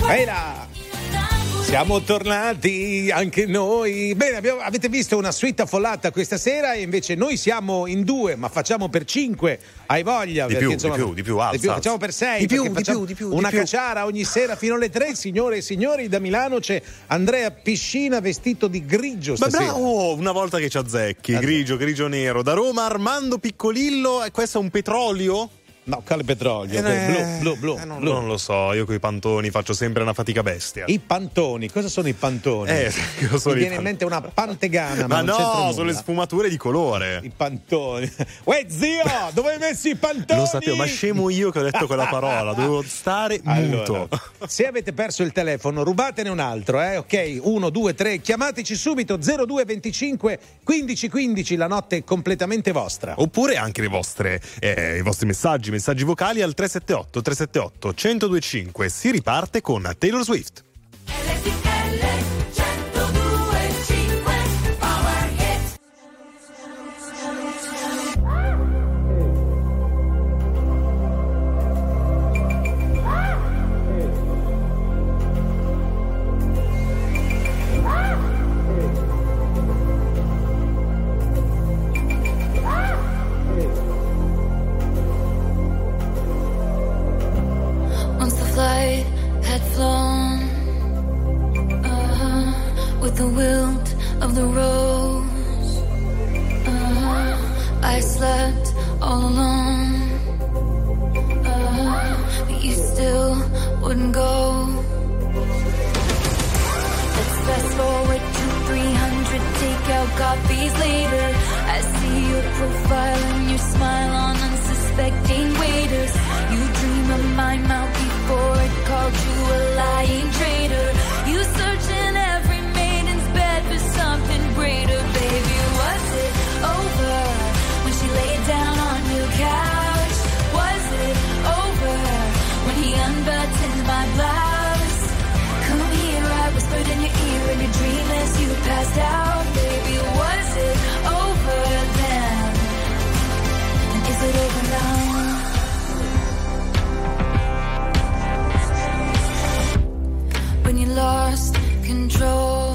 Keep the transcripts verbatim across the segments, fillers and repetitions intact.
Ehi là! Siamo tornati anche noi. Bene, abbiamo, avete visto una suite affollata questa sera e invece noi siamo in due, ma facciamo per cinque. Hai voglia? Di perché, più, insomma, di più, di più, alza, di più. alza. Facciamo per sei. Di più, perché di facciamo più, di più, di una più. cacciara ogni sera fino alle tre, signore e signori. Da Milano c'è Andrea Piscina vestito di grigio Ma stasera. bravo, una volta che ci azzecchi, grigio, grigio nero. Da Roma Armando Piccolillo, e questo è un petrolio? No, quale petrolio? Eh, blu, blu, blu, eh, non, blu. non lo so, io coi pantoni faccio sempre una fatica bestia. I pantoni, cosa sono i pantoni? Eh, io sono Mi i viene in pan- mente una pantegana, ma, Ma non c'entra no, nulla. sono le sfumature di colore. I pantoni. Uè zio, dove hai messo i pantoni? Lo sapevo, ma scemo io che ho detto quella parola, dovevo stare muto. Allora, se avete perso il telefono, rubatene un altro, eh? Ok, uno, due, tre, chiamateci subito zero due venticinque quindici quindici, la notte è completamente vostra. Oppure anche le vostre, eh, i vostri messaggi, messaggi vocali al tre sette otto tre sette otto uno zero due cinque. Si riparte con Taylor Swift. The wilt of the rose, uh, I slept all alone, uh, but you still wouldn't go. Let's fast forward to three hundred takeout coffees later. I see your profile and your smile on unsuspecting waiters. You dream of my mouth before it called you a lying traitor. You search in every bed for something greater, baby. Was it over when she laid down on your couch? Was it over when he unbuttoned my blouse? Come here, I whispered in your ear in your dream as you passed out, baby. Was it over then? And is it over now? When you lost control,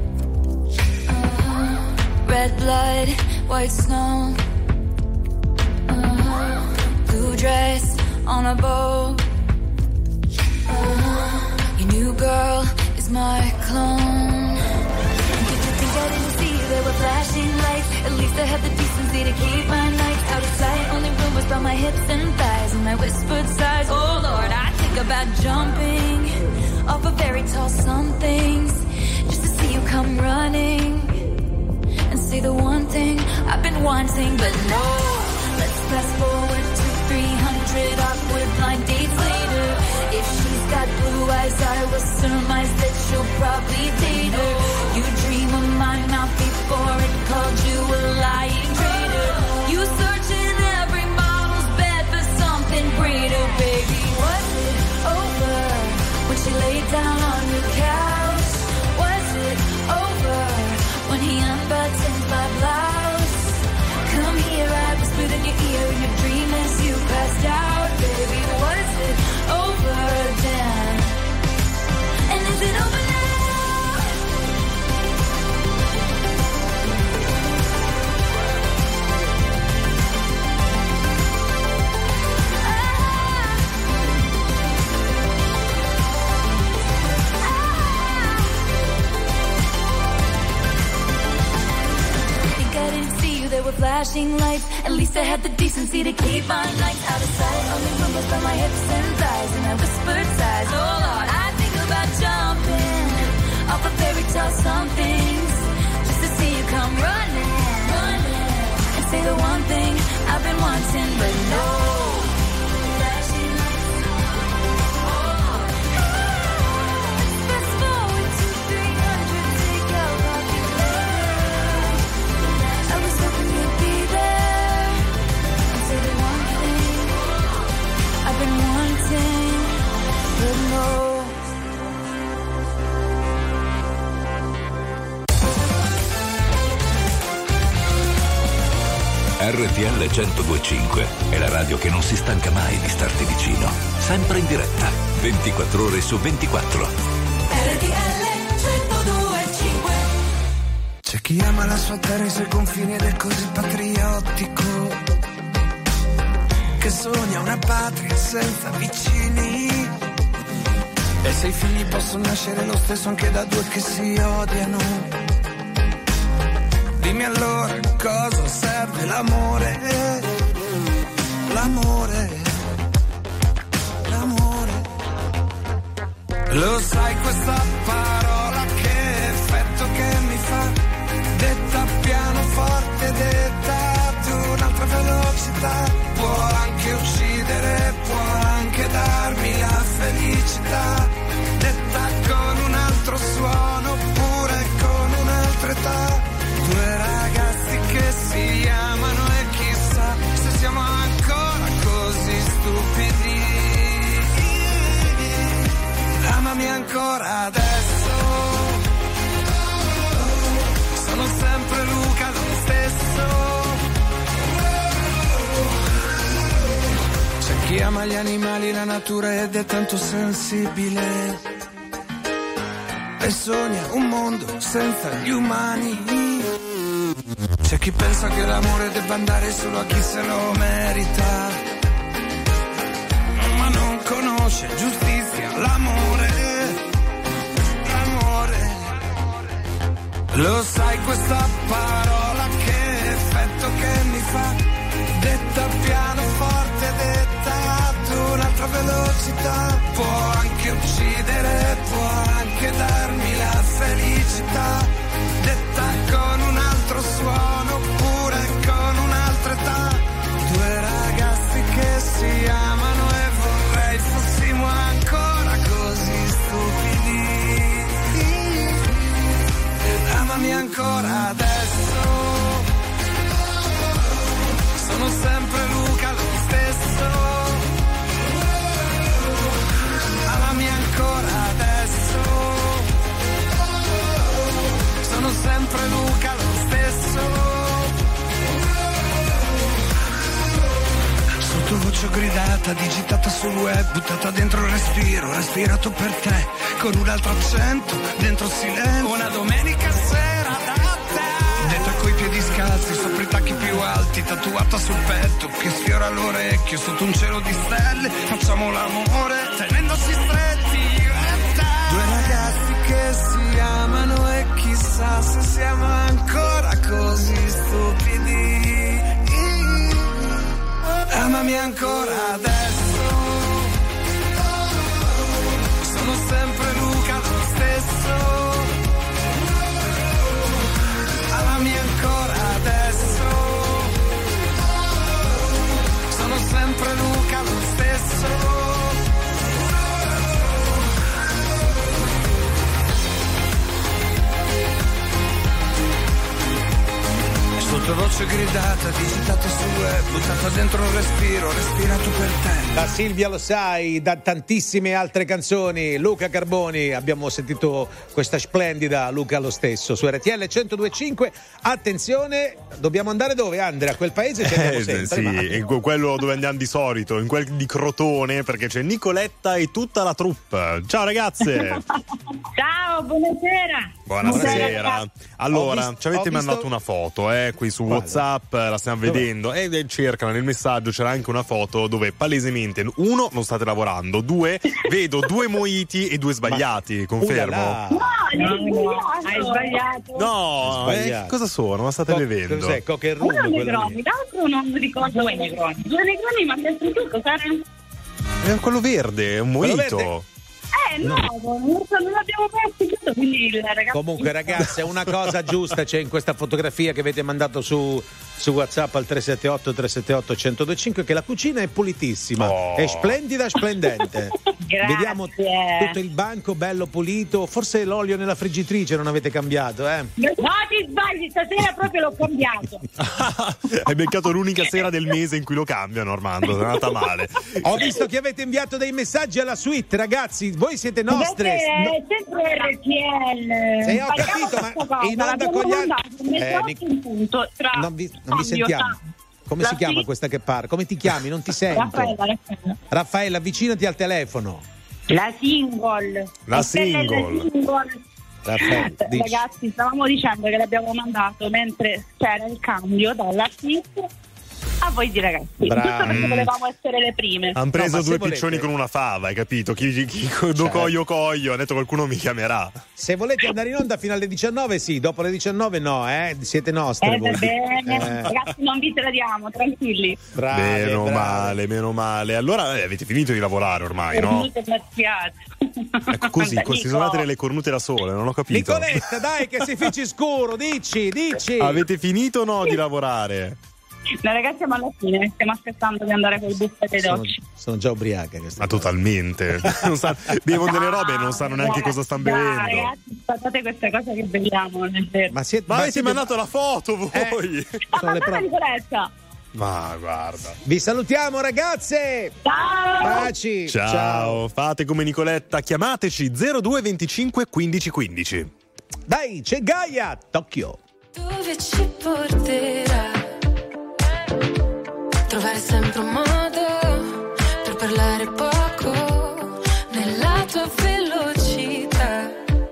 red blood, white snow, uh-huh. Blue dress on a boat, uh-huh. Your new girl is my clone. Did you think I didn't see there were flashing lights? At least I had the decency to keep my nights out of sight. Only rumors about my hips and thighs and my whispered sighs. Oh Lord, I think about jumping off of very tall somethings just to see you come running and say the one thing I've been wanting, but no. Let's fast forward to three hundred awkward blind dates later. If she's got blue eyes, I will surmise that she'll probably date her. You dream of my mouth before it called you a lying traitor. You search in every model's bed for something greater, baby. Was it over when she laid down on your couch? Was it over when he unbuttoned my blouse? Come here, I whispered in your ear in your dream as you passed out, baby. Was it over then? And is it over now? There were flashing lights. At least I had the decency to keep my nights out of sight. Only rumors by my hips and thighs, and I whispered sighs. Oh Lord, I think about jumping off of fairy tale somethings just to see you come running, running, and say the one thing I've been wanting, but no. Flashing lights. Fast forward to three hundred takeout coffee later. I was hoping you'd be there and say the one thing I've been wanting, but no. R R T L centodue e cinque è la radio che non si stanca mai di starti vicino. Sempre in diretta, ventiquattro ore su ventiquattro. R T L centodue e cinque. C'è chi ama la sua terra e i suoi confini ed è così patriottico, che sogna una patria senza vicini. E se i figli possono nascere lo stesso anche da due che si odiano, dimmi allora cosa serve l'amore, l'amore, l'amore. Lo sai questa parola che effetto che mi fa, detta pianoforte, detta ad un'altra velocità, può anche uccidere, può anche darmi la felicità, detta con un altro suono oppure con un'altra età. Due ragazzi che si amano e chissà se siamo ancora così stupidi. Amami ancora adesso, sono sempre Luca lo stesso. C'è chi ama gli animali, la natura ed è tanto sensibile e sogna un mondo senza gli umani. C'è chi pensa che l'amore debba andare solo a chi se lo merita, ma non conosce giustizia, l'amore, l'amore. Lo sai questa parola che effetto che mi fa, detta pianoforte, detta ad un'altra velocità, può anche uccidere, può anche darmi la felicità, detta con un altro suono oppure con un'altra età. Due ragazzi che si amano e vorrei fossimo ancora così stupidi. Amami ancora adesso, sono sempre Luca lo stesso. Amami ancora adesso, sono sempre Luca lo stesso. Sottovoce gridata, digitata sul web, buttata dentro il respiro, respirato per te, con un altro accento, dentro il silenzio. Una domenica sera da te, detta coi piedi scalzi, sopra i tacchi più alti, tatuata sul petto, che sfiora l'orecchio, sotto un cielo di stelle, facciamo l'amore, tenendosi stretti. Due ragazzi che si amano e chissà se siamo ancora così stupidi. Amami ancora adesso, sono sempre Luca lo stesso. Amami ancora adesso, sono sempre Luca lo stesso. Sottovoce gridata, digitata sul web, buttata dentro un respiro, respirato per te. Da Silvia Lo Sai, da tantissime altre canzoni, Luca Carboni, abbiamo sentito questa splendida Luca lo stesso su R T L centodue e cinque. Attenzione, dobbiamo andare dove, Andrea? A quel paese ci andiamo Eh, sempre. sì, ma- in quello dove andiamo di solito, in quel di Crotone, perché c'è Nicoletta e tutta la troupe. Ciao ragazze! Ciao, buonasera. Buonasera. Allora, Ho visto- ci avete ho visto- mandato una foto, eh, qui su Guarda. WhatsApp, la stiamo Dov'è? vedendo e e cercano nel messaggio, c'era anche una foto dove palesemente uno non state lavorando, due vedo due moiti e due sbagliati, confermo. Ulala. No, no, hai sbagliato. No, Hai eh, sbagliato. cosa sono? Ma state Co- bevendo? Cos'è? Coca e rum? Uno quello Negroni, lì. l'altro non mi ricordo due Negroni. Due Negroni, ma penso tu cos'era? È quello verde, è un Quello mojito. verde? Eh no, non, so, non l'abbiamo mai assistito, quindi il ragazzo... Comunque ragazze, una cosa giusta c'è in questa fotografia che avete mandato su, su WhatsApp al tre sette otto tre sette otto uno zero due cinque, che la cucina è pulitissima, Oh. è splendida, splendente. Grazie. Vediamo tutto il banco bello pulito, forse l'olio nella friggitrice non avete cambiato, eh? No, ti sbagli, stasera proprio l'ho cambiato. Hai beccato l'unica sera del mese in cui lo cambiano, Armando, è andata male. Ho visto che avete inviato dei messaggi alla suite, ragazzi, voi siete nostre. Perché è sempre R T L. Sì, ho Facciamo capito, ma questa cosa, in onda l'abbiamo con gli altri- mandato alle Eh, otto Nic- in punto, tra Non vi, non vi cambio, sentiamo. ta- Come La si chiama sì. questa che parla? Come ti chiami? Non ti sento. Raffaella, Raffaella. Raffaella, avvicinati al telefono. La single. La E quella è single. la single. Raffaella, dici. Ragazzi, stavamo dicendo che l'abbiamo mandato mentre c'era il cambio dalla S I S a voi di ragazzi. Bravi. Giusto perché volevamo essere le prime. Han preso No, ma se due volete- piccioni con una fava, hai capito? Chi, chi, chi do Certo. coglio coglio, ha detto qualcuno mi chiamerà. Se volete andare in onda fino alle diciannove, sì, dopo le diciannove no, eh? Siete nostre Eh, va voi. bene. Eh, Ragazzi, non vi tradiamo, tranquilli. brave, meno brave. male, meno male. Allora eh, avete finito di lavorare ormai, no? Cornute mazziate. Ecco così, Nico. si sono date le cornute da sole, non ho capito. Nicoletta, dai che si fici scuro, dici, dici. Avete finito o no di lavorare? No, ragazzi, siamo alla fine. Stiamo aspettando di andare col buffet dei Sono, dolci. sono già ubriaca questa Ma cosa. totalmente. Non sa- bevono delle robe e non sanno neanche cosa stanno Dai, bevendo. ragazzi, guardate queste cose che beviamo nel vero. Ma siete, Ma avete siete- mandato la foto voi? Eh. Ah, sono le ma prove. Nicoletta. Ma guarda. Vi salutiamo ragazze. Ciao. Baci. Ciao. fate come Nicoletta, chiamateci zero due venticinque quindici quindici. Dai, c'è Gaia, Tokyo. Dove ci porterà? Trovare sempre un modo per parlare poco nella tua velocità.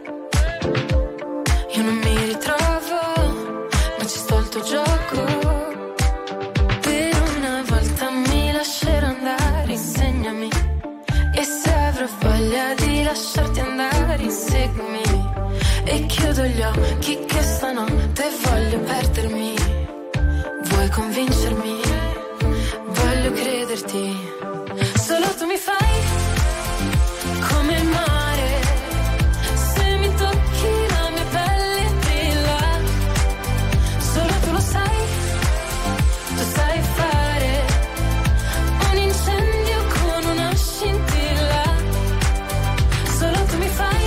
Io non mi ritrovo, ma ci sto al tuo gioco. Per una volta mi lascerò andare, insegnami. E se avrò voglia di lasciarti andare, inseguimi. E chiudo gli occhi che stanotte voglio perdermi. Vuoi convincermi? Voglio crederti. Solo tu mi fai come il mare. Se mi tocchi la mia pelle brilla. Solo tu lo sai. Tu sai fare un incendio con una scintilla. Solo tu mi fai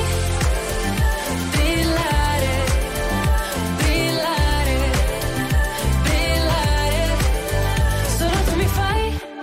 brillare, brillare, brillare. Solo tu mi fai.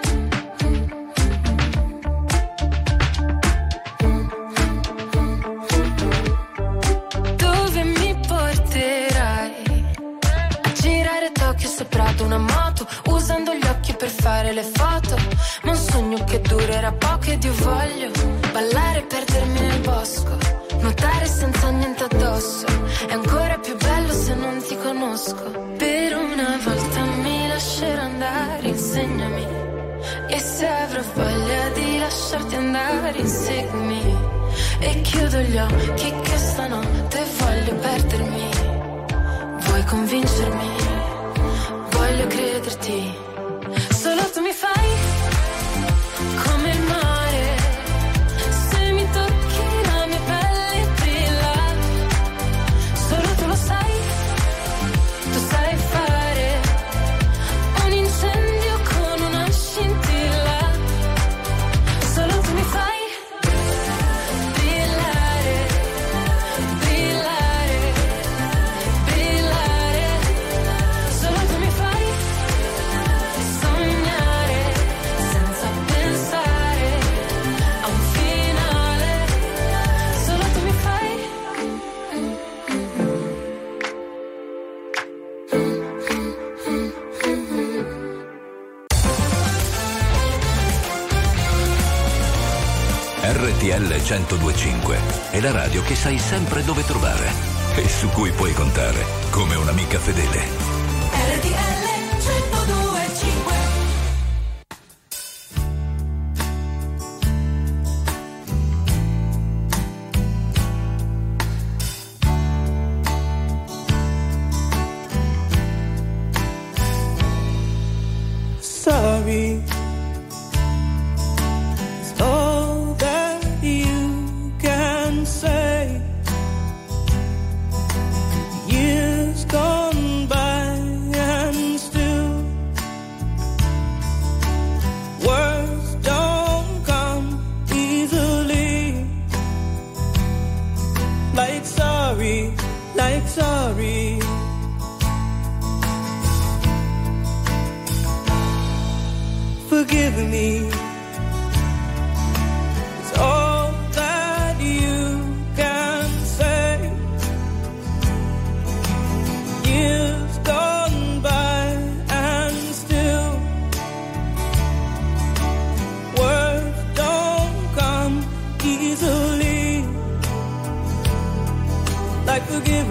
Dove mi porterai? A girare Tokyo sopra ad una moto, usando gli occhi per fare le foto. Ma un sogno che durerà poco ed io voglio ballare e perdermi nel bosco, nuotare senza niente addosso. È ancora più bello se non ti conosco. Per una volta mi lascerò andare, insegnami. E se avrò voglia di lasciarti andare, inseguimi. E chiudo gli occhi che stanotte voglio perdermi. Vuoi convincermi? Voglio crederti. Solo tu mi fai come il mare. Se mi tocchi la mia pelle brilla. Solo tu lo sai. Tu sai fare un incendio con una scintilla. Solo tu mi fai brillare, brillare, brillare. Solo tu mi fai sognare senza pensare a un finale. Solo tu mi fai. R T L centodue e cinque è la radio che sai sempre dove trovare e su cui puoi contare come un'amica fedele. R T L centodue e cinque. Sorry is all that you can say. Years gone by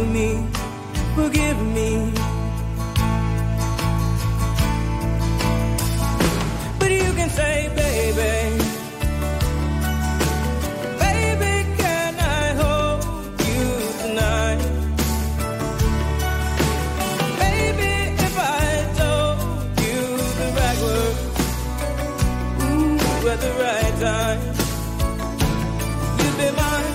me, forgive me. But you can say, baby, baby, can I hold you tonight? Baby, if I told you the right words, ooh, at the right time, you'd be mine.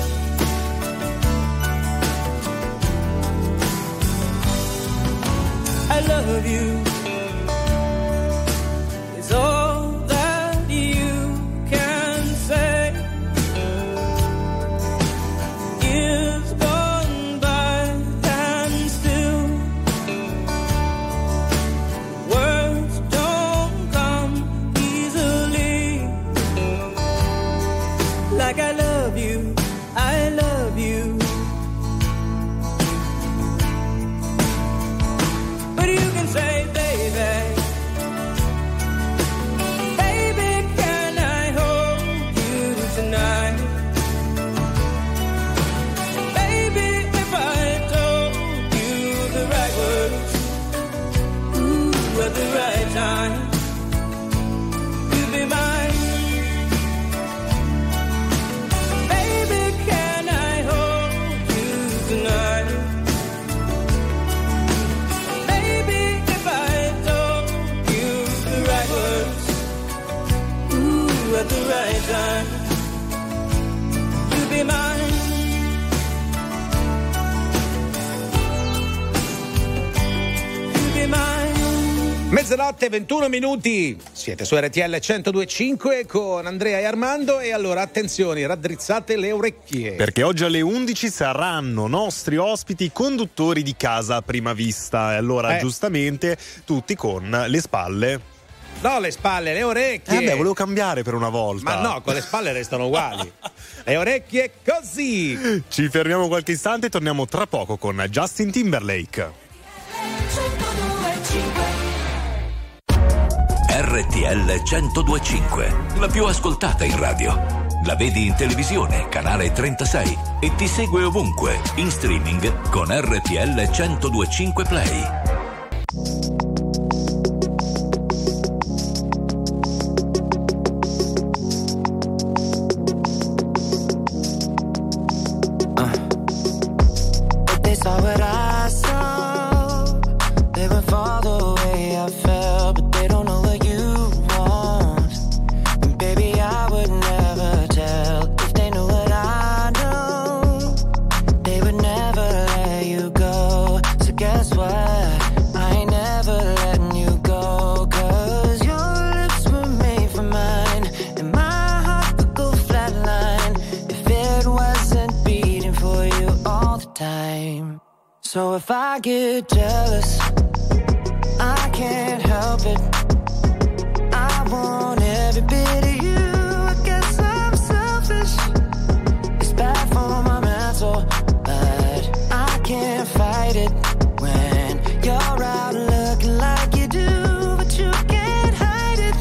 I love you. It's all that you can say. Years gone by and still words don't come easily. Like I love you, I love you. But you can say, baby, baby, can I hold you tonight? Baby, if I told you the right words, ooh, at the right time, you'd be mine. Baby, can I hold you tonight? At the right time, you'll be mine. You'll be mine. Mezzanotte, ventuno minuti. Siete su R T L centodue e cinque con Andrea e Armando. E allora attenzione, raddrizzate le orecchie. Perché oggi alle undici saranno nostri ospiti conduttori di Casa a Prima Vista. E allora, eh. giustamente, tutti con le spalle. No, le spalle, le orecchie. Eh beh, volevo cambiare per una volta. Ma no, con le spalle restano uguali. Le orecchie così. Ci fermiamo qualche istante e torniamo tra poco con Justin Timberlake. R T L centodue e cinque, la più ascoltata in radio. La vedi in televisione, canale trentasei, e ti segue ovunque, in streaming con R T L centodue e cinque Play. Saw what I saw, they would fall the way I felt, but they don't know what you want. And baby, I would never tell. If they knew what I know, they would never let you go. So guess what? I ain't never letting you go, cause your lips were made for mine, and my heart would go flatline if it wasn't beating for you all the time. So if I get jealous, I can't help it. I want every bit of you. I guess I'm selfish. It's bad for my mental, but I can't fight it when you're out looking like you do, but you can't hide it.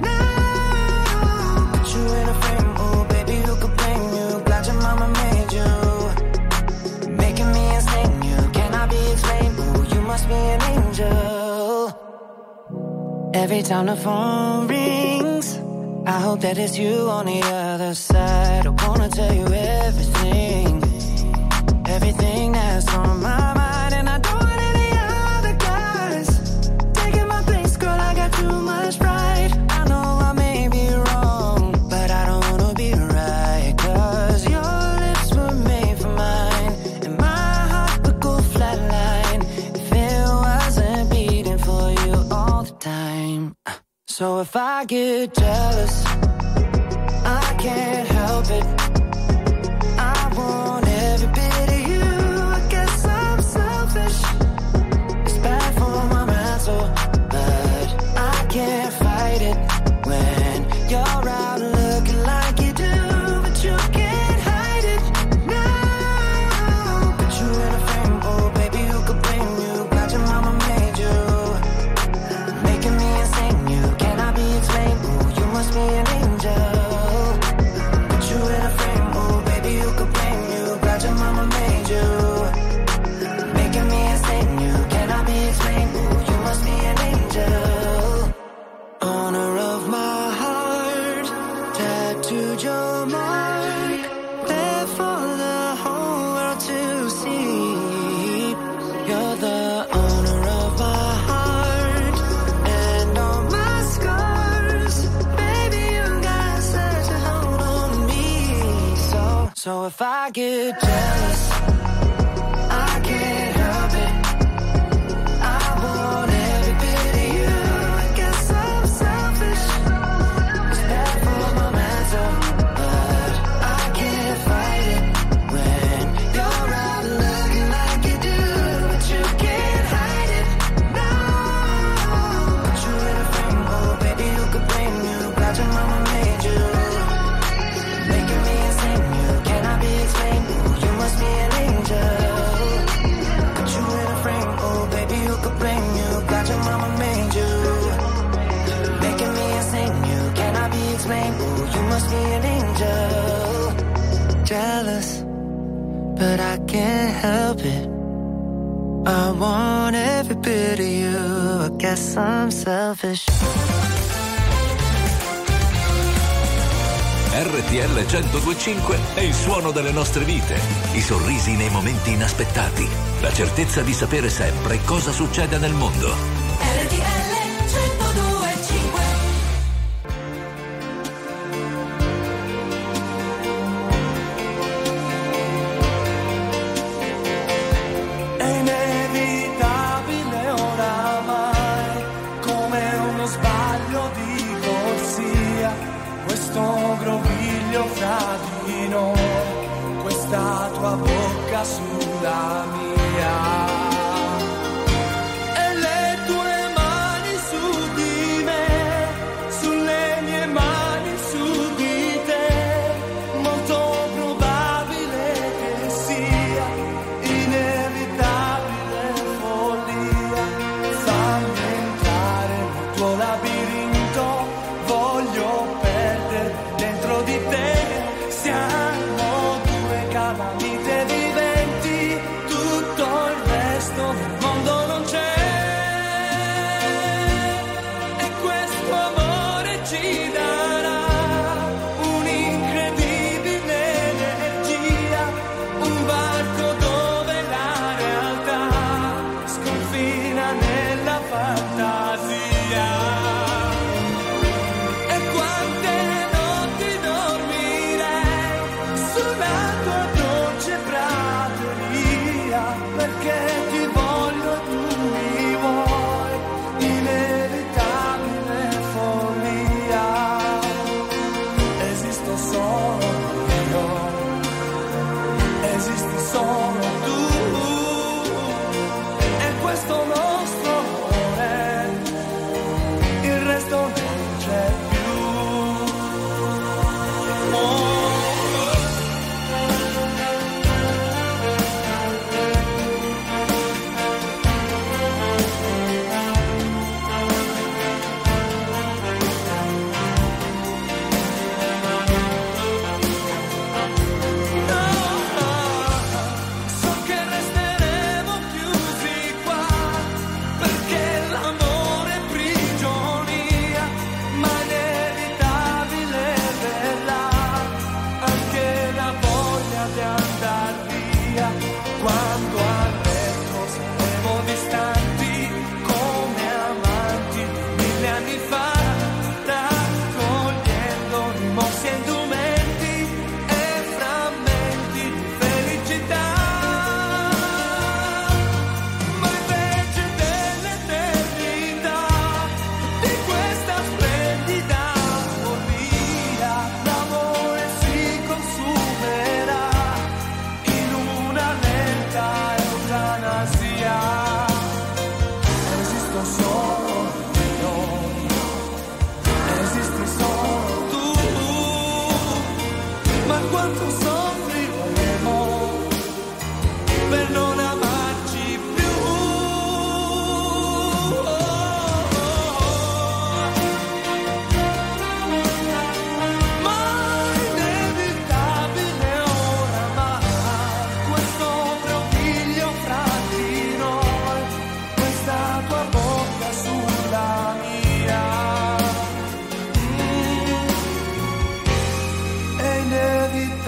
No, put you in a frame, oh baby, who could blame you? Glad your mama made you, making me insane. Ooh, you must be an angel. Every time the phone rings, I hope that it's you on the other side. I wanna tell you everything, everything that's on my mind. And I don't want any other guys taking my place, girl, I got too much pride. I know I may be wrong, but I don't wanna be right, cause your lips were made for mine, and my heart would go flatline if it wasn't beating for you all the time. So if I get jealous, I can't help it. I want every bit of you. I guess I'm selfish. It's bad for my mental, but I can't fight it when you're out looking like you do, but you can't hide it. No, put you in a frame, oh baby, who could blame you? Glad your mama made you, making me insane. You cannot be explained. Ooh, you must be an angel. Tattooed your mark, there for the whole world to see. You're the owner of my heart and all my scars. Baby, you got such a hold on me. So, so if I get jealous, I can't help it. I want every bit of you. I guess I'm selfish. It's bad for my mental, but I can't fight it when you're out looking like you do. But you can't hide it, no. Put you in a frame, oh baby, you could blame you. Glad your mama made you, making me insane. You cannot be explained. Ooh, you must be an angel. Put you in a frame, oh baby, you could blame you. Glad your mama made you, making me insane. You cannot be explained. Ooh, you must be an angel. Jealous, but I can't help it. I want every bit of you. I guess I'm selfish. R T L centodue e cinque è il suono delle nostre vite, i sorrisi nei momenti inaspettati, la certezza di sapere sempre cosa succede nel mondo. R T L centodue e cinque. È inevitabile oramai, come uno sbaglio di corsia, questo groviglio fra di noi, questa tua bocca sulla mia. E le tue mani su di me, sulle mie mani su di te, molto probabile che sia inevitabile follia. Fammi entrare nel tuo labirinto, voglio perdere dentro di te. Siamo due calamite viventi,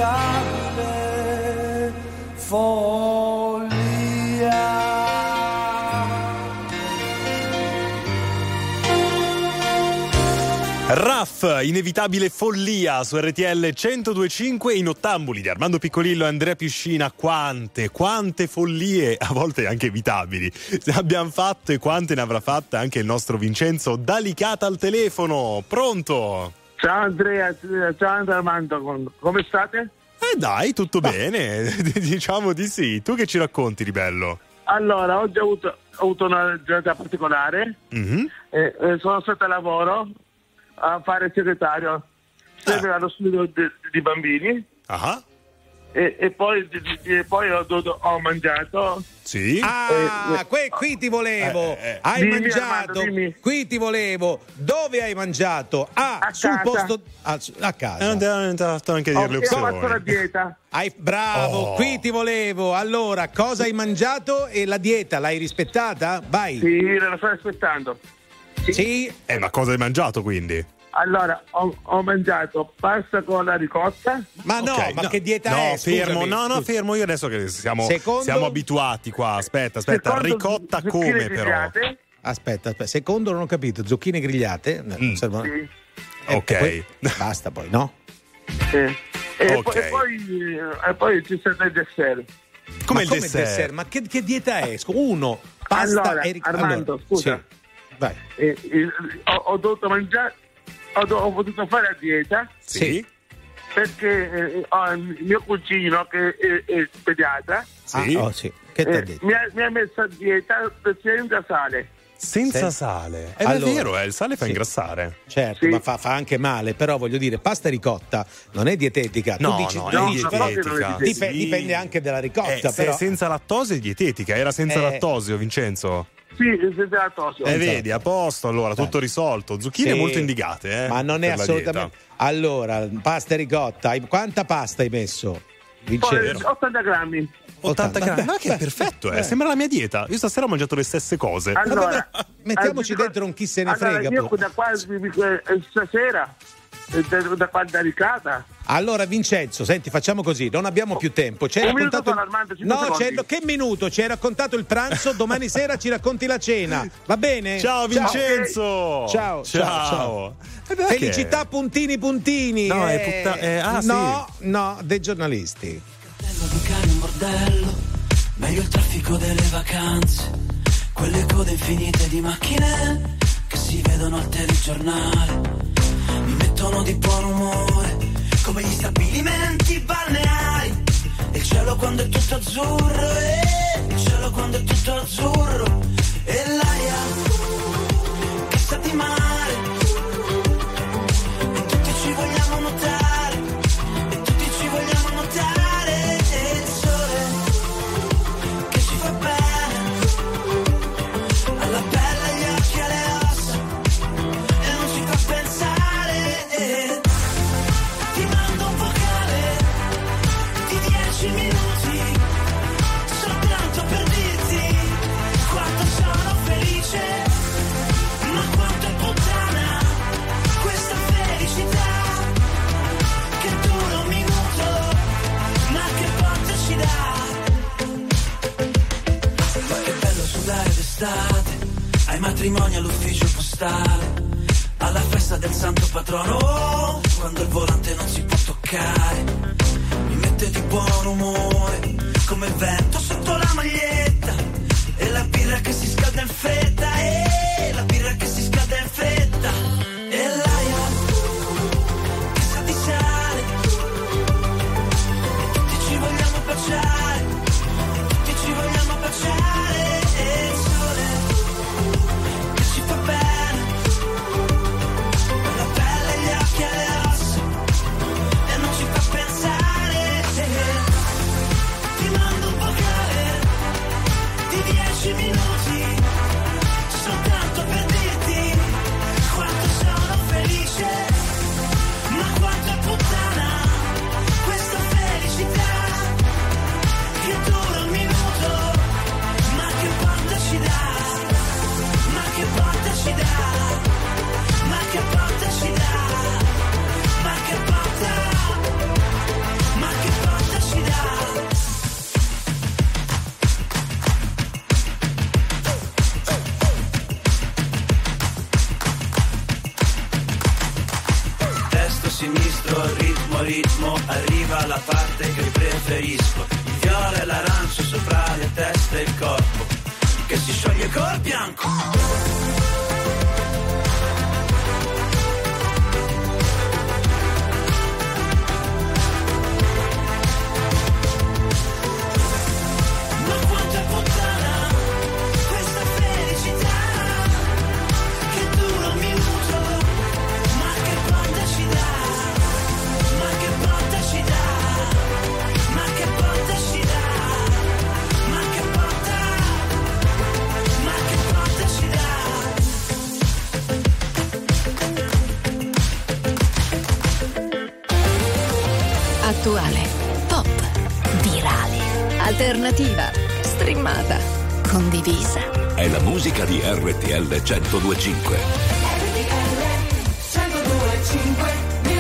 inevitabile follia. Raff, inevitabile follia su R T L centodue e cinque, in ottambuli di Armando Piccolillo e Andrea Piscina. Quante, quante follie, a volte anche evitabili, abbiamo fatto e quante ne avrà fatte anche il nostro Vincenzo Dalicata al telefono. Pronto? Ciao Andrea, ciao Armando, come state? Eh dai, tutto ah. bene, diciamo di sì. Tu che ci racconti di bello? Allora, oggi ho avuto, ho avuto una giornata particolare, mm-hmm. eh, eh, sono stato a lavoro a fare il segretario sempre ah. allo studio di, di bambini ah. e, e poi, di, di, poi ho, ho mangiato. Sì. Ah, eh, qui, qui ti volevo. Eh, eh. Hai dimmi, Armando, mangiato. dimmi. Qui ti volevo. Dove hai mangiato? Ah, a sul casa. posto a, a casa. Non ho fatto anche dire le opzioni. Ho fatto la dieta. Hai, bravo, oh. Qui ti volevo. Allora, cosa hai mangiato e la dieta l'hai rispettata? Vai. Sì, la sto rispettando. Sì. sì. Eh, ma cosa hai mangiato quindi? Allora, ho, ho mangiato pasta con la ricotta. Ma no, okay, ma no, che dieta no, è? Fermo, Scusami. no, no, fermo. Io adesso che siamo, Secondo... siamo abituati qua. Aspetta, aspetta. Secondo ricotta come però? Aspetta, aspetta. Secondo non ho capito. Zucchine grigliate? Mm. Sì. Eh, ok. Poi, basta poi, no? Sì. E, okay. poi, e, poi, e poi ci sarà il dessert. Come ma il come dessert? dessert? Ma che, che dieta è? Uno, pasta allora, e Armando, allora, scusa. Sì. Vai. Eh, eh, ho, ho dovuto mangiare. Ho, ho potuto fare la dieta. Sì. Perché eh, ho il mio cugino che è, è pediatra. Sì. Ah, oh, sì. Che eh, detto? Mi, ha, mi ha messo a dieta senza sale. Senza sì. sale? È allora, vero, eh, il sale fa sì. ingrassare. Certo, sì. ma fa, fa anche male. Però voglio dire, pasta ricotta non è dietetica. No, tu dici, no, tu è dici, dietetica. Dip- sì. Dipende anche dalla ricotta. Eh, però. Se è senza lattosio è dietetica. Era senza eh. lattosio, Vincenzo? Sì, senza lattosio. E eh, vedi, a posto, allora, tutto risolto. Zucchine sì. molto indicate, eh, ma non è assolutamente. Allora, pasta e ricotta, hai... quanta pasta hai messo? Vincenzo? ottanta grammi. ottanta grammi, ma che è perfetto, eh. Sembra la mia dieta. Io stasera ho mangiato le stesse cose. Allora, mettiamoci allora, dentro un chi se ne allora, frega. Io da qua stasera da qua da ricata. Allora Vincenzo, senti, facciamo così, non abbiamo più tempo. Ci hai un raccontato minuto, il... No, c'è... che minuto? Ci hai raccontato il pranzo, domani sera ci racconti la cena. Va bene? Ciao Vincenzo. Ciao, ciao, ciao. ciao. Eh Felicità puntini puntini. No, eh... è putta... eh, ah, no, sì. no, dei giornalisti. Di cane in bordello, meglio il traffico delle vacanze, quelle code infinite di macchine che si vedono al telegiornale, mi mettono di buon umore come gli stabilimenti balneari, e il cielo quando è tutto azzurro, e il cielo quando è tutto azzurro, e l'aria che sa di mare, e tutti ci vogliamo nuotare, e tutti ci vogliamo nuotare. Ai matrimoni all'ufficio postale, alla festa del santo patrono, oh, quando il volante non si può toccare, mi mette di buon umore come il vento sotto la maglietta, e la birra che si scalda in fretta, e la birra che si scalda in fretta, e l'aria che sa di sale, e tutti ci vogliamo baciare, e tutti ci vogliamo baciare, e il sole che ci fa bene, la pelle, gli occhi e le ossa, e non ci fa pensare, ti mando un vocale di dieci minuti. sinistro, ritmo, ritmo, arriva la parte che preferisco. Il viola e l'arancio sopra le teste e il corpo, che si scioglie col bianco. Attuale, pop, virale, alternativa, streamata, condivisa. È la musica di R T L centodue e cinque. R T L centodue e cinque.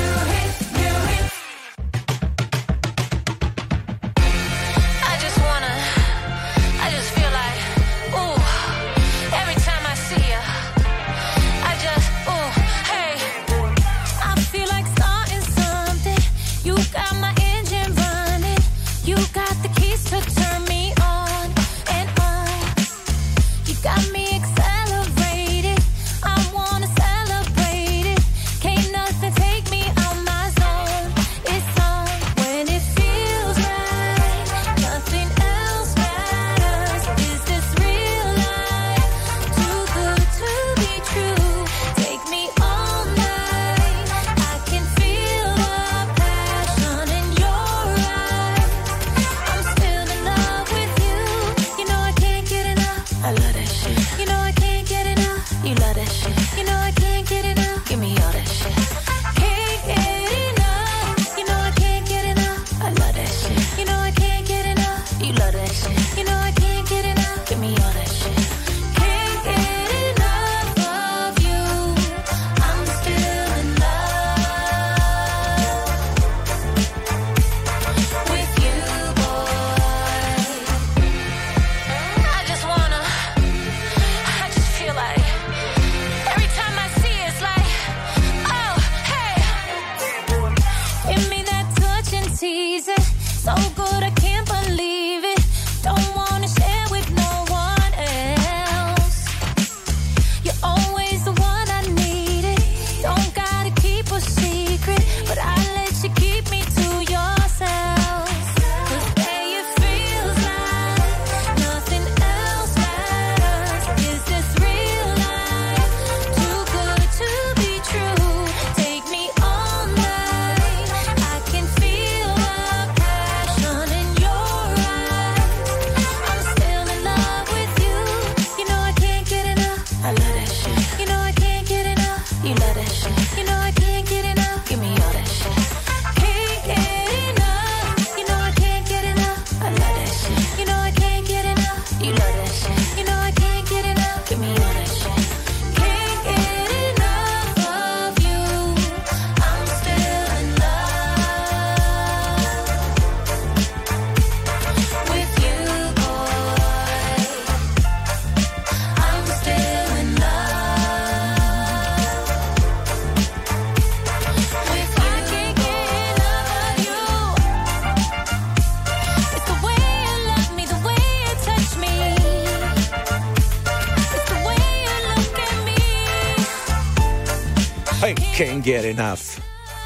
Can't Get Enough.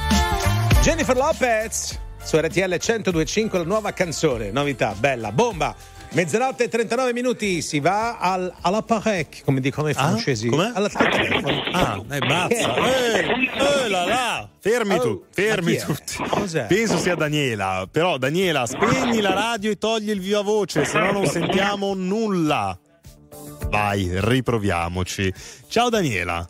Jennifer Lopez su R T L centodue e cinque, la nuova canzone, novità, bella, bomba. Mezzanotte e trentanove minuti, si va al, all'apparecchio, come dicono i francesi. Ah, com'è? Al telefono. Ah, eh, mazza. Eh, eh, là, là. Fermi Oh, tu, fermi ma chi è? tutti. Cos'è? Penso sia Daniela. Però, Daniela, spegni la radio e togli il viva voce, se no non sentiamo nulla. Vai, riproviamoci. Ciao Daniela.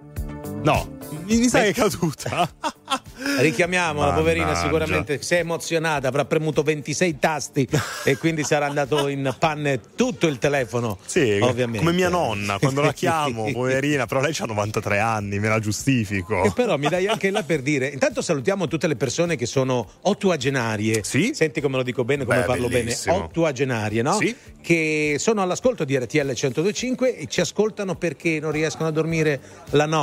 No, mi, mi sa che è caduta. Richiamiamo la poverina, Mannaggia. sicuramente si è emozionata, avrà premuto ventisei tasti e quindi sarà andato in panne tutto il telefono. Sì, ovviamente. come mia nonna, quando la chiamo, poverina, però lei ha novantatré anni, me la giustifico. E però mi dai anche là per dire, intanto salutiamo tutte le persone che sono ottuagenarie. Sì? Senti come lo dico bene, come Beh, parlo bellissimo. bene. Ottuagenarie, no? Sì. Che sono all'ascolto di R T L centodue e cinque e ci ascoltano perché non riescono a dormire la noce. E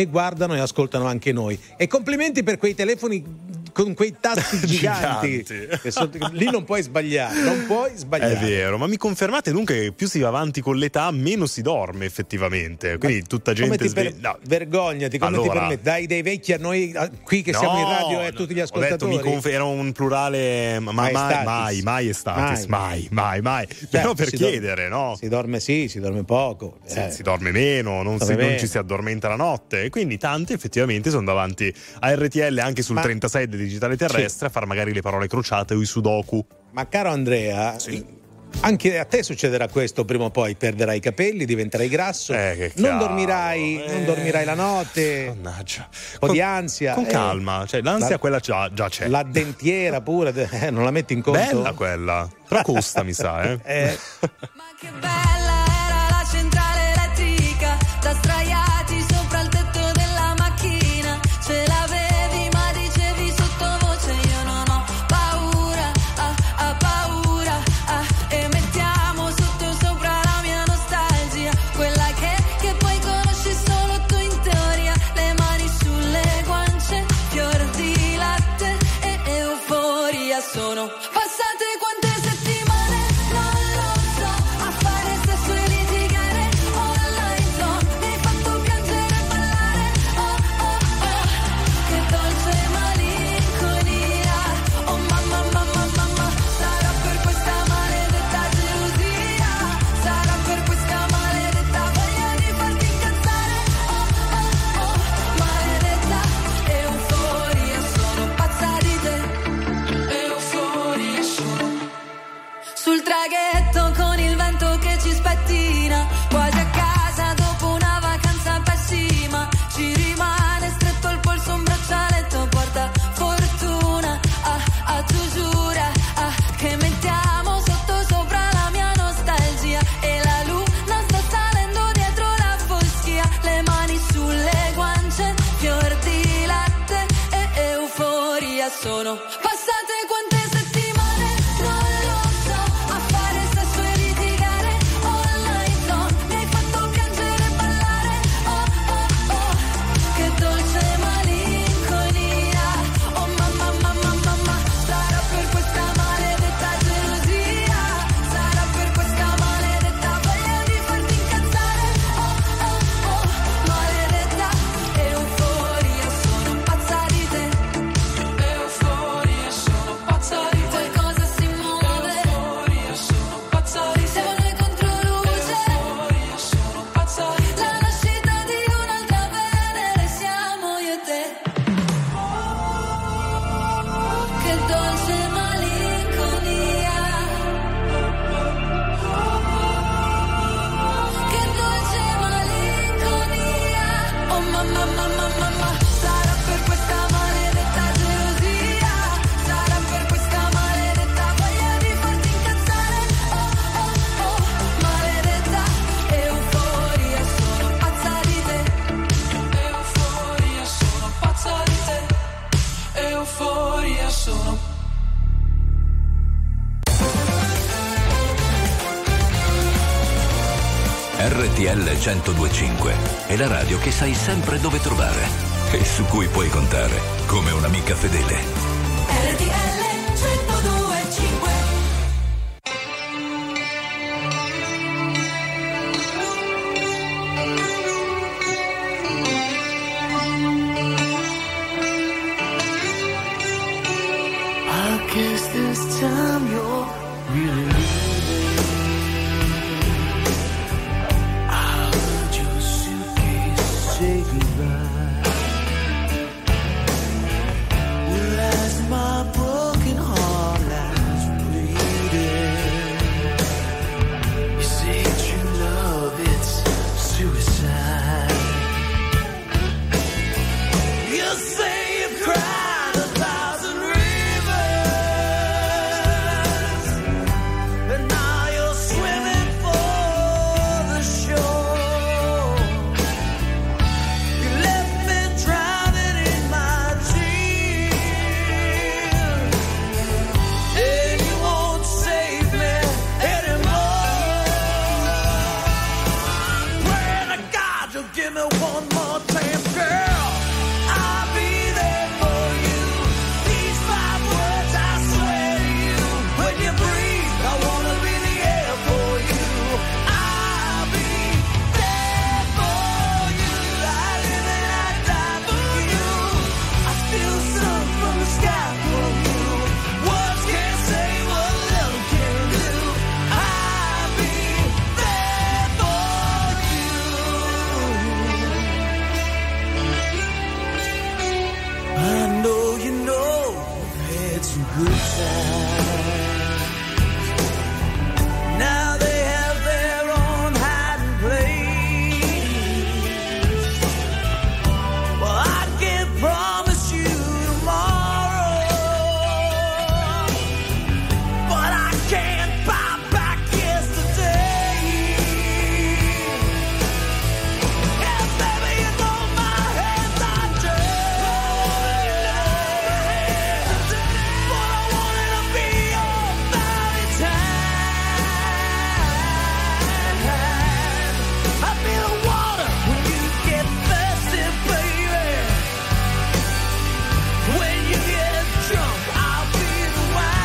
guardano e ascoltano anche noi. E complimenti per quei telefoni con quei tasti giganti, Giganti. Che sono, lì non puoi sbagliare, non puoi sbagliare. È vero, ma mi confermate dunque che più si va avanti con l'età meno si dorme effettivamente, quindi tutta gente come ti per... sve- no. vergognati, come Allora. ti permetti? Dai dei vecchi a noi a- qui che No, siamo in radio e a no, tutti gli ho detto, ascoltatori. mi conf- era un plurale, ma mai, Maestatis. mai, mai estatis, mai, mai, mai. Certo, Però per si chiedere, dorme, no? Si dorme sì, si dorme poco. Si, eh. si dorme meno, non, si, Dorme non meno. ci si addormenta la notte, e quindi tanti effettivamente sono davanti a R T L anche sul Ma- trentasei del digitale terrestre a far magari le parole crociate o i sudoku. Ma caro Andrea, anche a te succederà questo prima o poi, perderai i capelli, diventerai grasso, Eh, che non cavolo, dormirai, eh. non dormirai la notte, Mannaggia. un po' di ansia. Con eh. calma, cioè l'ansia La- quella già, già c'è. La dentiera pure, eh, non la metti in conto? Bella quella, però costa mi sa, eh. Eh, Che bella era la centrale elettrica, da sdraiati sopra il tetto della macchina. Ce l'avevi ma dicevi sottovoce io non ho paura, ah, ah, paura, ah. E mettiamo sotto sopra la mia nostalgia, quella che, che poi conosci solo tu in teoria. Le mani sulle guance, fior di latte e euforia. Sono passate quante settimane, non lo so, a fare sesso e litigare online zone. Mi hai fatto piangere e ballare, oh oh oh, che dolce malinconia. Oh mamma mamma mamma, sarà per questa maledetta gelosia, sarà per questa maledetta voglia di farti incazzare, oh oh oh, maledetta euforia. Sono pazza di te, euforia sono. Sul traghetto con il vento che ci spettina, quasi a casa dopo una vacanza pessima. Ci rimane stretto il polso, un braccialetto porta fortuna. Ah, ah, tu giura, ah, che mettiamo sotto sopra la mia nostalgia. E la luna sta salendo dietro la foschia. Le mani sulle guance, fior di latte e euforia. Sono passate quante settimane, non lo so, a fare sesso e litigare online zone. Mi hai fatto piangere e ballare, oh oh oh, che dolce malinconia. Oh mamma mamma mamma, sarà per questa maledetta gelosia, sarà per questa maledetta voglia di farti incazzare, oh oh oh, maledetta euforia. Sono pazza di te, euforia, sono pazza di te. Qualcosa si muove, euforia, sono pazza di te. Siamo noi contro luce, euforia, sono pazza di te. La nascita di un'altra Venere siamo io e te. Che dolce malinconia, che dolce malinconia. Oh mamma mamma mamma, sarà per questa maledetta gelosia, sarà per questa maledetta voglia di farti incazzare, oh oh oh, maledetta euforia. Sono pazza di te, euforia, sono pazza di te, euforia sono. R T L centodue e cinque è la radio che sai sempre dove trovare e su cui puoi contare come un'amica fedele. R T L centodue e cinque. I guess this time you're really leaving. I heard your suitcase say goodbye. Well, as my broken heart lies bleeding, you say true love, it's suicide. You say you've cried a thousand rivers, and good time. Now they have their own hiding place. Well, I can't promise you tomorrow, but I can't buy back yesterday. And baby, you know my hands are dirty, but I wanted to be your Valentine. I'll be the water when you get thirsty, baby. When you get drunk, I'll be the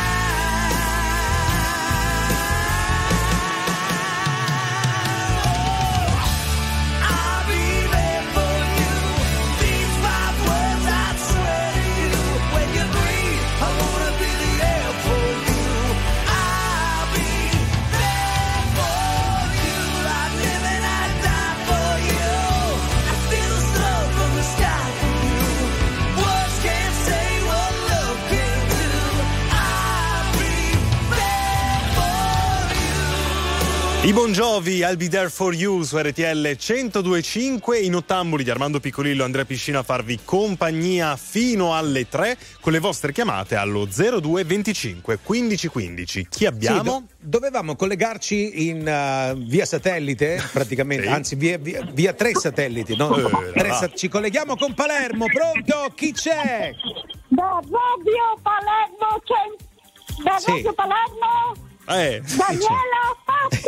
wine. I'll be there for you. These five words I swear to you. When you breathe, I wanna be the air for you. I'll be there for you. I live and I die for you. I feel the love from the sky for you. Words can't say what love can do. I'll be there for you. I Bon Jovi, I'll Be There For You su R T L centodue e cinque, i nottambuli di Armando Piccolillo e Andrea Piscina a farvi compagnia fino alle tre con le vostre chiamate allo zero due venticinque quindici quindici. Chi abbiamo? Sì, do- dovevamo collegarci in uh, via satellite, praticamente, Sì. anzi via, via, via tre satelliti, no? Eh, Tre là. sa- ci colleghiamo con Palermo, pronto? Chi c'è? Da Radio Palermo c'è... Da Sì. Radio Palermo... Eh, Daniela, fatti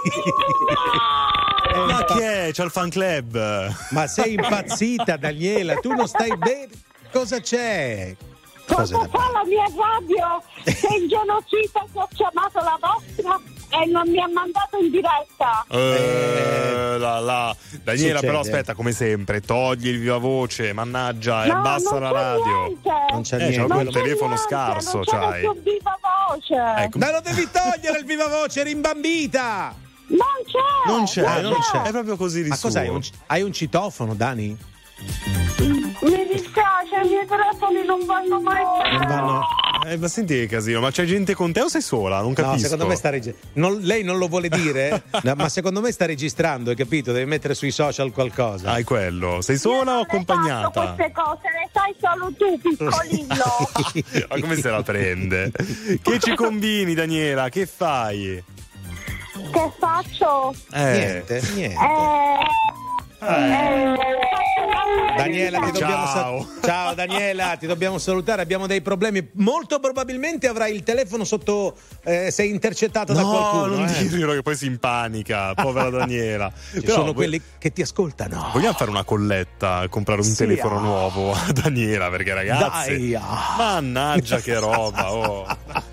la mia! ma chi è? C'è il fan club. Ma sei impazzita, Daniela? Tu non stai bene? Cosa c'è? Cosa da- fa la mia radio? Sei ingelosita che ho chiamato la vostra e non mi ha mandato in diretta. Eh, la, la. Daniela, Succede. però aspetta, come sempre, togli il viva voce, mannaggia, e No, abbassa non la c'è radio. niente. Non c'è Eh, niente. c'ho quel Non c'è telefono niente, scarso, non c'è c'hai. più viva voce. Ecco. Ma lo devi togliere il viva voce, eri imbambita! Non c'è. Non c'è, Ah, non c'è. È proprio così di Ma cos'hai? suo. Un, hai un citofono, Dani? Mi dispiace, i miei telefoni non vanno mai bene. Non vanno... Eh, ma senti che casino, ma c'è gente con te o sei sola? Non capisco. No, secondo me sta registrando. Lei non lo vuole dire, no, ma secondo me sta registrando, hai capito? Deve mettere sui social qualcosa. Ah, è quello. Sei sola o Io non le accompagnata? faccio queste cose le sai solo tu, piccolino. Ma come se la prende? Che ci combini, Daniela? Che fai? Che faccio? Eh. Niente, niente. Eh, eh, Daniela, ti dobbiamo Ciao. sa- Ciao Daniela, ti dobbiamo salutare. Abbiamo dei problemi. Molto probabilmente avrai il telefono sotto. Eh, sei intercettata da No, qualcuno. non eh. dirglielo che poi si impanica, povera Daniela. Ci Però sono vo- quelli che ti ascoltano. Vogliamo fare una colletta, comprare un Sì, telefono ah. nuovo a Daniela, perché ragazzi, Dai, ah. mannaggia che roba, oh.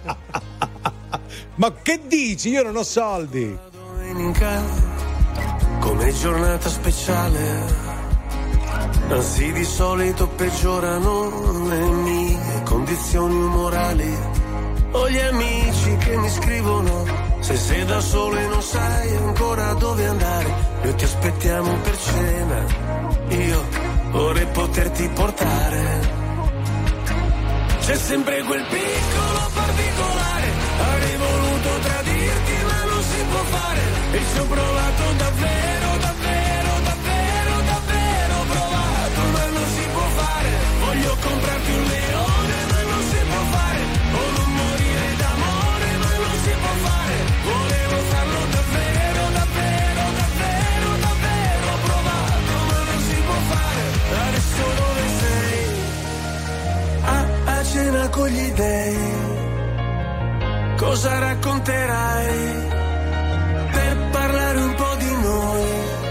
Ma che dici? Io non ho soldi. Domenica come giornata speciale, anzi di solito peggiorano le mie condizioni umorali. Ho gli amici che mi scrivono: se sei da solo e non sai ancora dove andare, noi ti aspettiamo per cena, io vorrei poterti portare. C'è sempre quel piccolo particolare, avrei voluto tradirti ma non si può fare, e ci ho provato davvero, davvero, davvero, davvero provato, ma non si può fare. Voglio comprarti un leone ma non si può fare, o non morire d'amore ma non si può fare. Volevo farlo davvero, davvero, davvero, davvero provato, ma non si può fare. Adesso dove sei? A, a cena con gli dèi, cosa racconterai per parlare un po' di noi?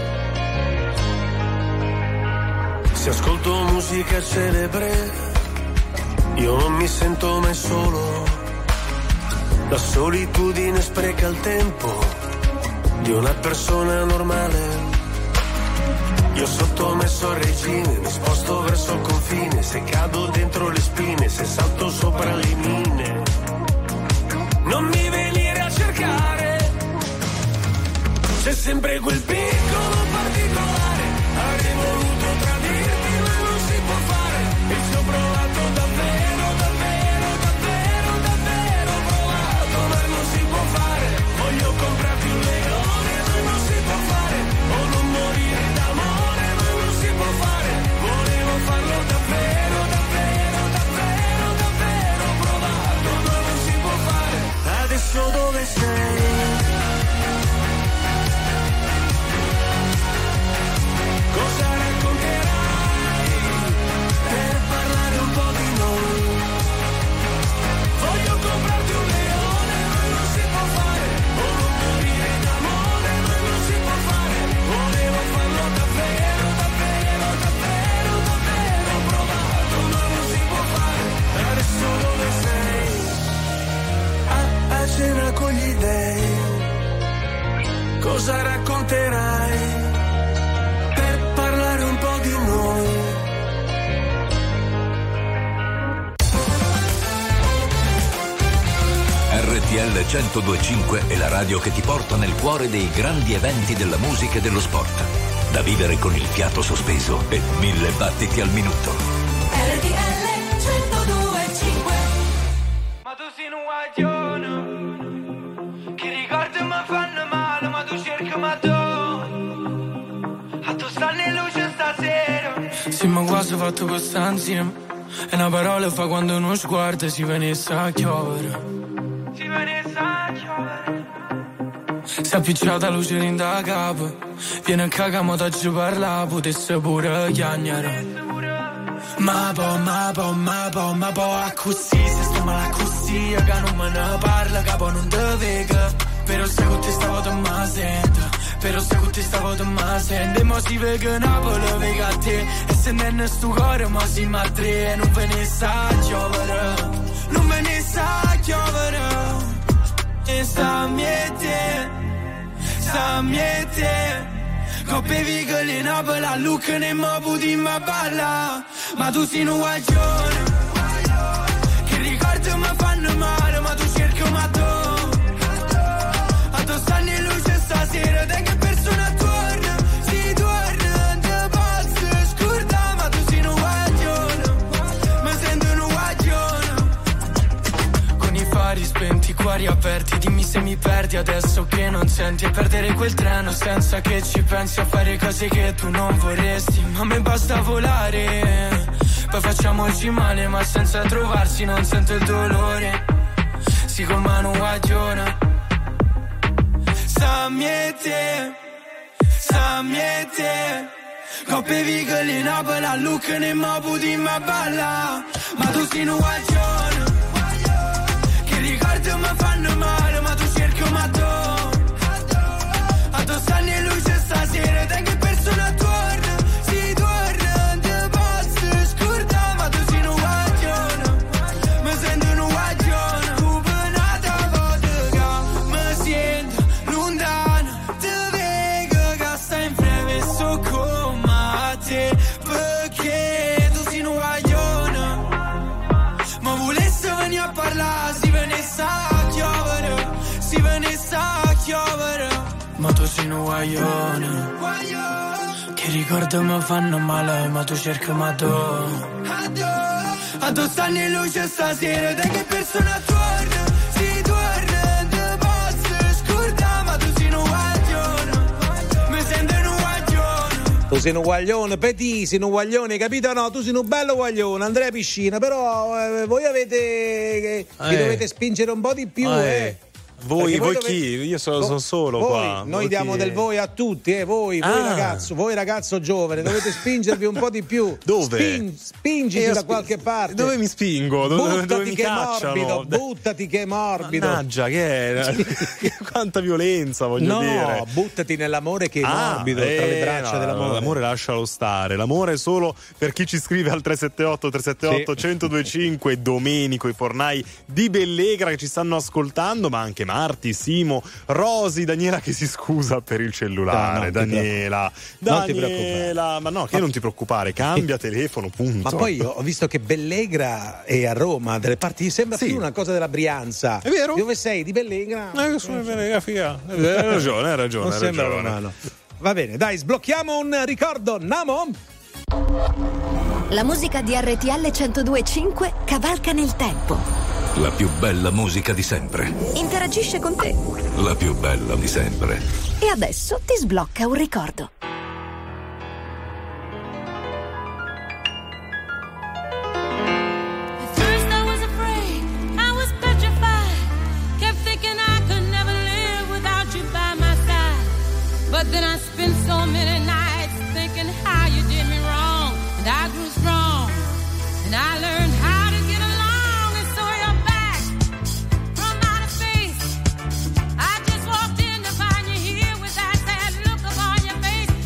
Se ascolto musica celebre, io non mi sento mai solo. La solitudine spreca il tempo di una persona normale. Io sottomesso al regime, mi sposto verso il confine, se cado dentro le spine, se salto sopra le mine. Non mi venire a cercare, c'è sempre quel piccolo particolare, avrei voluto tradirti ma non si può fare, e ci ho provato davvero, davvero, davvero, cosa racconterai per parlare un po' di noi? R T L centodue e cinque è la radio che ti porta nel cuore dei grandi eventi della musica e dello sport. Da vivere con il fiato sospeso e mille battiti al minuto. R T L centodue e cinque. Ma tu sei un guaglione, che ricordi mi fanno male, ma tu cerchi ma tu. A tu stanno in luce stasera. Sì, ma quasi fatto questa insieme. E una parola fa quando uno sguardo si venisse a chiovere. Si venisse a chiovere. Si è appicciata luce in da capo. Viene a cagare ma ti parla, potesse pure chiagnare. Ma po, ma po, ma po, ma po a così. Se sto male così, che non me ne parla, capo non te vega. Però se con te stavo te ma sento. Però se con te stavo te ma sento. E mo si vega Napoli, vega a te. E se non è sto cuore, ma si ma tre. E non ve ne sa chiovere. Non me ne sa chiovere. E sta miete. Sta miete. Coppe vigole Napoli, a Lucca ne mo puti ma balla. Ma tu sei un guaglione, che ricordi mi fanno male, ma tu cerchi ma tu. A tu stanno in luce stasera, te che persona torna, si torna, te posso scordare, ma tu sei un guaglione, mi sento un guaglione. Con i fari spenti, i cuori aperti, dimmi se mi perdi adesso che non senti. E perdere quel treno senza che ci pensi a fare cose che tu non vorresti. Ma a me basta volare, poi facciamoci male ma senza trovarsi non sento il dolore. Si con mano guagliona. Sa miete, sa miete. Coppe vigole Napoli, a Lucca ne mo puti ma balla. Ma tu sei un guaglione, che ricordi mi fanno male, ma tu cerchi ma tu. A tu stanno in luce stasera, te che persona torna, si torna, te posso scordare, ma tu sei un guaglione, mi sento un guaglione. Tu penata vodka, mi sento lontano, te vedo che stai in breve so come te, perché tu sei un guaglione. Ma volesse venire a parlare, si venisse a chiovere, si venisse a chiovere. Ma tu sei un guaglione, che ricordi mi fanno male, ma tu cerchi ma tu. A tu stanno in luce stasera, te che persona torna, si torna, te posso scordare, ma tu sei un guaglione, mi sento un guaglione. Tu sei un guaglione, Petit, sei un guaglione, capito? No, tu sei un bello guaglione, Andrea Piscina, però eh, voi avete, eh, vi dovete spingere un po' di più, eh. eh. Voi, voi, dove... chi? Io sono, sono solo voi, qua. Noi voi diamo chi? del voi a tutti, eh, voi, voi ah. ragazzo, voi ragazzo giovane, dovete spingervi un po' di più. Dove? Spin, spingiti Io da sp- qualche parte. Dove mi spingo? Dove, buttati dove mi che è cacciano? morbido, buttati che è morbido. Mannaggia, che è? Quanta violenza, voglio no, dire. No, buttati nell'amore che è ah, morbido, eh, tra le braccia no, dell'amore. L'amore lascialo stare. L'amore è solo per chi ci scrive al tre sette otto tre sette otto sì. uno zero due cinque. Domenico, i fornai di Bellegra che ci stanno ascoltando, ma anche Marti, Simo, Rosi, Daniela che si scusa per il cellulare. No, Daniela, non ti Daniela, ma no, che ma... non ti preoccupare, cambia telefono, punto. Ma poi ho visto che Bellegra è a Roma, delle parti, sembra sì. più una cosa della Brianza. È vero? Dove sei? Di Bellegra? Eh, sono Bellegra, figa. Hai ragione, hai ragione. Non hai sembra ragione. romano. Va bene, dai, sblocchiamo un ricordo, Namo. La musica di R T L centodue e cinque cavalca nel tempo. La più bella musica di sempre. Interagisce con te. La più bella di sempre. E adesso ti sblocca un ricordo. But then I spent so many nights thinking how you did me wrong. And I grew strong. And I learned how to get along. And so you're back from outer space. I just walked in to find you here with that sad look upon your face.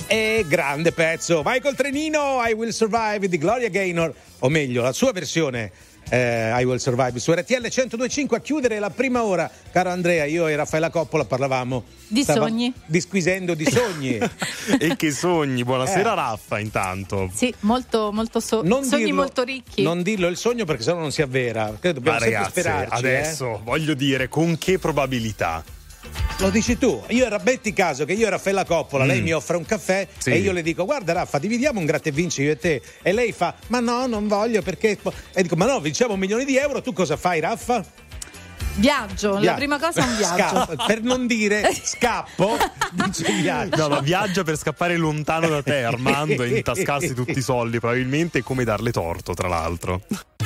E grande pezzo, Michael Trenino, I Will Survive di Gloria Gaynor, o meglio la sua versione eh, I Will Survive su R T L centodue e cinque. A chiudere la prima ora, caro Andrea, io e Raffaella Coppola parlavamo di stava, sogni, disquisendo di sogni. E che sogni, buonasera eh. Raffa intanto. Sì, molto molto so- sogni dirlo, molto ricchi. Non dirlo il sogno perché sennò non si avvera. Credo dobbiamo Ma sempre ragazzi, sperarci. adesso eh. voglio dire, con che probabilità? Lo dici tu, io era metti caso che io e Raffaella Coppola, mm. lei mi offre un caffè sì. e io le dico guarda Raffa dividiamo un gratta e vinci io e te, e lei fa ma no non voglio perché, e dico ma no vinciamo un milione di euro, tu cosa fai Raffa? Viaggio, Via- la prima cosa è un viaggio. Scappo, per non dire scappo dice viaggio. No, ma viaggia per scappare lontano da te Armando e intascarsi tutti i soldi probabilmente, come darle torto tra l'altro.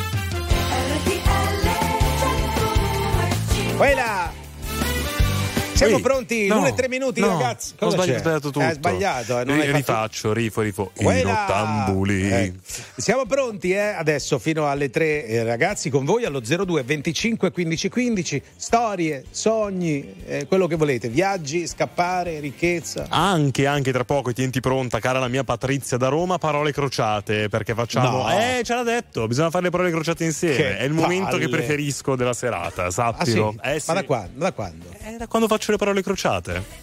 Quella Siamo Ehi, pronti? no, l'una e tre minuti, no, ragazzi. Ho Cosa c'è? sbagliato tutto. Hai sbagliato, eh, non Ri- hai fatto- Rifaccio, rifo, rifo. I Quella! nottambuli. Eh, Siamo pronti, eh? Adesso fino alle tre, eh, ragazzi, con voi allo zero due venticinque quindici quindici. Storie, sogni, eh, quello che volete. Viaggi, scappare, ricchezza. Anche, anche tra poco, tienti pronta, cara la mia Patrizia da Roma, parole crociate, perché facciamo... No. Eh, ce l'ha detto, bisogna fare le parole crociate insieme. Che È il momento palle. che preferisco della serata, Ah, sì? sappilo. Eh, sì. Ma da quando? Da quando? Eh, da quando faccio le parole crociate.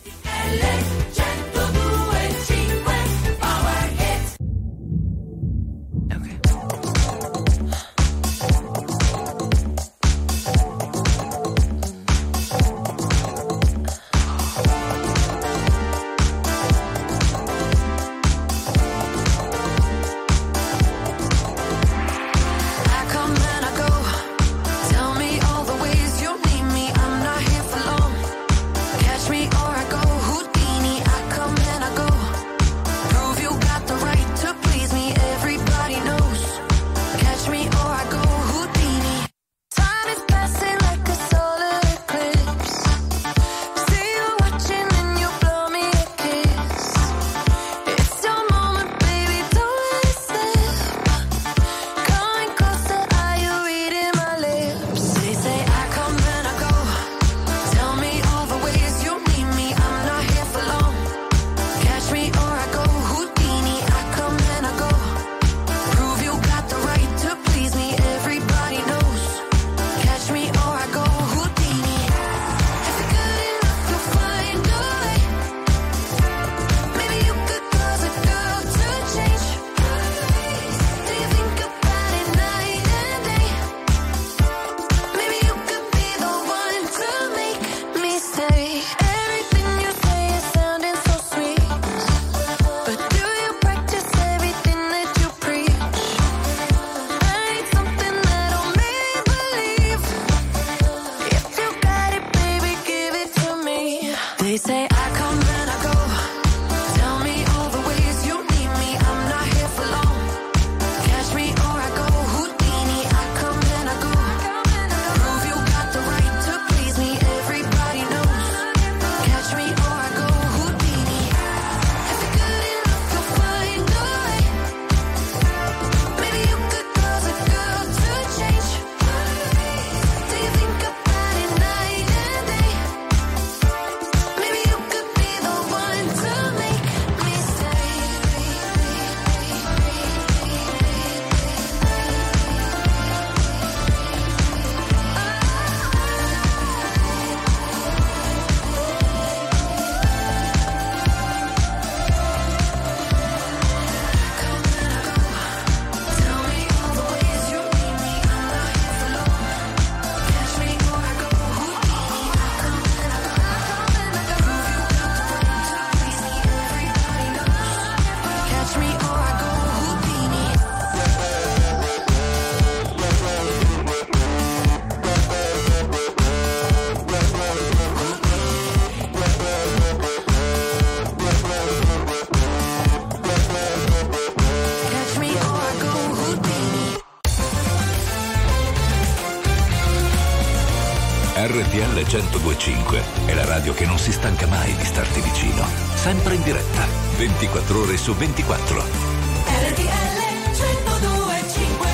I come and I go. Tell me all the ways you need me. I'm not here for long. Catch me or I go Houdini. I come and I go. Prove you got the right to please me. Everybody knows. Catch me or I go Houdini. Time is passing like a solar eclipse. See you watching and you blow me a kiss. It's your moment, baby. Don't let it slip. Coming closer, are you reading my lips? They say I come and I go. Tell me all the ways you need me. I'm not here for long. Catch me or I go Houdini. I come and I go. Prove you got the right to please me. Everybody knows. Catch me or I go Houdini. If you're good enough, you'll find a way. Maybe you could cause a girl to change. Do you think about it night and day? Maybe you could be the one to make me stay. Everything you say is sounding so sweet, but do you practice everything that you preach? I need something that'll make me believe. If you got it, baby, give it to me. They say I come and I go. Tell me all the ways you need me. I'm not here for long. Catch me or I go Houdini. I come and I go. Prove you got the right to please me. Everybody knows. Catch me or I go Houdini. If you're good enough, you'll find a way. Maybe you could cause a girl to change. Do you think about it night and day? Maybe you could be the one to make me stay. Tell me all the ways you need me. I'm not here for long. Catch me or I go Houdini. I come and I go. Prove you got the right to please me. Everybody knows. Catch me or I go Houdini. Catch me or I go Houdini. R T L centodue e cinque è la radio che non si stanca mai di starti vicino. Sempre in diretta, ventiquattro ore su ventiquattro. R T L centodue e cinque.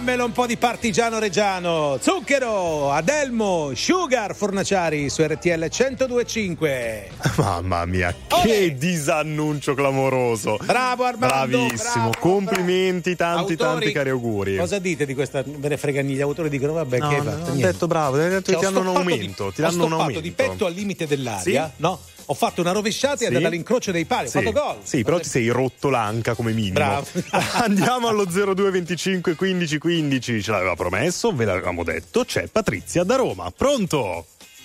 Dammelo un po' di partigiano reggiano. Zucchero, Adelmo, Sugar, Fornaciari su R T L centodue e cinque. Mamma mia, che Olè. disannuncio clamoroso. Bravo Armando. Bravissimo, bravo, complimenti, bravo. tanti Autori, tanti cari auguri. Cosa dite di questa ve ne frega niente? Gli autori dicono vabbè, No, che hai no, fatto? ho Niente. detto bravo, hai detto che Cioè, ti ho danno un stoppato aumento, di, ti danno ho un stoppato aumento. di petto al limite dell'aria, Sì? no? Ho fatto una rovesciata e è Sì? andata all'incrocio dei pali, ho Sì, fatto gol. sì, però ti sei rotto l'anca come minimo. Bravo. Andiamo allo zero due venticinque quindici quindici, ce l'aveva promesso, ve l'avevamo detto, c'è Patrizia da Roma. Pronto?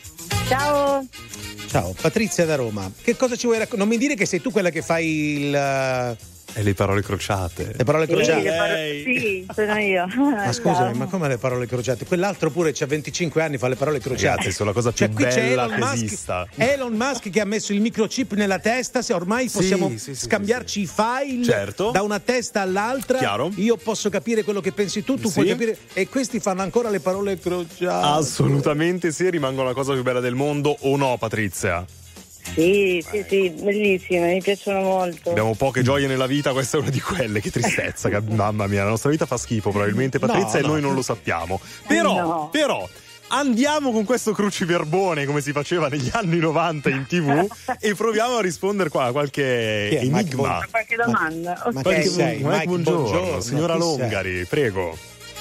Ciao. Ciao, Patrizia da Roma. Che cosa ci vuoi raccontare? Non mi dire che sei tu quella che fai il E le parole crociate. Le parole Sì, crociate. le paro- sì, sono io. Ma scusami, ma come le parole crociate? Quell'altro pure c'ha venticinque anni, fa le parole crociate. Ragazzi, sono la cosa più Cioè, qui c'è bella Elon che Musk, esista. Elon Musk che ha messo il microchip nella testa, se ormai Sì, possiamo sì, sì, scambiarci i file Certo. da una testa all'altra. Chiaro. Io posso capire quello che pensi tu, tu Sì. puoi capire. E questi fanno ancora le parole crociate. Assolutamente sì, rimangono la cosa più bella del mondo, o no, Patrizia? Sì, sì, sì, bellissime, mi piacciono molto. Abbiamo poche gioie nella vita, questa è una di quelle. Che tristezza, che, mamma mia, la nostra vita fa schifo probabilmente, Patrizia, No, e noi no. non lo sappiamo. Però, No. però andiamo con questo cruciverbone come si faceva negli anni novanta in tv e proviamo a rispondere qua a qualche Chi è? Mike enigma. Bon- Qualche domanda? Ma Ok. chi sei? Mike, Mike, buongiorno, buongiorno, signora chi sei? Longari, prego.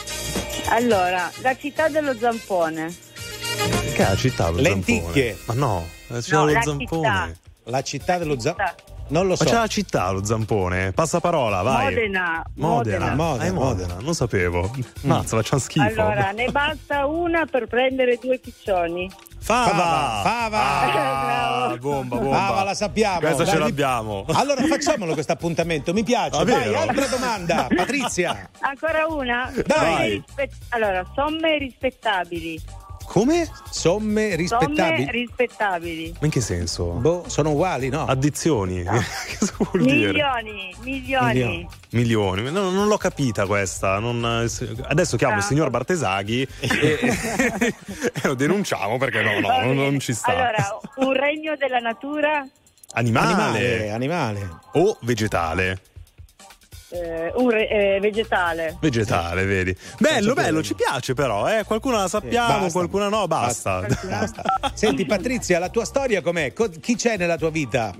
Allora, la città dello zampone. Che è la città dello Lenticchie. zampone? Ma no, la città No, dello la zampone. città. La città dello Città. zampone. Non lo so. Ma c'è la città lo zampone? Passaparola, vai. Modena. Modena. Modena, Ah, è Modena, non sapevo. Mazza, facciamo schifo. Allora, ne basta una per prendere due piccioni. Fava! Fava, Fava. Ah, bomba, bomba. Fava, la sappiamo. Questa Dai, ce vi- l'abbiamo. Allora facciamolo questo appuntamento, mi piace. Va Vai, vero? altra domanda, Patrizia. Ancora una? Dai. Somme rispe- allora, somme rispettabili. Come? Somme Somme rispettabili. rispettabili. Ma in che senso? Boh, sono uguali, no? Addizioni. Cosa vuol dire? Milioni, milioni. Milioni. Milioni. No, non l'ho capita questa. Non- adesso chiamo il Ah. signor Bartesaghi e, e lo denunciamo perché no, no, non, non ci sta. Allora, un regno della natura, Animale. Animale, animale. O vegetale? eh, un re- eh, vegetale. Vegetale, vedi. Bello, più bello, bello. ci piace però, eh. Qualcuna la sappiamo, basta. qualcuna no, basta. Basta. Senti Patrizia, la tua storia com'è? Co- chi c'è nella tua vita?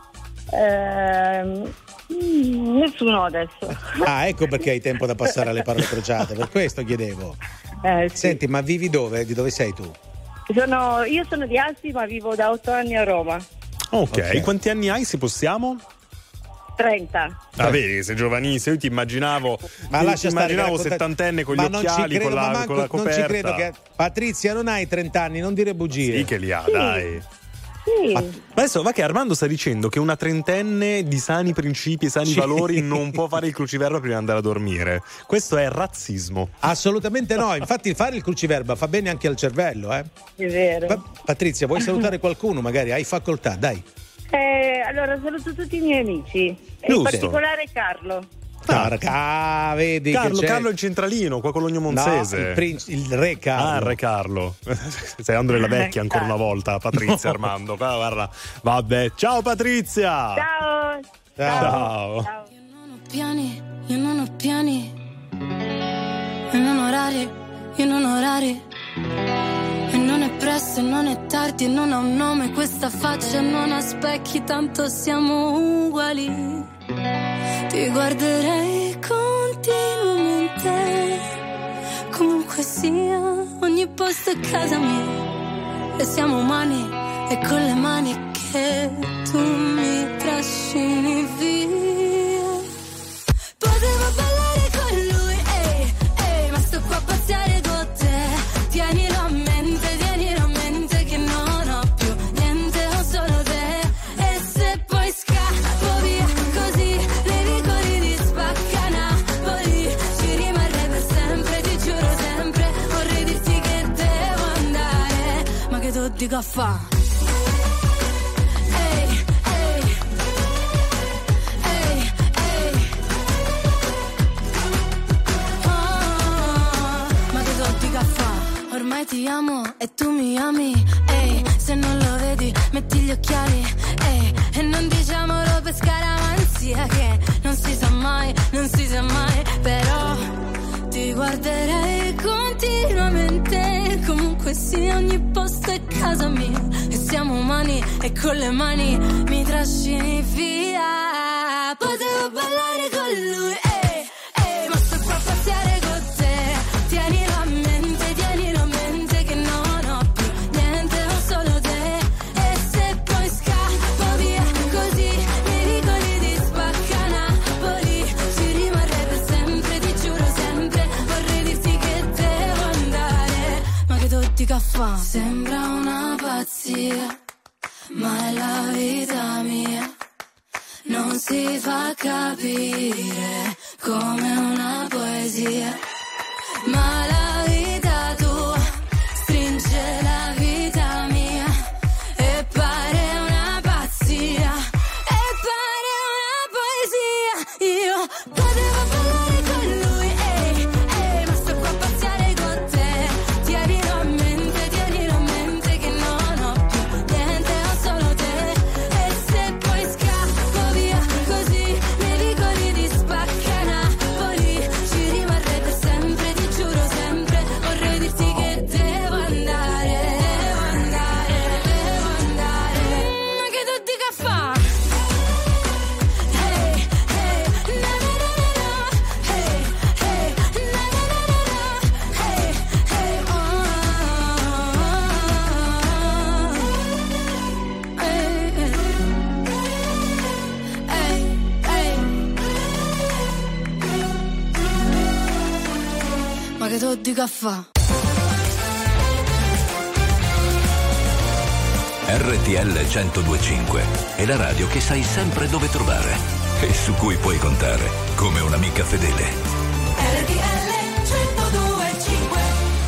Ehm, mm, nessuno adesso. Ah, ecco perché hai tempo da passare alle parole crociate, per questo chiedevo. Eh, sì. Senti, ma vivi dove? Di dove sei tu? Sono- io sono di Asti, ma vivo da otto anni a Roma. Ok, Ok. quanti anni hai se possiamo? trenta. Ah, vedi, sei giovanissimo, io ti immaginavo, Ma ti lascia stare che immaginavo racconta- settantenne con gli ma non ci occhiali, credo, con, ma la, manco- con la coperta. Non ci credo che Patrizia non hai trenta anni, non dire bugie. Sì che li ha, Sì. dai. Sì. Ma adesso va che Armando sta dicendo che una trentenne di sani principi e sani Sì. valori non può fare il cruciverba prima di andare a dormire. Questo è razzismo. Assolutamente no, infatti fare il cruciverba fa bene anche al cervello, eh. È vero. Pa- Patrizia, vuoi salutare qualcuno? Magari hai facoltà, dai. Eh, allora, saluto tutti i miei amici, e in Giusto. particolare Carlo. Ah, ah, vedi Carlo, che c'è... Carlo il centralino, qua con l'Ogno No, Monzese. il, princi- il re Carlo. Ah, il re Carlo. Stai andando nella vecchia ancora una volta, Patrizia Armando. Qua, guarda. Vabbè, ciao Patrizia. Ciao. Ciao. Ciao. Io non ho piani, io non ho piani. E non orari, io non orari. E non è presto, e non è tardi, e non ha un nome questa faccia, non ha specchi, tanto siamo uguali. Ti guarderei continuamente, comunque sia, ogni posto è casa mia. E siamo umani, e con le mani che tu mi trascini via. Potevo ballare con lui, ehi, ehi, ma sto qua a pazziare con te. Tienilo a mente, tienilo a mente che non ho più niente, ho solo te. E se poi scappo via così, nei vicoli di Spacca Napoli, ci rimarrei per sempre, ti giuro sempre. Vorrei dirti che devo andare, ma che tu dico a fa'? Ehi, ehi, ehi, ehi. Oh, ma che tu dico a fa'? Ormai ti amo e tu mi ami, ehi, se non lo vedi metti gli occhiali, ehi, e non diciamolo per scaramanzia che non si sa mai, non si sa mai, però ti guarderei continuamente. Comunque sì, ogni posto è casa mia. E siamo umani e con le mani mi trascini via. Potevo ballare con lui, ehi, ehi, ma sto qua a pazziare con te. Tienilo a mente, tienilo a mente che non ho più niente, ho solo te. E se poi scappo via così, mi ricordi di Spacca Napoli. Ci rimarrei per sempre, ti giuro sempre. Vorrei dirti che devo andare, ma che tutti caffè. Sembra una pazzia, ma è la vita mia. Non si fa capire come una poesia, ma la vita tua stringe la vita mia e pare una pazzia, e pare una poesia. Io potevo ballare con lui, ehi, ehi, ma sto qua a pazziare con te. Tienilo a mente, tienilo a mente che non ho più niente, ho solo te. E se poi scappo via così, mi ricordi di Spacca Napoli. Ci rimarrei per sempre, ti giuro sempre. Vorrei dirti che devo andare, devo andare, devo andare. Ma che tu dica fa? Hey, hey, na na na na na. Hey, hey, na na na na na. Hey, hey, oh. Hey, hey, hey. Ma che tu dica fa? R T L centodue e cinque è la radio che sai sempre dove trovare e su cui puoi contare come un'amica fedele. R T L centodue e cinque.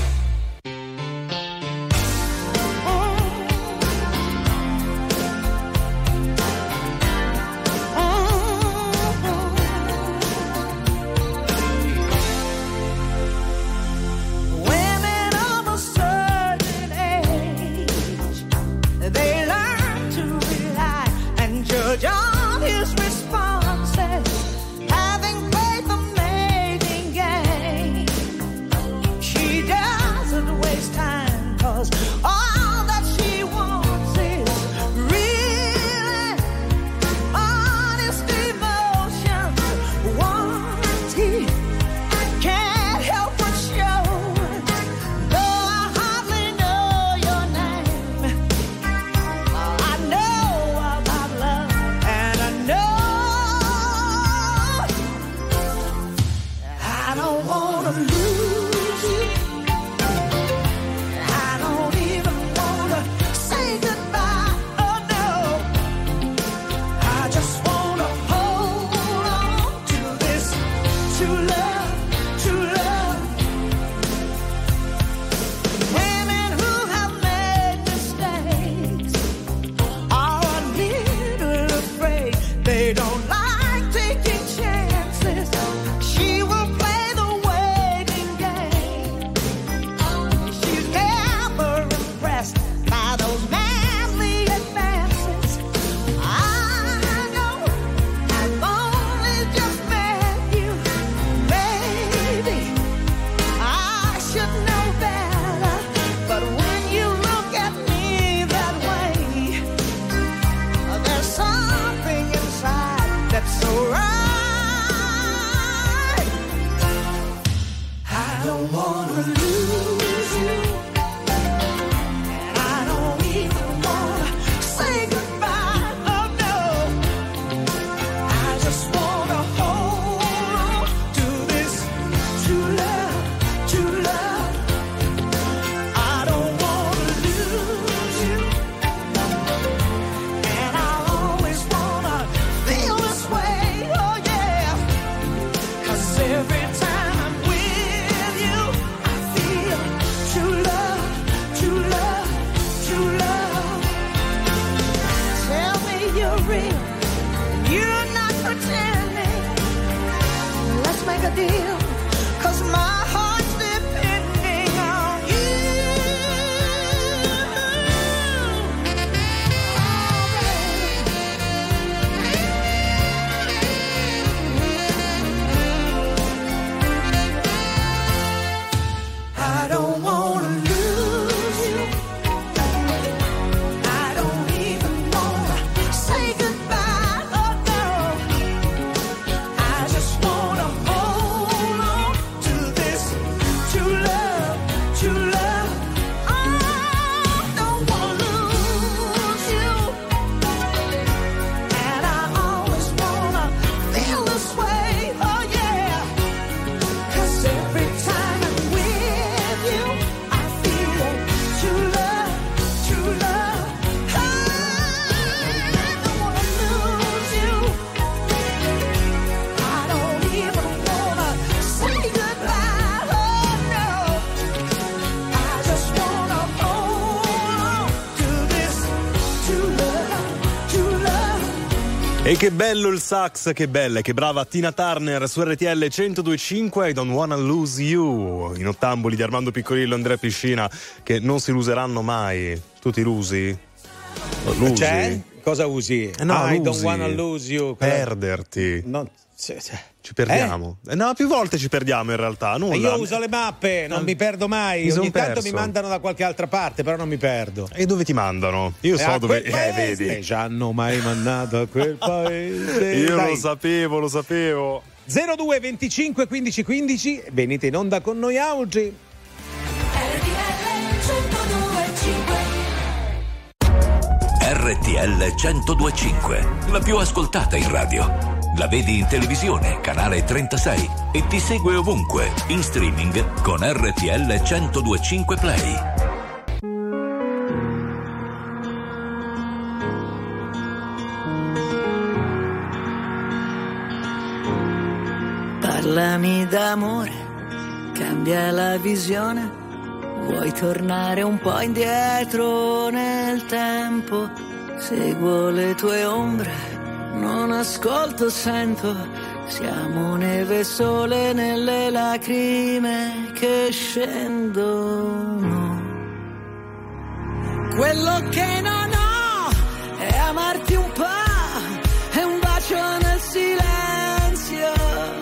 Women of a certain age, they learn to rely and judge on his responses, having played the mating game. She doesn't waste time, 'cause all that she wants is really honest emotion. Warranty can't help but show. Though I hardly know your name, I know about love, and I know I don't wanna lose you. I don't even wanna say goodbye, oh no. I just wanna hold on to this true love, true love. Women who have made mistakes are a little afraid. They don't like taking chances. She will play the waiting game. She's never impressed by those manly advances. I know I've only just met you, baby. I should know better, but when you look at me that way, there's something inside E che bello il sax, che bella e che brava Tina Turner su R T L centodue e cinque. I Don't Wanna Lose You, in ottamboli di Armando Piccolillo e Andrea Piscina, che non si illuseranno mai. Tu ti illusi? Lusi? C'è? Cosa usi? Eh no, I lusi. don't wanna lose you. Perderti. No, sì, sì. Ci perdiamo. Eh? No, più volte ci perdiamo in realtà. Nulla. Io uso le mappe, non eh, mi perdo mai. Mi Ogni tanto perso. mi mandano da qualche altra parte, però non mi perdo. E dove ti mandano? Io e so dove. Eh, vedi. Ci hanno mai mandato a quel paese. Io Dai. lo sapevo, lo sapevo. zero due venticinque quindici quindici, venite in onda con noi oggi. R T L centodue e cinque, la più ascoltata in radio. La vedi in televisione, canale trentasei, e ti segue ovunque, in streaming con R T L centodue e cinque Play. Parlami d'amore, cambia la visione, vuoi tornare un po' indietro nel tempo, seguo le tue ombre. Non ascolto, sento, siamo neve e sole nelle lacrime che scendono. Quello che non ho è amarti un po', è un bacio nel silenzio.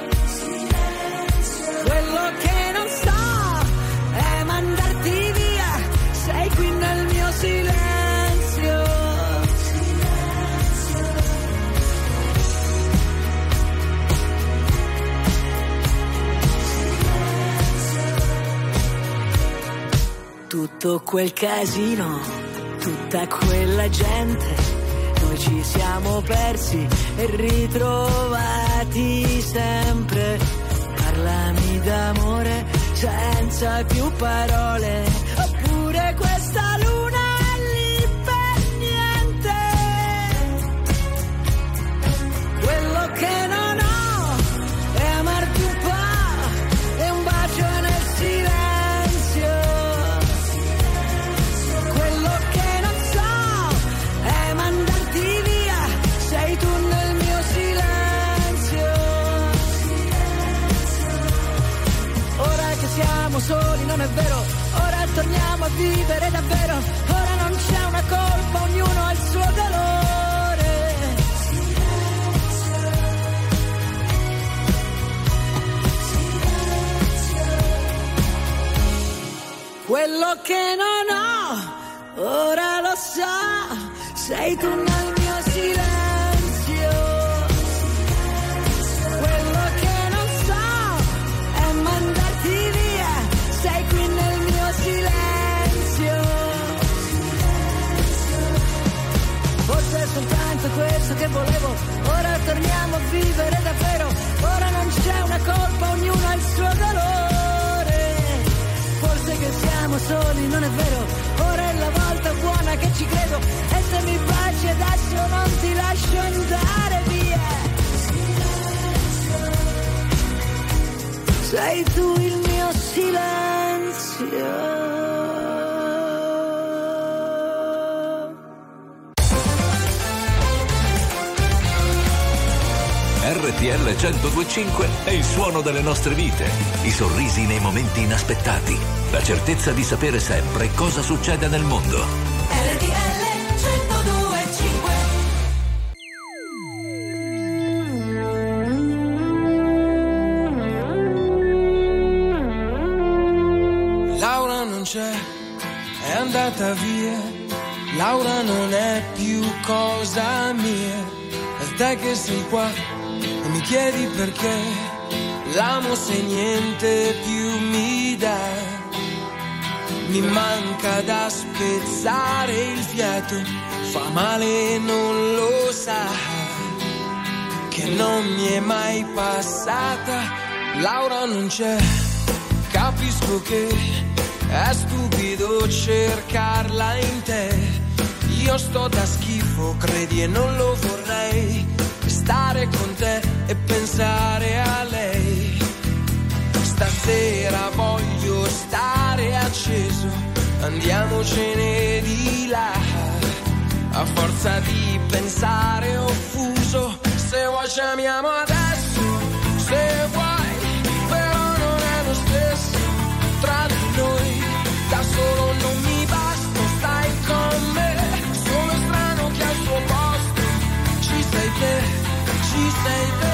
Quello che non so è mandarti via, sei qui nel mio silenzio. Tutto quel casino, tutta quella gente, noi ci siamo persi e ritrovati sempre. Parlami d'amore senza più parole, oppure questa luna è lì per niente. Quello che non ho è amarti un po', è un bacio nel silenzio. Siamo soli, non è vero, ora torniamo a vivere davvero, ora non c'è una colpa, ognuno ha il suo dolore. Quello che non ho, ora lo so, sei tu nel mio silenzio. Sei qui nel mio silenzio. Forse è soltanto questo che volevo, ora torniamo a vivere davvero, ora non c'è una colpa, ognuno ha il suo dolore. Forse che siamo soli, non è vero, ora è la volta buona che ci credo, e se mi baci adesso non ti lascio andare via. Sei tu il mio silenzio. R T L centodue e cinque è il suono delle nostre vite, i sorrisi nei momenti inaspettati, la certezza di sapere sempre cosa succede nel mondo. R T L centodue e cinque. Laura non c'è, è andata via. Laura non è più cosa mia. E te che sei qua e mi chiedi perché l'amo se niente più mi dà. Mi manca da spezzare il fiato, fa male e non lo sa, che non mi è mai passata. Laura non c'è, capisco che è stupido cercarla in te. Io sto da schifo, credi, e non lo vorrei, stare con te e pensare a lei. Stasera voglio stare acceso, andiamocene di là. A forza di pensare ho fuso vuoi ci amiamo adesso, se vuoi, però non è lo stesso tra di noi. Da solo non mi basta, stai con me. Sono strano che al suo posto ci sei te, ci sei te.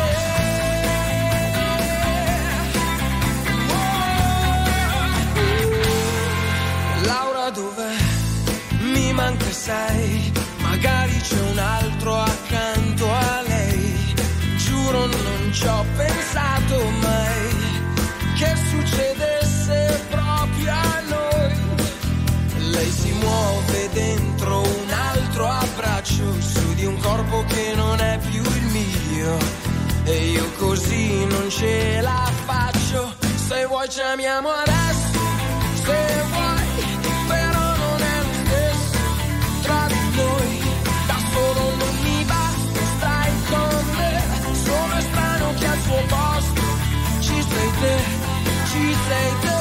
Laura dov'è? Mi manca sei, magari c'è un altro accanto a lei. Giuro non ci ho pensato mai che succedesse proprio a noi. Lei si muove dentro un altro abbraccio su di un corpo che non è più il mio, e io così non ce la faccio. Se vuoi ci amiamo adesso, se vuoi, però non è lo stesso tra di noi. Da solo non mi basta, stai con me. Sono strano che al suo posto ci sei te, ci sei te.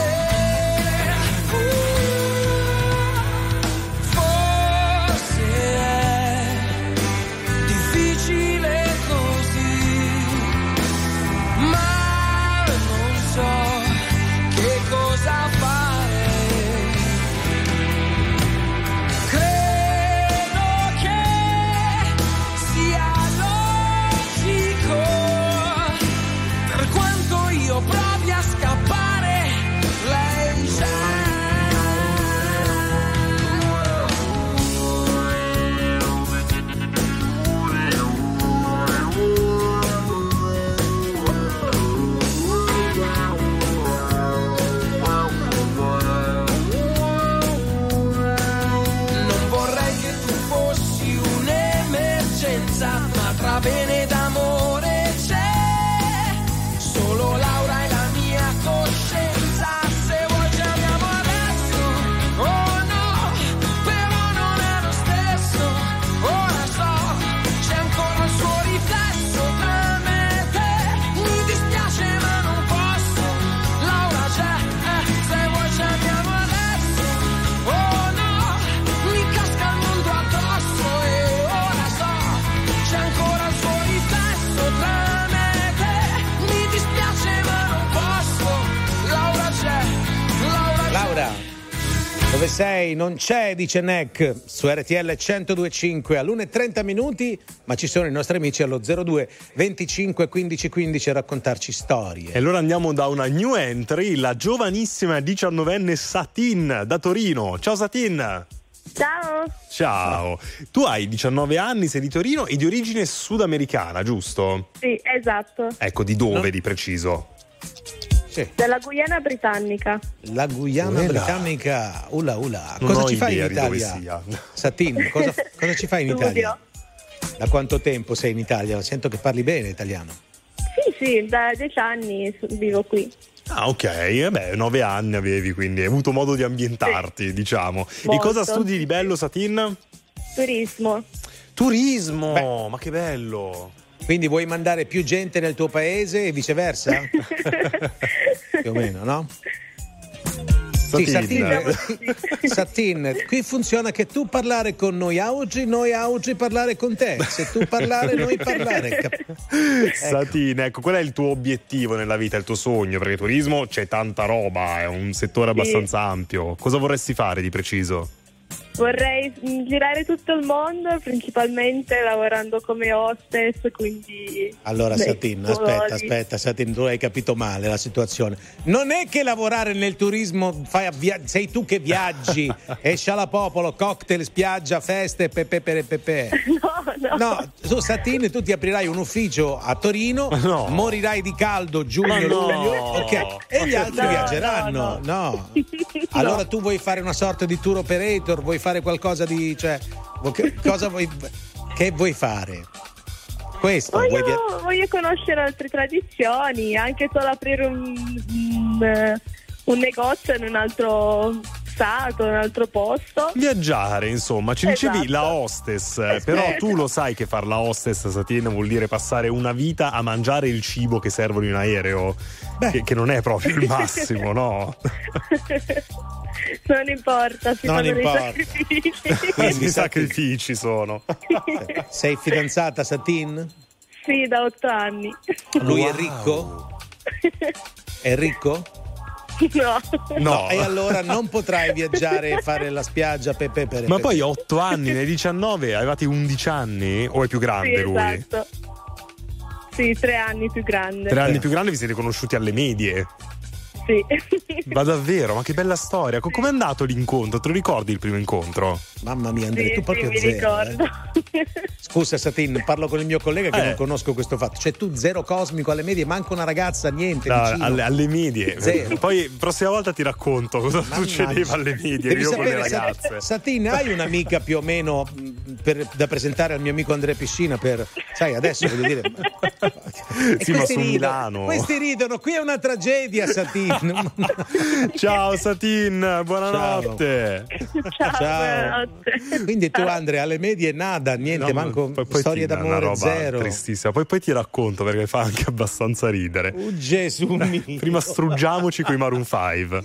Bene d'amore c'è, solo Laura è la mia coscienza. Se vuoi ci amiamo adesso, oh no, però non è lo stesso. Ora so, c'è ancora il suo riflesso tra me e te. Mi dispiace ma non posso, Laura c'è, eh, se vuoi ci amiamo adesso, oh no, mi casca il mondo addosso. E ora so, c'è ancora tra me e te, mi dispiace ma non posso. Laura c'è, Laura c'è. Laura, dove sei? Non c'è, dice Neck su R T L centodue e cinque all'una e trenta minuti, ma ci sono i nostri amici allo zero due venticinque quindici quindici a raccontarci storie. E allora andiamo da una new entry, la giovanissima diciannovenne Satin da Torino. Ciao Satin. Ciao. Ciao. Tu hai diciannove anni, sei di Torino e di origine sudamericana, giusto? Sì, esatto. Ecco, di dove no. di preciso? Sì. Della Guyana britannica. La Guyana Uela. britannica, ula ula. Non cosa ho ci fai in idea di Italia? dove sia. Satin, cosa, cosa ci fai in Studio. Italia? Da quanto tempo sei in Italia? Sento che parli bene italiano. Sì, sì, da dieci anni vivo qui. Ah, ok, beh, nove anni avevi, quindi hai avuto modo di ambientarti, sì. diciamo. Molto. E cosa studi di bello, Satin? Turismo. Turismo, Beh. ma che bello! Quindi vuoi mandare più gente nel tuo paese e viceversa? Più o meno, no? Sì, Satin, Satin, qui funziona che tu parlare con noi oggi, noi oggi parlare con te. Se tu parlare, noi parlare. Cap- ecco. Satin, ecco, qual è il tuo obiettivo nella vita, il tuo sogno? Perché turismo c'è tanta roba, è un settore abbastanza sì. ampio. Cosa vorresti fare di preciso? Vorrei girare tutto il mondo, principalmente lavorando come hostess, quindi... Allora Satin, aspetta, aspetta, Satin, tu hai capito male la situazione. Non è che lavorare nel turismo fai via- sei tu che viaggi, esci alla popolo, cocktail, spiaggia, feste, pepe, pepe, pepe. No, no. No, tu Satin, tu ti aprirai un ufficio a Torino, no. morirai di caldo giugno, no. luglio, ok, e gli altri no, viaggeranno, no. no. Allora tu vuoi fare una sorta di tour operator, vuoi fare qualcosa di, cioè, che, cosa vuoi, che vuoi fare? Questo voglio, vuoi via- voglio conoscere altre tradizioni, anche solo aprire un, un, un negozio in un altro stato, in un altro posto. Viaggiare, insomma, ci dicevi esatto. la hostess, eh, però tu lo sai che far la hostess, Satin, vuol dire passare una vita a mangiare il cibo che servono in aereo, che, che non è proprio il massimo, no? Non importa, si non fanno importa. dei sacrifici. Questi sacrifici sono. Sei fidanzata, Satin? Sì, da otto anni. Lui wow. è ricco? È ricco? No. No, e allora non potrai viaggiare e fare la spiaggia pepe per Ma poi otto anni, nei diciannove avevate undici anni o è più grande sì, lui? Esatto. Sì, tre anni più grande. Tre anni più grande, vi siete conosciuti alle medie? Sì. Ma davvero? Ma che bella storia. Com'è andato l'incontro? Te lo ricordi il primo incontro? Mamma mia, Andrea, sì, tu proprio sì, zero. Mi ricordo. Eh? Scusa Satin, parlo con il mio collega che eh. non conosco questo fatto. Cioè tu zero cosmico alle medie, manco una ragazza, niente. No, vicino. alle, alle medie. Zero. Poi prossima volta ti racconto cosa Mannaggia. succedeva alle medie. Devi io sapere, con le ragazze. Satin, hai un'amica più o meno per, da presentare al mio amico Andrea Piscina per, sai, adesso voglio dire. Sì, ma su ridono, Milano. Questi ridono, qui è una tragedia, Satin. Ciao Satin, buonanotte. Ciao, Ciao. buonanotte. Quindi tu Andrea alle medie nada, niente, No, manco poi, poi storie ti dà d'amore una roba zero. tristissima. Poi, poi ti racconto perché fa anche abbastanza ridere. Oh, Gesù mio. Prima struggiamoci coi Maroon five.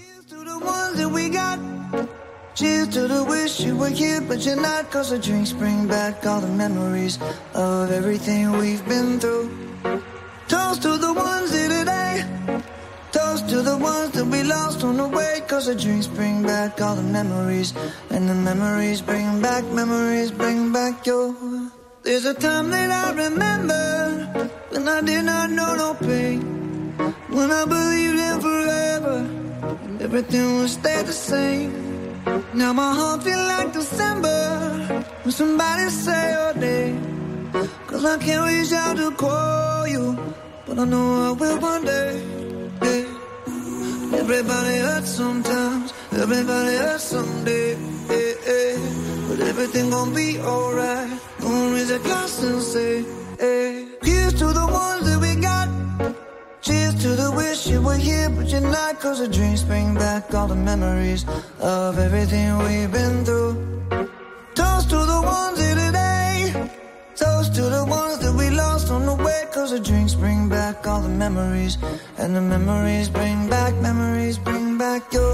Cheers to the wish you were here, but you're not. Cause the drinks bring back all the memories of everything we've been through. Toast to the ones here today. Toast to the ones that we lost on the way. Cause the drinks bring back all the memories. And the memories bring back, memories bring back your. There's a time that I remember when I did not know no pain. When I believed in forever and everything would stay the same. Now my heart feel like December when somebody say your name. Cause I can't reach out to call you, but I know I will one day. Yeah. Everybody hurts sometimes, everybody hurts someday. Yeah, yeah. But everything gon' be alright. Gonna raise a glass and say, hey. Here's to the ones that we got. Cheers to the wish you were here, but you're not. Cause the dreams bring back all the memories of everything we've been through. Toast to the ones here today. Toast to the ones that we lost on the way. Cause the drinks bring back all the memories. And the memories bring back, memories bring back your.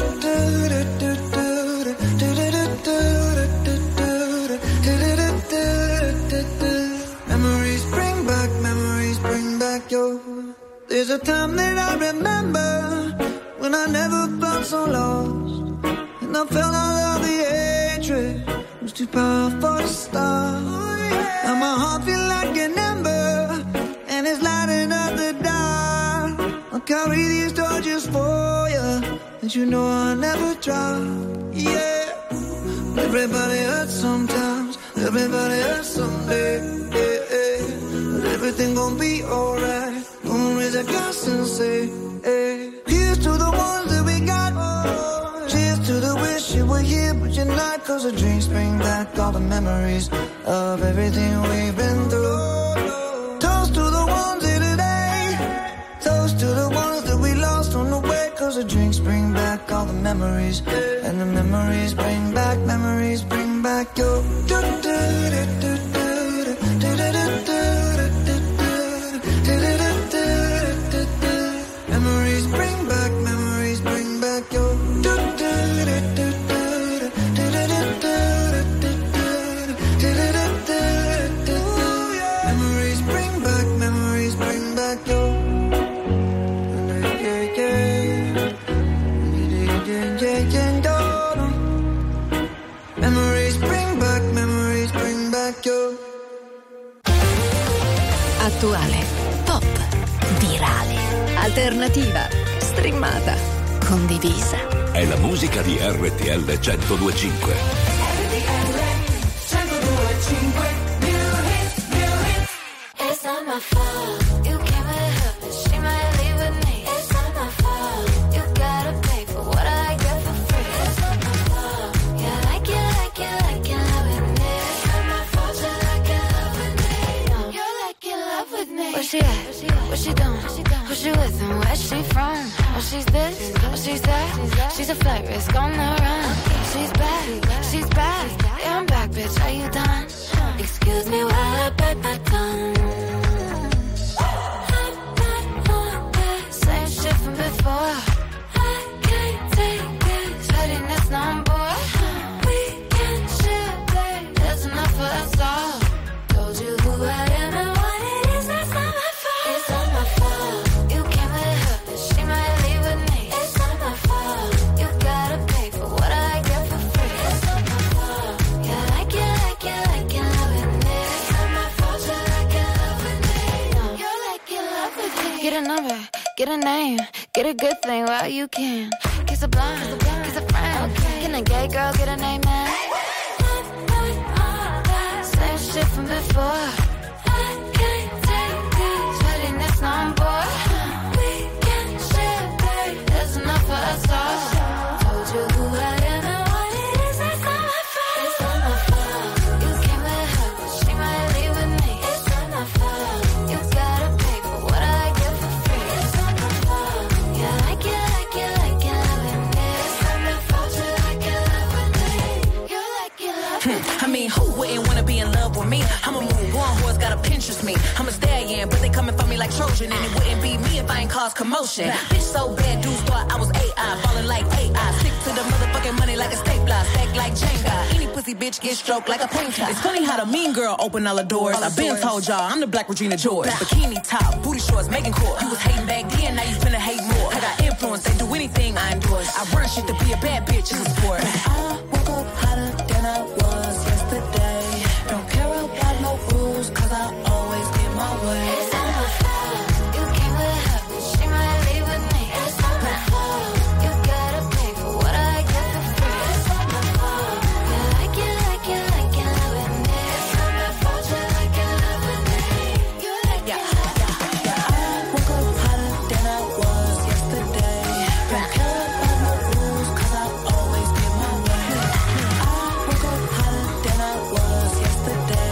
Memories bring back, memories bring back your. There's a time that I remember when I never felt so lost. And I felt all of the hatred was too powerful to stop. Now my heart feel like an ember and it's lighting up the dark. I'll carry these torches for you, and you know I'll never drop. Yeah. Everybody hurts sometimes, everybody hurts someday. Yeah, yeah. But everything gon' be alright. Gonna raise a glass and say, hey. Here's to the ones that we got. Cheers to the wish you were here, but you're not. Cause the drinks bring back all the memories of everything we've been through. Toast to the ones here today. Toast to the ones that we lost on the way. Cause the drinks bring back all the memories. And the memories bring back, memories bring back your. Memories bring back, memories bring back your. Memories bring back, memories bring back your. Memories bring back, memories bring back your. Attuale, pop, virale, alternativa, streamata, condivisa. È la musica di R T L centodue e cinque. R T L centodue e cinque. It's not my fault. You came with her, but she might leave with me. It's not my fault. You gotta pay for what I get for free. It's not my fault. You like it, like it, like it, love with me. It's not my fault. You like it, love with me. No, you like it, love with me. Where she at? What she doing? Who she with and where she from? Oh, she's this, oh, she's that. She's a flight risk on the run. She's back, she's back. Yeah, I'm back, bitch. Are you done? Excuse me while I bite my tongue. I'm not on that same shit from before. I can't take it. Sweating this number. We can share, babe. There's enough for us all. Told you who I am and what it is. number, get a name, get a good thing while you can. Kiss a blind, kiss a friend. Can a gay girl get a name, man? Same shit from before. I can't take this, putting this on board. We can share, babe. There's enough for us all. Told you who I am and what it is. It's not my fault. It's not my fault. You came with her, she might leave with me. It's not my fault. You gotta pay for what I get for free. It's not my fault. Yeah, like it, like it, like it, loving it. It's not my fault. You like it, loving it. You like it, loving it. I mean, who wouldn't wanna be in love with me? I'm a move on, who's gotta Pinterest me. I'm a stallion, but they coming for me like Trojan. And it wouldn't be me if I ain't cause commotion. Bitch so bad, dudes thought I was A I, falling like A I. Stick to the motherfucking money like a stapler, stack like Jenga. Any pussy bitch get stroked like a painter. It's funny how the mean girl open all the doors. I been told y'all I'm the Black Regina George. Bikini top, booty shorts, making court. You was hating back then, now you finna hate more. I got influence, they do anything I endorse. I run shit to be a bad bitch in the sport. I woke up hotter than I was yesterday. Don't care about no rules, cause I always get my way. It's not my fault. You came with her, she might leave with me. It's not my fault. You gotta pay for what I get for free. It's not my fault. You like it, like it, like it, loving it. It's not my fault. You like it, loving it. You like it, like it. I woke up hotter than I was yesterday. Don't care about no rules, cause I always get my way. I woke up hotter than I was yesterday.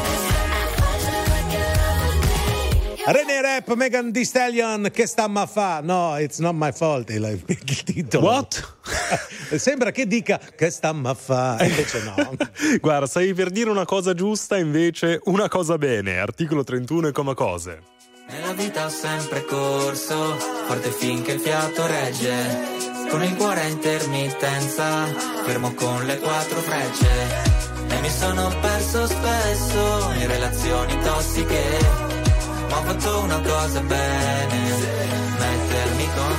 René Rap, Megan Thee Stallion, che stamma fa? No, it's not my fault, il, il titolo. What? Sembra che dica che stamma fa, invece no. Guarda, stai per dire una cosa giusta, invece una cosa bene. Articolo trentuno e coma cose. Nella vita ho sempre corso, forte finché il fiato regge. Con il cuore a intermittenza, fermo con le quattro frecce. E mi sono perso spesso in relazioni tossiche. Ma ho fatto una cosa bene, mettermi con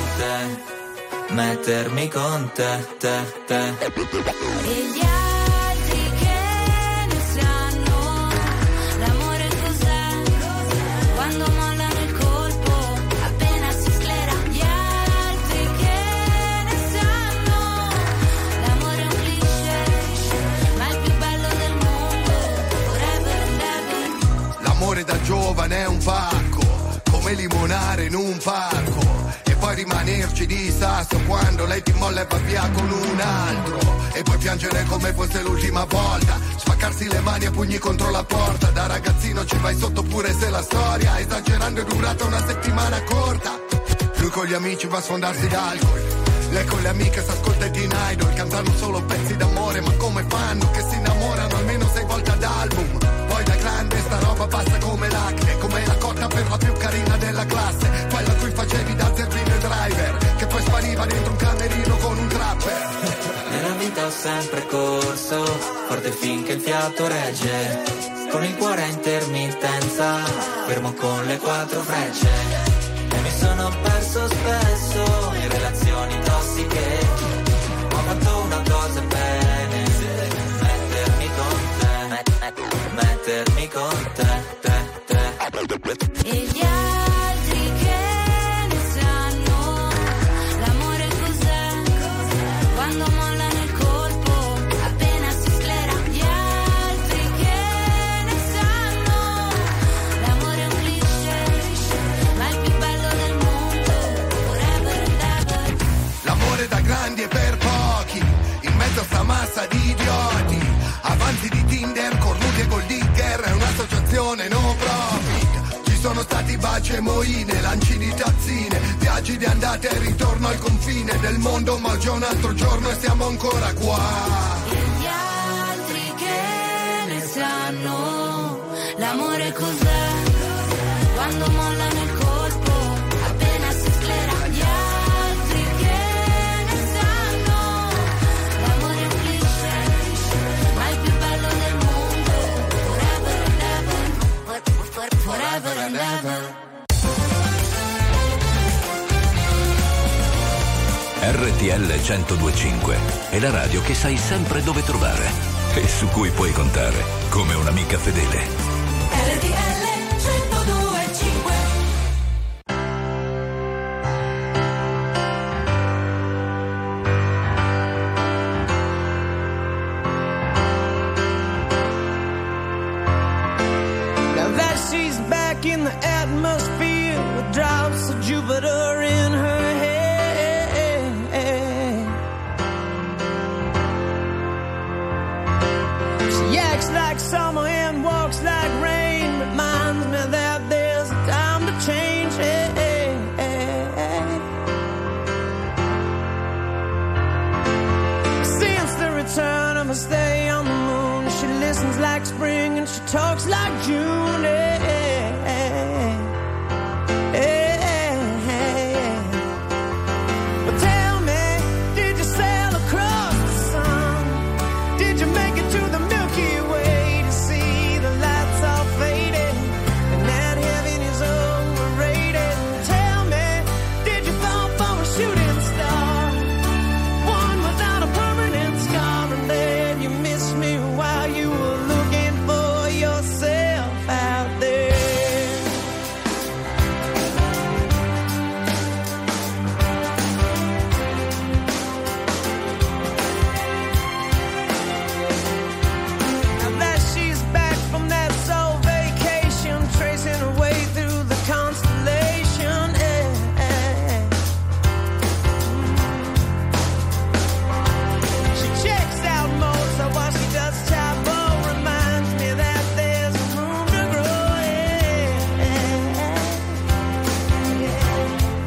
te, mettermi con te, te, te. E gli altri che ne sanno, l'amore cos'è, quando mollano il colpo, appena si sclera. Gli altri che ne sanno, l'amore è un cliché, ma il più bello del mondo, forever and ever. L'amore da giovane è un pacco, come limonare in un parco. E poi rimanerci di sasso quando lei ti molla e va via con un altro. E poi piangere come fosse l'ultima volta, spaccarsi le mani a pugni contro la porta. Da ragazzino ci vai sotto pure se la storia, esagerando, è durata una settimana corta. Lui con gli amici va a sfondarsi d'alcol, lei con le amiche s'ascolta i Teen Idol. Cantano solo pezzi d'amore, ma come fanno che si innamorano almeno sei volte ad album. Poi da grande sta roba passa come l'acne, come la cotta per la più carina della classe, quella a cui facevi da zerbino e driver, che poi spariva dentro un camerino con un trapper. Nella vita ho sempre corso, forte finché il fiato regge. Con il cuore a intermittenza, fermo con le quattro frecce. E mi sono perso spesso in relazioni tossiche. Ma ho fatto una cosa bene, mettermi con te, mettermi con te, te, te. E gli altri che ne sanno, l'amore cos'è, quando mollano il colpo, appena si sclera. Gli altri che ne sanno, l'amore è un cliché, ma il più bello del mondo, forever and ever. L'amore da grandi e per pochi, in mezzo a sta massa di idioti. Avanti di Tinder, cornuti e gold digger, è un'associazione no profit. Ci sono stati baci e moine, lanci di tazzine, viaggi di andata e ritorno al confine del mondo, ma oggi è un altro giorno e siamo ancora qua. E gli altri che ne sanno, l'amore cos'è, quando mollano il colpo, appena si sclera. Gli altri che ne sanno, l'amore è un cliché, ma il più bello del mondo, forever and ever, forever and ever. R T L centodue e cinque è la radio che sai sempre dove trovare e su cui puoi contare come un'amica fedele. R T L centodue e cinque. in the atmosphere with drops of Jupiter in her head. She acts like summer and walks like rain, reminds me that there's a time to change. Since the return of her stay on the moon, she listens like spring and she talks like June. eh, eh, eh, eh. But tell me, did you sail across the sun? Did you make it to the Milky Way to see the lights all faded and that heaven is overrated? Tell me, did you fall for a shooting star, one without a permanent scar, and then you missed me while you were looking for yourself out there? Now that she's back from that soul vacation, tracing her way through the constellation. eh, eh, eh. She checks out Mozart while she does Chabot, reminds me that there's room to grow. eh, eh, eh.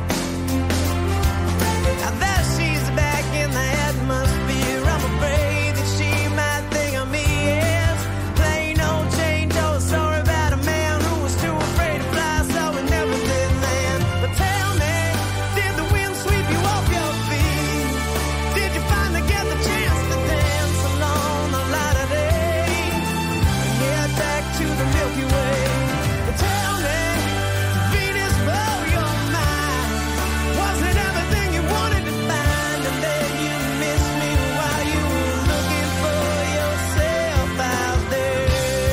Now that she's back in the atmosphere, I'm afraid that she might think of me as plain old Jane Doe, story about a man who was too afraid to fly, so he never did land. But tell me, did the wind sweep you off your feet? Did you finally get the chance to dance along the light of day and head back to the Milky Way? But tell me, Venus blow your mind, was it everything you wanted to find? And then you missed me while you were looking for yourself out there.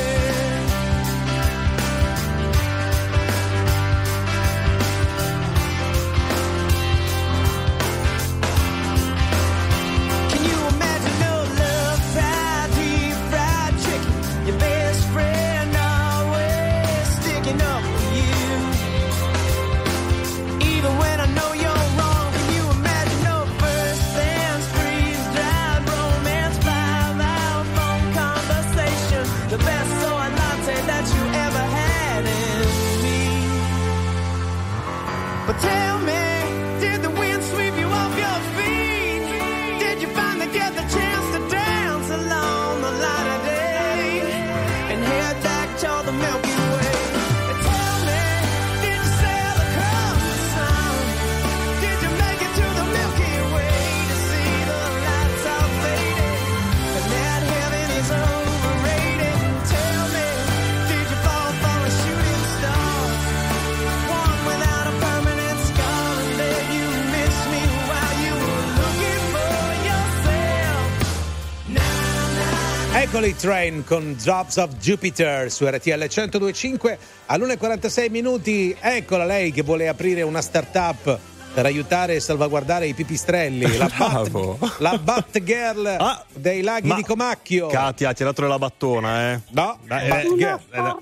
Can you imagine no love, fried deep fried chicken? Your best friend always sticking up for you, even when I know you're wrong. Can you imagine no first dance, freeze dried romance, five hour phone conversation, the best soy latte that you ever had in me? But tell me, did the wind sweep you off your feet? Did you finally get the chance to dance along the light of day and head back toward the Milky Way? And tell me, did you sail across the sun? Did you make it to the Milky Way to see the lights all faded and that heaven is overrated? Tell me, did you fall for a shooting star, one without a permanent scar, and then you missed me while you were looking for yourself? Eccoli Train con Drops of Jupiter su R T L centodue e cinque all'una e quarantasei minuti. Eccola lei che vuole aprire una startup per aiutare e salvaguardare i pipistrelli, la Bravo. Bat, la Batgirl Ah, dei laghi ma- di Comacchio. Katia, ha tirato la battona, eh? No, Beh, Batgirl. eh,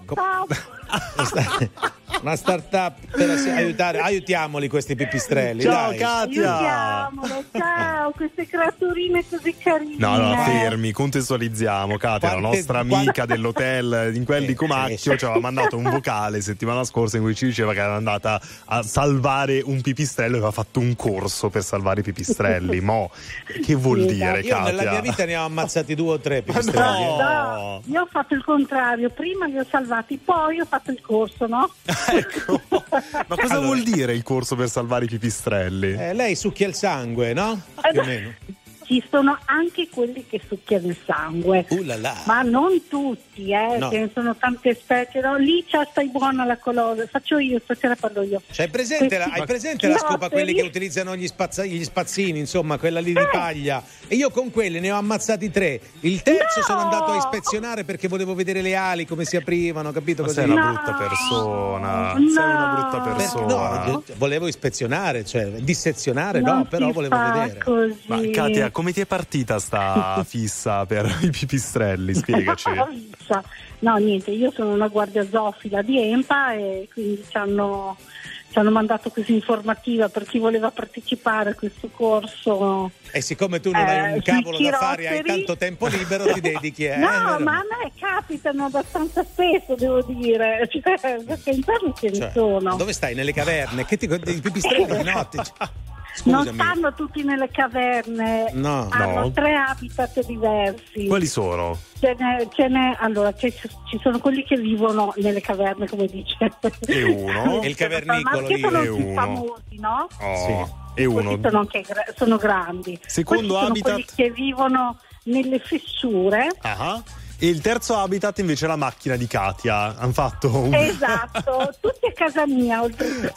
Una startup per aiutare, aiutiamoli questi pipistrelli. Ciao, dai. Katia. Aiutiamolo, ciao, queste creaturine così carine. No, no, fermi, contestualizziamo. Katia, la Quante- nostra quante- amica dell'hotel in quel di Comacchio, ci aveva mandato un vocale settimana scorsa in cui ci diceva che era andata a salvare un pipistrello e aveva fatto un corso per salvare i pipistrelli. Mo, che vuol dire, Io Katia? nella mia vita ne ho ammazzati due o tre pipistrelli. No. No, io ho fatto il contrario, prima li ho salvati, poi ho fatto il corso, no? Ma cosa vuol dire il corso per salvare i pipistrelli? Eh, lei succhia il sangue, no? Più o meno. Ci sono anche quelli che succhiano il sangue, Uh là là. ma non tutti, eh, No. ce ne sono tante specie. No? Lì c'è stai buona la colonna, faccio io, stasera parlo io. C'hai presente, la, hai presente la No, scopa, per quelli che io- utilizzano gli, spazza- gli spazzini, insomma, quella lì di paglia? E io con quelli ne ho ammazzati tre. Il terzo No! sono andato a ispezionare perché volevo vedere le ali, come si aprivano, capito? Ma Così. sei una No! brutta persona. No! Sei una brutta Per- persona. no, io volevo ispezionare, cioè dissezionare, Non no, però si volevo fa vedere. così. Ma Katia, come ti è partita sta fissa per i pipistrelli? Spiegaci. No, niente, io sono una guardia zoofila di EMPA e quindi ci hanno, ci hanno mandato questa informativa per chi voleva partecipare a questo corso. E siccome tu non eh, hai un cavolo da fare, hai chirotteri. tanto tempo libero, ti dedichi a... No, eh, ma a me capitano abbastanza spesso, devo dire, cioè, perché intorno ce ne cioè, sono. dove stai? Nelle caverne? Che ti i pipistrelli di notte? Non Scusami. stanno tutti nelle caverne, No. hanno No. tre habitat diversi. Quali sono? Ce n'è, ce n'è- allora c'è- ci sono quelli che vivono nelle caverne, come dice. E uno? E il cavernicolo Ma che lì. sono E tutti uno. famosi, no? Oh, e uno. Questi sono anche gra- sono grandi. Secondo Questi sono habitat? quelli che vivono nelle fessure. Ah. E il terzo habitat invece è la macchina di Katia. Hanno fatto un... Esatto, tutti a casa mia oltretutto.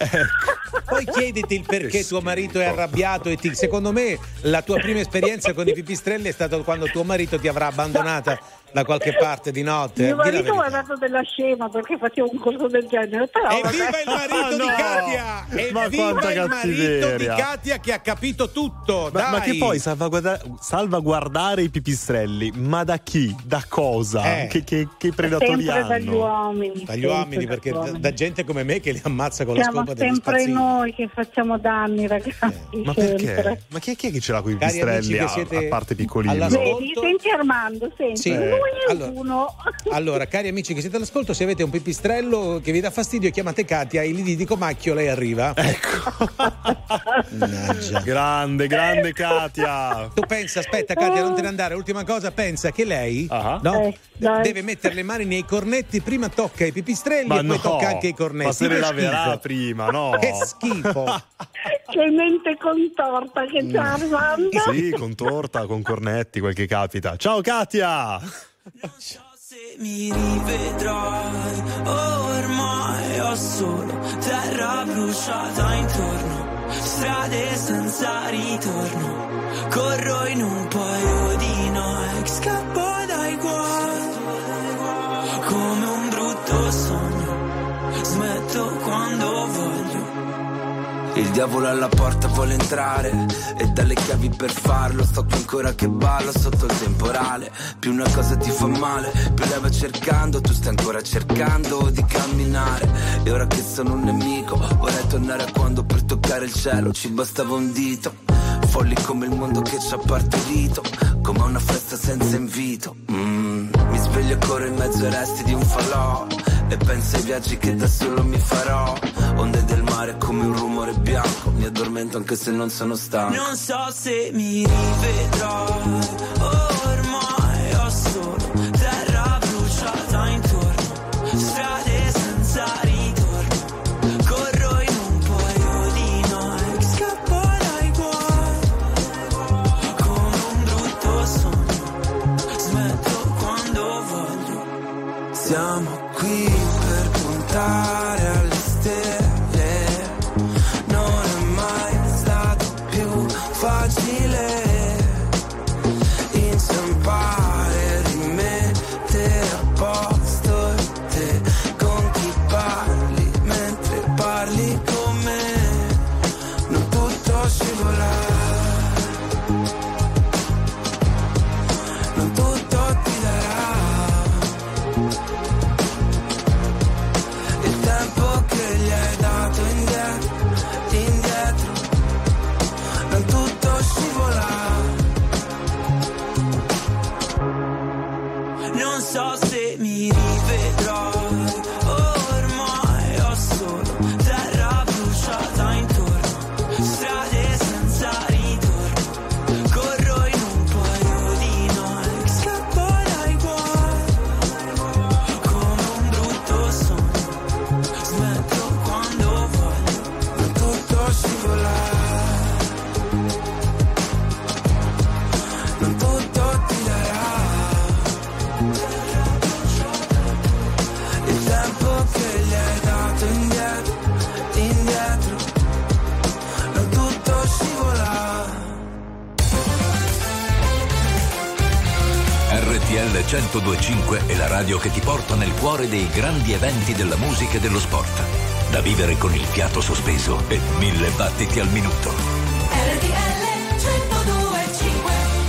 Poi chiediti il perché tuo marito è arrabbiato e ti, secondo me la tua prima esperienza con i pipistrelli è stata quando tuo marito ti avrà abbandonata da qualche parte di notte. Mio Dì la marito mi verità. ha dato della scema perché facevo un corso del genere. Però, Evviva vabbè. il marito di No! Katia! Ma Evviva quanta il marito di cattiveria! Katia che ha capito tutto! Ma, dai! ma che poi salvaguarda- salvaguardare i pipistrelli? Ma da chi? Da cosa? Eh. Che, che, che predatori Sempre dagli hanno? uomini. Dagli sempre uomini, dagli perché da, uomini. da gente come me che li ammazza con la Siamo scopa degli sempre spazzini. noi che facciamo danni, ragazzi. Ma sempre. perché? Ma chi è, chi è che ce l'ha con i Cari amici pipistrelli che a, siete a parte piccolino? all'ascolto- Vedi, senti Armando, senti, Sì. lui è Allora- uno. Allora, cari amici che siete all'ascolto, se avete un pipistrello che vi dà fastidio, chiamate Katia e gli dico Macchio, lei arriva. Ecco. Mannaggia. Grande, grande Katia. Tu pensa, aspetta Katia, non te ne andare, ultima cosa, pensa che lei Ah. no, Eh, dai. deve mettere le mani nei cornetti, prima tocca i pipistrelli Ma e poi no, tocca anche i cornetti. ma se ne Che laverà schifo. prima, no? Che schifo. Che mente contorta che c'ha Armando. Sì, con torta, con cornetti, quel che capita. Ciao Katia! Se mi rivedrai, ormai ho solo terra bruciata intorno, strade senza ritorno, corro in un paio di Nike, scappo dai guai, come un brutto sogno, smetto quando voglio. Il diavolo alla porta vuole entrare e dalle chiavi per farlo. Sto qui ancora che ballo sotto il temporale. Più una cosa ti fa male, più lei va cercando. Tu stai ancora cercando di camminare. E ora che sono un nemico vorrei tornare a quando per toccare il cielo ci bastava un dito. Folli come il mondo che ci ha partorito, come una festa senza invito. mm. Mi sveglio e corro in mezzo ai resti di un falò e penso ai viaggi che da solo mi farò. Onde del mare come un rumore bianco, mi addormento anche se non sono stanco. Non so se mi rivedrai, ormai ho solo terra bruciata intorno, strade senza ritorno, corro in un paio di Nike, scappo dai guai, come un brutto sogno, smetto quando voglio. Siamo qui per puntare alle stelle, non è mai stato più facile inciampare, rimettere a posto te con chi parli mentre parli con me, non tutto scivola, non tutto ti darà il tempo che gli hai dato indietro, indietro, non tutto scivola. Non so se mi rivedrai, ormai ho solo terra bruciata intorno, strade senza ritorno, corro in un paio di Nike, scappo dai guai, come un brutto sogno, smetto quando voglio, non tutto scivola, non tutto ti darà il tempo che gli hai dato indietro, indietro, non tutto scivola. R T L centodue e cinque è la radio che ti porta nel cuore dei grandi eventi della musica e dello sport. Da vivere con il fiato sospeso e mille battiti al minuto. R T L centodue e cinque.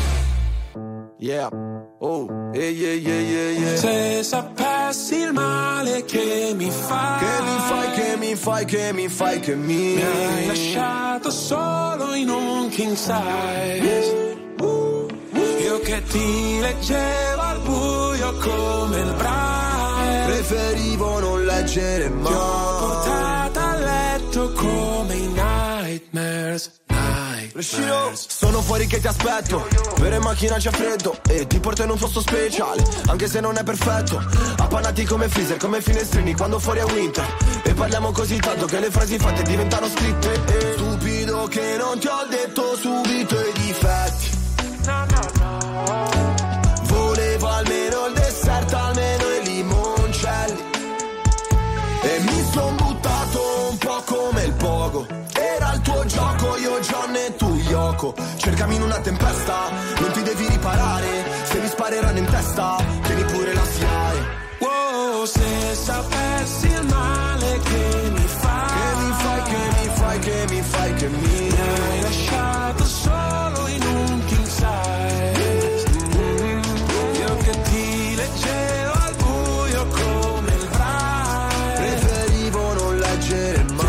Yeah. Oh, yeah, yeah, yeah, yeah, yeah. Se sapessi il male che mi fai, che mi fai, che mi fai, che mi fai, che mi mi hai lasciato solo in un king size. Uh, uh, uh. Io che ti leggevo al buio come il Braille, preferivo non leggere mai. Ti ho portato a letto come i nightmares. Sono fuori che ti aspetto, per in macchina c'è freddo e ti porto in un posto speciale, anche se non è perfetto. Appannati come freezer, come finestrini quando fuori è winter. E parliamo così tanto che le frasi fatte diventano scritte. E stupido che non ti ho detto subito i difetti. No, no, no. Volevo almeno il dessert, almeno i limoncelli. E mi son buttato un po' come il pogo. Era il tuo gioco, io John e tu Yoko. Cercami in una tempesta, non ti devi riparare. Se mi spareranno in testa, tieni pure la S I A E. Wow, se sapessi il male che mi fai, che mi fai, che mi fai, che mi fai, che mi, mi hai lasciato solo in un king size. Mm-hmm. Io che ti leggevo al buio come il Braille, preferivo non leggere mai.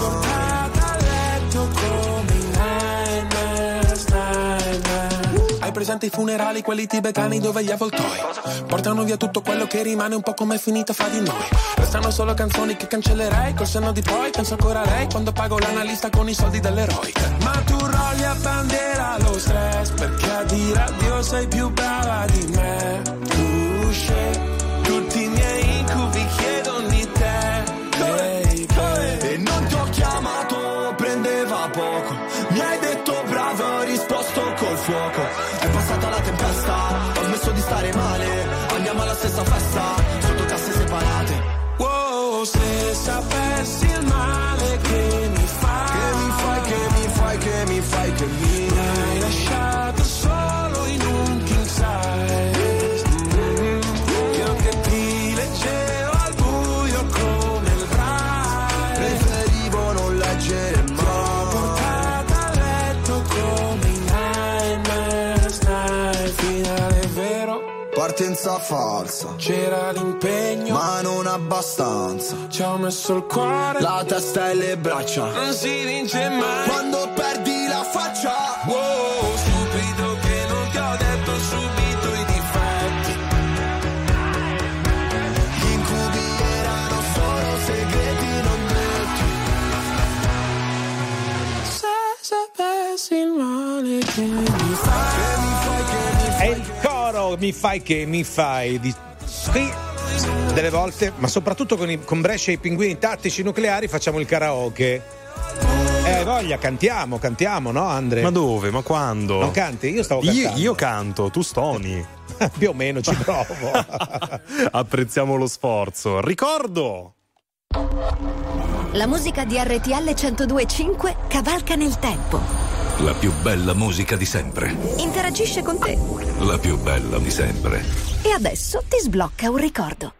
Hai presente i funerali, quelli tibetani dove gli avvoltoi portano via tutto quello che rimane, un po' come è finita fra di noi. Restano solo canzoni che cancellerei col senno di poi. Penso ancora a lei quando pago l'analista con i soldi dell'eroe. Ma tu rolli a bandiera lo stress, perché a dire addio sei più brava di me. Tu scegli tutti i miei incubi, chiedono di te, baby. E non ti ho chiamato, prendeva poco. Mi hai detto bravo, ho risposto col fuoco. È passata la tempesta, ho smesso di stare male. Andiamo alla stessa festa, sotto casse separate. Wow, se sapessi il male che mi fai, che mi fai, che mi fai, che mi fai, che mi, mi hai lasciato solo in un king size. Mm-hmm. Io che ti leggevo al buio come il Braille, preferivo non leggere mai. Partenza falsa, c'era l'impegno, ma non abbastanza. Ci ho messo il cuore, la testa e le braccia. Non si vince mai quando perdi la faccia. Wow, stupido che non ti ho detto subito i difetti. Gli incubi erano solo segreti non detti. Se sapessi il male che mi fai, che mi fai, che mi fai. È il coro mi fai che mi fai di qui delle volte, ma soprattutto con, i, con Brescia e i Pinguini Tattici Nucleari facciamo il karaoke. Eh, hai voglia, cantiamo, cantiamo, no Andre? Ma dove? Ma quando? Non canti? Io stavo cantando. Io, io canto, tu stoni. Più o meno ci provo. Apprezziamo lo sforzo. Ricordo! La musica di R T L centodue e cinque cavalca nel tempo. La più bella musica di sempre. Interagisce con te. La più bella di sempre. E adesso ti sblocca un ricordo.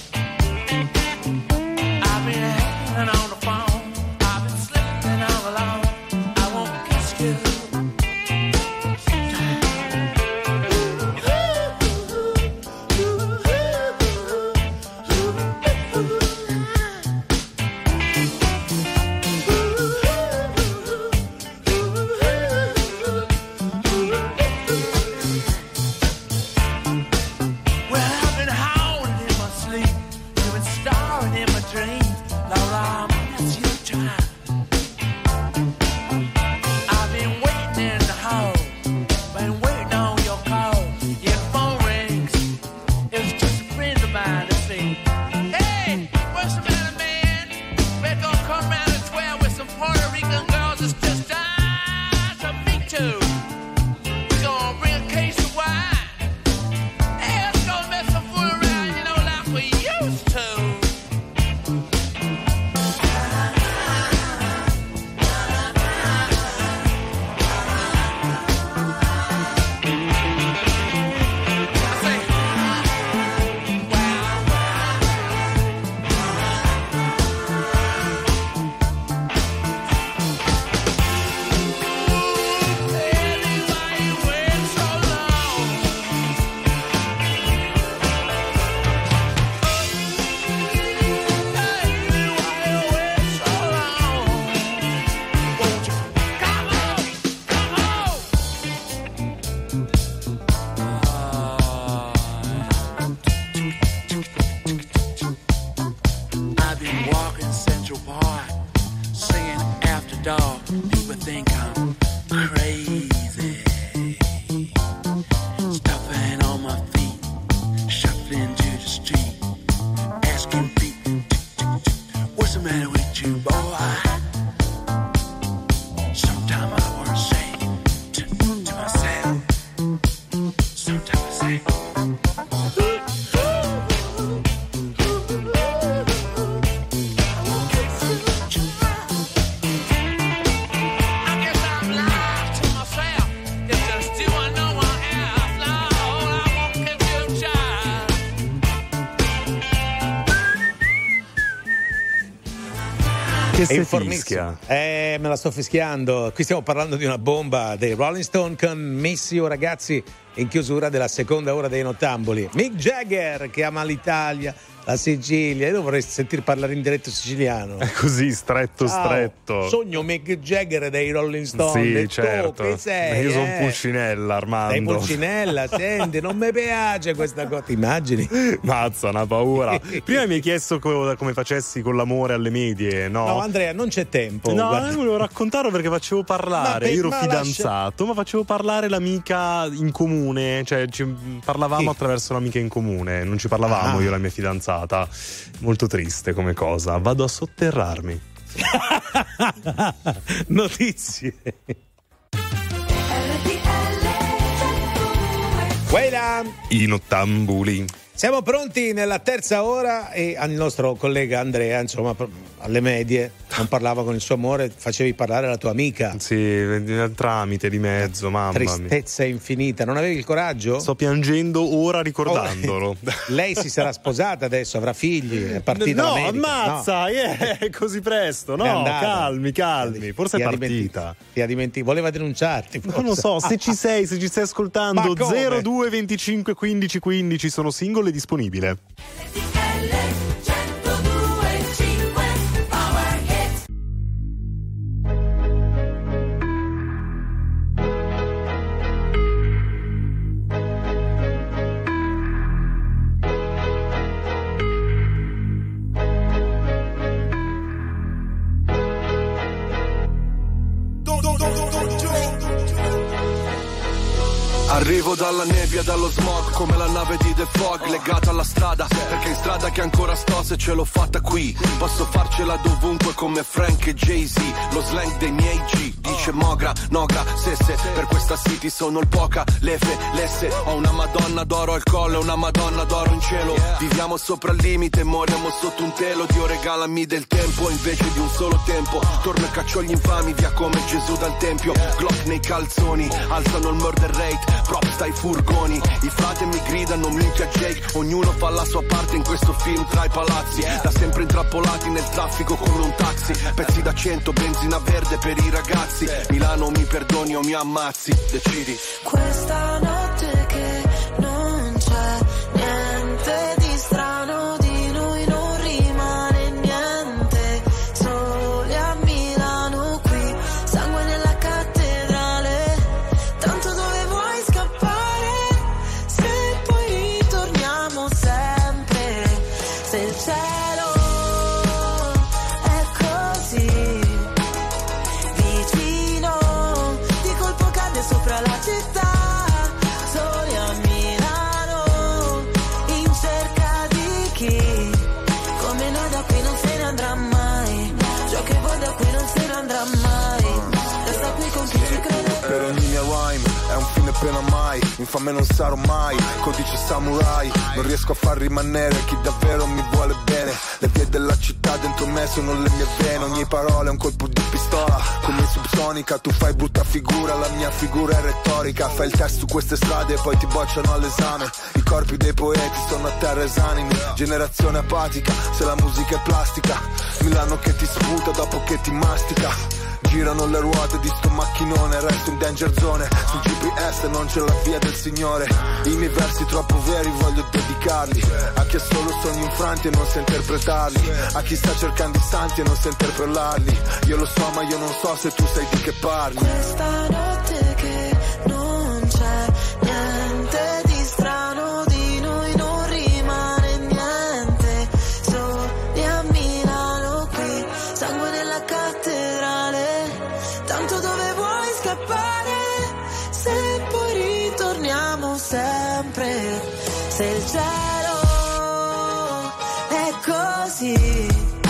I've been hanging on the phone, I've been slipping all along. all, people think I'm crazy. Stopping on my feet, shuffling to the street, asking people, what's the matter with you, boy? Sometimes I want to say to, to myself, sometimes I say, Che È se in formissimo. fischia. Eh, me la sto fischiando. Qui stiamo parlando di una bomba dei Rolling Stone con Miss You, ragazzi, in chiusura della seconda ora dei Nottamboli. Mick Jagger che ama l'Italia, la Sicilia. Io dovrei sentir parlare in diretto siciliano. È così, stretto, Ciao. stretto. Sogno Mick Jagger dei Rolling Stone. Sì, E tu, certo. che sei? Io sono eh? Pulcinella, Armando. Sei Pulcinella, senti, non mi piace questa cosa. Ti immagini? Mazza, una paura. Prima mi hai chiesto co- come facessi con l'amore alle medie, no? No, Andrea, non c'è tempo. No, Guarda. io volevo raccontarlo perché facevo parlare. Ma per- Io ero ma fidanzato, ma facevo parlare l'amica in comune. Cioè, ci parlavamo Chi? attraverso l'amica in comune. Non ci parlavamo Ah. io e la mia fidanzata. Molto triste come cosa. Vado a sotterrarmi. Notizie. Quella. I nottambuli. Siamo pronti nella terza ora e al nostro collega Andrea, insomma, alle medie non parlava con il suo amore, facevi parlare la tua amica. Sì, tramite di mezzo, mamma mia. Tristezza infinita, non avevi il coraggio? Sto piangendo ora ricordandolo. Oh, lei si sarà sposata adesso, avrà figli, è partita No, l'America. ammazza, No. yeah, così presto. No, È andata. calmi, calmi. Forse Ti è ha partita. dimenticato, ti ha dimenticato, voleva denunciarti. Non lo so, se ci sei, se ci stai ascoltando, Ma come? zero due venticinque quindici quindici, sono single e disponibile. Arrivo dalla nebbia, dallo smog, come la nave di The Fog, legata alla strada, perché in strada che ancora sto se ce l'ho fatta qui. Posso farcela dovunque come Frank e Jay-Z, lo slang dei miei G, dice Mogra, Nogra, Sesse, per questa city sono il poca, lefe, lesse, ho una madonna d'oro al collo e una madonna d'oro in cielo. Viviamo sopra il limite, moriamo sotto un telo, Dio regalami del tempo invece di un solo tempo. Torno e caccio gli infami via come Gesù dal tempio, Glock nei calzoni, alzano il murder rate, props dai furgoni, i frate mi gridano minchia Jake, ognuno fa la sua parte in questo film tra i palazzi, da sempre intrappolati nel traffico come un taxi, pezzi da cento, benzina verde per i ragazzi, Milano mi perdoni o mi ammazzi, decidi. Questa notte che non c'è niente di strano, di noi non rimane niente, soli a Milano qui, sangue nella cattedrale, tanto dove vuoi scappare, se poi ritorniamo sempre, se il cielo è così vicino, di colpo cade sopra la città, soli a Milano, in cerca di chi, come noi da qui non se ne andrà mai, ciò che vuoi da qui non se ne andrà mai, resta qui con chi ci crede. Per ogni mia rhyme è un fine pena mai, infame non sarò mai, codice samurai, non riesco a far rimanere chi davvero mi vuole bene, le vie della città dentro me sono le mie vene, ogni parola è un colpo di pistola, come subsonica, tu fai brutta figura, la mia figura è retorica, fai il test su queste strade e poi ti bocciano all'esame, i corpi dei poeti sono a terra esanimi, generazione apatica, se la musica è plastica, Milano che ti sputa dopo che ti mastica. Girano le ruote di sto macchinone, resto in danger zone, sul G P S non c'è la via del Signore, i miei versi troppo veri voglio dedicarli, a chi ha solo sogni infranti e non sa interpretarli, a chi sta cercando i santi e non sa interpellarli, io lo so ma io non so se tu sai di che parli. Questa notte che non c'è niente di strano, di noi non rimane niente, soli a Milano qui, sangue nella cattedrale, se il cielo è così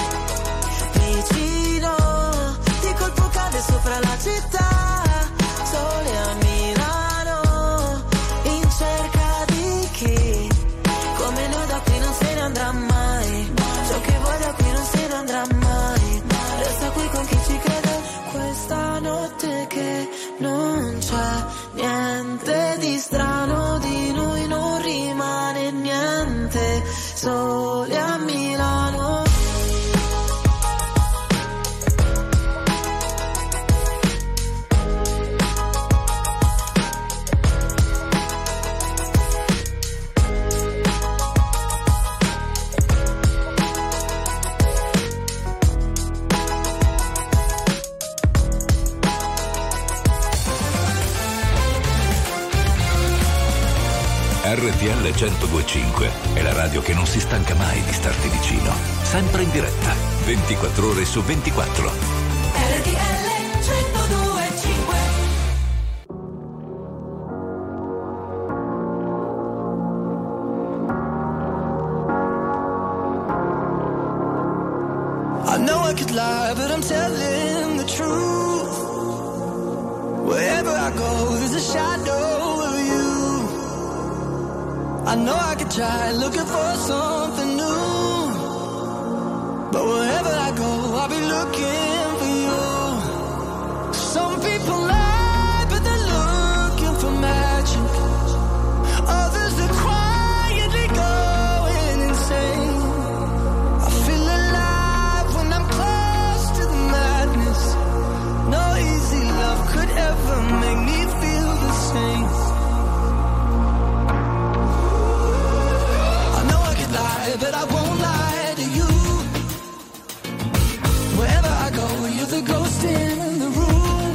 vicino, di colpo cade sopra la città, sole a Milano, in cerca di chi come noi da qui non se ne andrà mai, ciò che vuoi da qui non se ne andrà mai, resta qui con chi ci crede, questa notte che non c'è niente di strano, di noi non rimane niente, sole a Milano. R T L centodue e cinque è la radio che non si stanca mai di starti vicino, sempre in diretta, ventiquattro ore su ventiquattro. R T L centodue e cinque. I know I could lie, but I'm telling the truth. Wherever I go, there's a shadow of you. I know I could try looking for something new, but wherever I go, I'll be looking for you. Some people lie, but they're looking for magic. Others are quietly going insane. I feel alive when I'm close to the madness. No easy love could ever make me feel the same. But I won't lie to you. Wherever I go, you're the ghost in the room.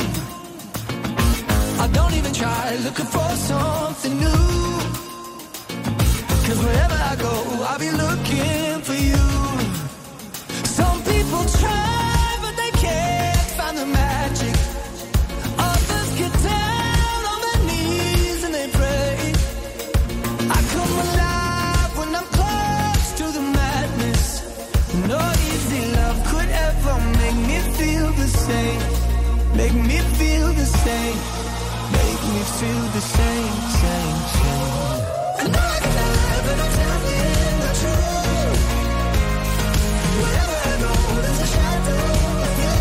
I don't even try looking for something new, 'cause wherever I go, I'll be looking for you. Some people try, but they can't find the magic. Others get down on their knees and they pray. I come alive when I'm to the madness. No easy love could ever make me feel the same. Make me feel the same. Make me feel the same, same, same. I know I can lie, but I'm telling the truth. Wherever I go, there's a shadow of you.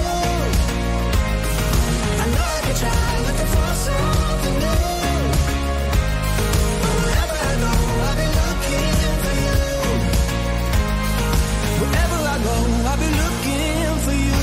I know I can try looking for something new, but wherever I go, I'll be looking for you. Wherever I go, I'll be looking for you.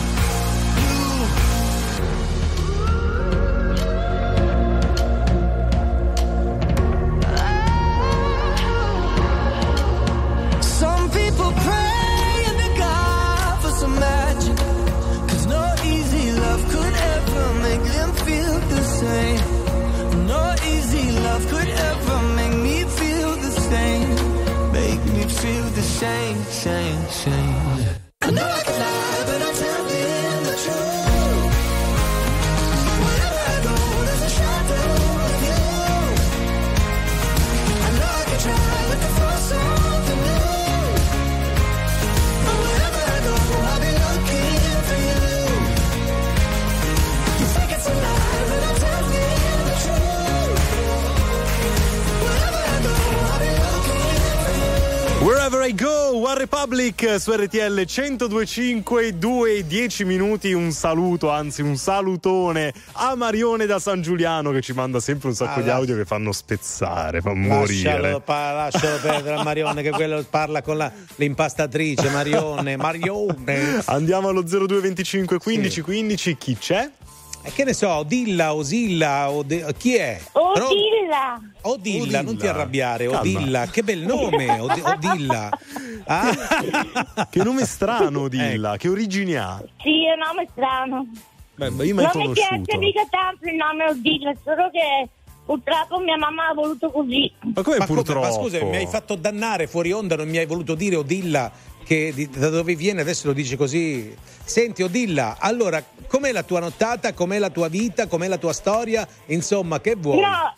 Some people pray and to God for some magic, 'cause no easy love could ever make them feel the same. No easy love could ever make me feel the same. Make me feel the same, same, same. I know I can lie, but I'm telling the truth. Wherever I go, there's a shadow of you. I know I can try looking for something new, but wherever I go, I'll be looking for you. You think it's a lie, but I'm telling the truth. Wherever I go, I'll be looking for you. Wherever I go, One Republic su R T L centodue e cinque, due e dieci minuti. Un saluto, anzi un salutone a Marione da San Giuliano, che ci manda sempre un sacco Ah, di audio che fanno spezzare, fa morire. Lascialo, pa, lascialo perdere a Marione, che quello parla con la, l'impastatrice. Marione, Marione. Andiamo allo zero due venticinque quindici quindici. Chi c'è? E che ne so, Odilla, Osilla, Ode- chi è? Odilla. Odilla, Odilla. non ti arrabbiare, Calma. Odilla, che bel nome, Od- Odilla. Ah. Che nome strano, Odilla, che origini ha? Sì, è un nome strano. Beh, ma io mai non mi conosciuto. piace mica tanto il nome Odilla, solo che purtroppo mia mamma ha voluto così. Ma come Ma, purtroppo? ma scusa, mi hai fatto dannare fuori onda, non mi hai voluto dire Odilla, che di- da dove viene, adesso lo dici così. Senti Odilla, allora, com'è la tua nottata, com'è la tua vita, com'è la tua storia, insomma, che vuoi? No, io,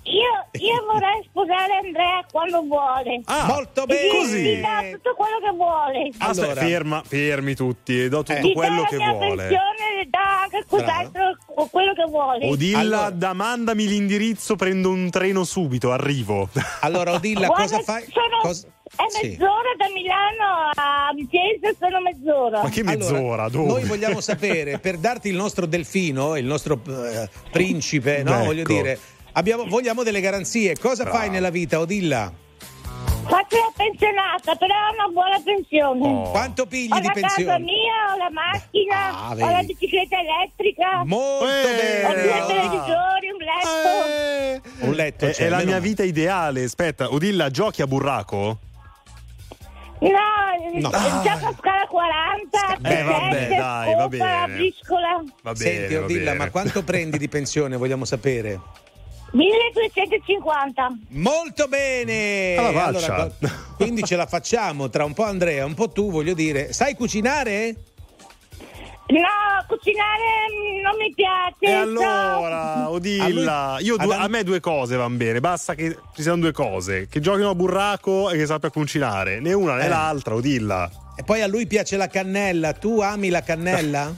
io vorrei sposare Andrea quando vuole. Ah, molto E bene. gli- Così. gli dà tutto quello che vuole. Aspetta, Allora. ferma, fermi tutti, do tutto Eh. Gli quello dà che la mia vuole. pensione, gli dà anche cos'altro, quello che vuole. Odilla, Allora. da mandami l'indirizzo, prendo un treno subito, arrivo. Allora, Odilla, Guarda, cosa fai? sono- Cosa- È Sì. mezz'ora da Milano a Vicenza, sono mezz'ora. Ma che mezz'ora? Allora, Dove? noi vogliamo sapere, per darti il nostro delfino, il nostro eh, principe, no? Ecco. Voglio dire, abbiamo, vogliamo delle garanzie. Cosa Bravo. fai nella vita, Odilla? Faccio la pensionata, però ho una buona pensione. Oh. Quanto pigli Ho di la casa pensione? mia, ho la macchina, Ah, ho vedi. la bicicletta elettrica, Molto Eh, ho bene. due ah. televisori, un letto. Eh, Un letto è, c'è, è la meno mia male. vita ideale. Aspetta, Odilla, giochi a burraco? No, No. gioco a scala quaranta, Eh, vabbè, sette, dai, va scopa, bene. briscola. Va bene, Senti, va Odilla, bene. ma quanto prendi di pensione? Vogliamo sapere. milleduecentocinquanta. Molto bene. Alla faccia. Allora, quindi ce la facciamo tra un po' Andrea, un po' tu, voglio dire. Sai cucinare? No, cucinare mm, non mi piace. E so- allora, Odilla, A lui- io due- ad- a me due cose vanno bene, basta che ci siano due cose, che giochino a burraco e che sappia cucinare, né una né Eh. l'altra, Odilla. E poi a lui piace la cannella. Tu ami la cannella?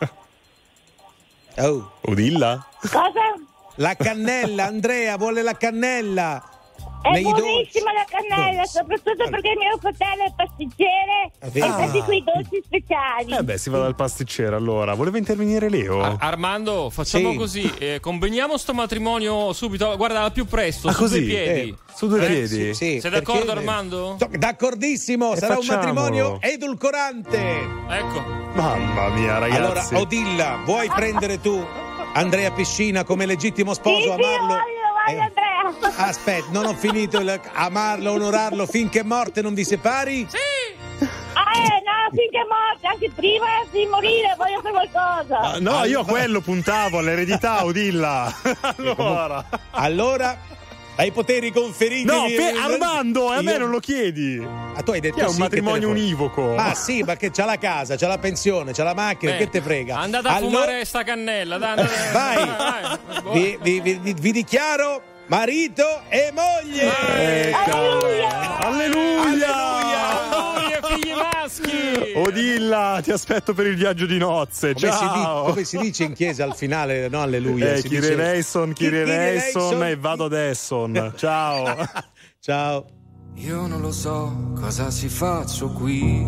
Oh. Odilla? Cosa? La cannella, Andrea vuole la cannella. È Nei dolci. buonissima la cannella, Dolci. soprattutto perché mio fratello è pasticcere Ah, e vedi? fa di quei dolci speciali. Eh beh, si va dal pasticcere allora. Voleva intervenire Leo? A- Armando, facciamo Sì. così, eh, combiniamo sto matrimonio subito, guarda, al più presto, Ah, su così? due piedi. Eh, Su due Eh, piedi? sì, sì, Sei perché- d'accordo, Armando? So- D'accordissimo, E sarà un facciamolo. matrimonio edulcorante. Ecco. Mamma mia, ragazzi. Allora, Odilla, vuoi prendere tu Andrea Piscina come legittimo Sì, sposo, sì, amarlo? voglio, voglio Eh, Andrea. Aspetta, non ho finito il amarlo, onorarlo finché morte non vi separi? Ah, eh, no, finché è morto, anche prima di morire voglio fare qualcosa. Ah, no, io a quello puntavo, all'eredità, Odilla. allora. Allora, hai poteri conferiti. No, fe- Armando, a me non lo chiedi. Ah, tu hai detto Che è un sì, matrimonio che te ne frega. univoco. Ma sì, ma che c'ha la casa, c'ha la pensione, c'ha la macchina, Beh, che te frega? Andate a Allora- fumare sta cannella, dai, andate- Vai. vai, vai. Vi, vi- vi- vi- vi dichiaro marito e moglie. Ecco. Alleluia. Alleluia. Auguri, figli maschi. Odilla, ti aspetto per il viaggio di nozze. Come si, di- Ciao. come si dice in chiesa al finale? No, alleluia. Eh, si Kyrie dice- eleison, Kyrie Kyrie eleison eleison. e vado ad Esson. Ciao. Ciao. Io non lo so cosa si faccio qui.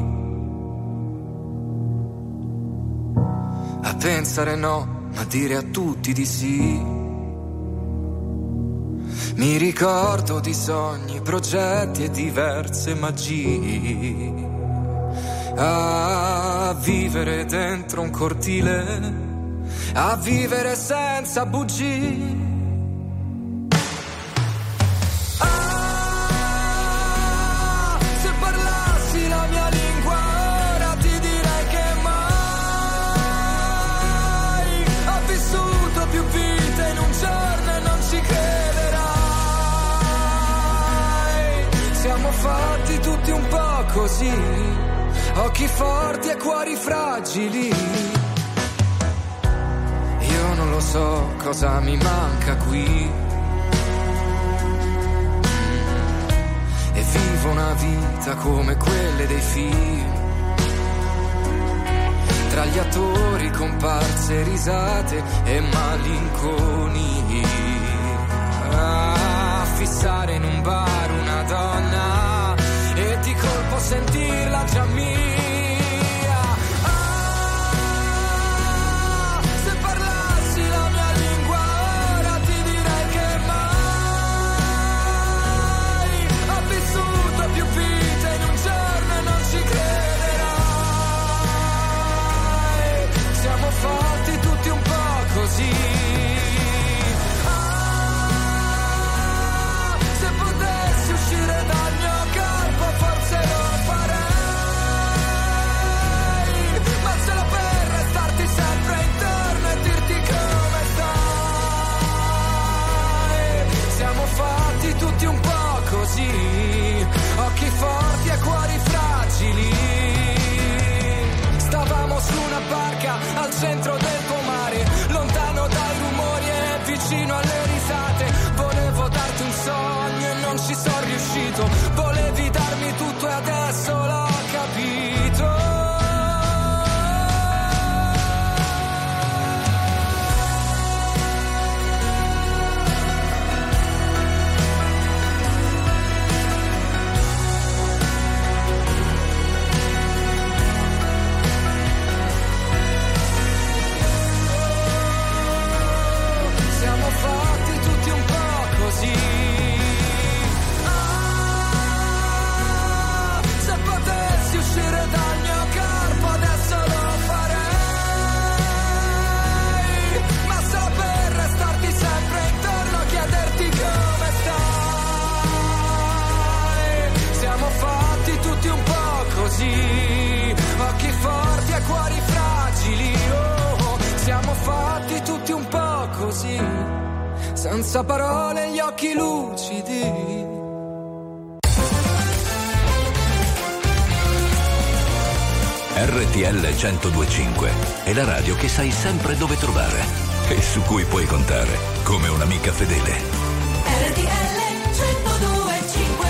A pensare no, ma dire a tutti di sì. Mi ricordo di sogni, progetti e diverse magie. A vivere dentro un cortile, a vivere senza bugie. Ah, se parlassi la mia lingua ora ti direi che mai ho vissuto più vite in un giorno e non ci crederai. Siamo fatti tutti un po' così, occhi forti e cuori fragili. Io non lo so cosa mi manca qui. E vivo una vita come quelle dei film, tra gli attori, comparse, risate e malinconia. A fissare in un bar una donna e di colpo sentirla già mia. Ah, se parlassi la mia lingua ora ti direi che mai ho vissuto più vite in un giorno e non ci crederai. Siamo fatti tutti un po' così. Ah, se potessi uscire dal mio corpo forse lo farei, ma solo per restarti sempre intorno e dirti come stai. Siamo fatti tutti un po' così, occhi forti e cuori fragili. Stavamo su una barca al centro del pomare, lontano dai rumori e vicino alle risate. Volevo darti un così. Ah, se potessi uscire dal mio corpo adesso lo farei, ma solo per restarti sempre intorno, chiederti come stai. Siamo fatti tutti un po' così, occhi forti e cuori fragili, oh, siamo fatti tutti un po' così, senza parole e gli occhi lucidi. R T L centodue e cinque è la radio che sai sempre dove trovare e su cui puoi contare come un'amica fedele. R T L centodue e cinque.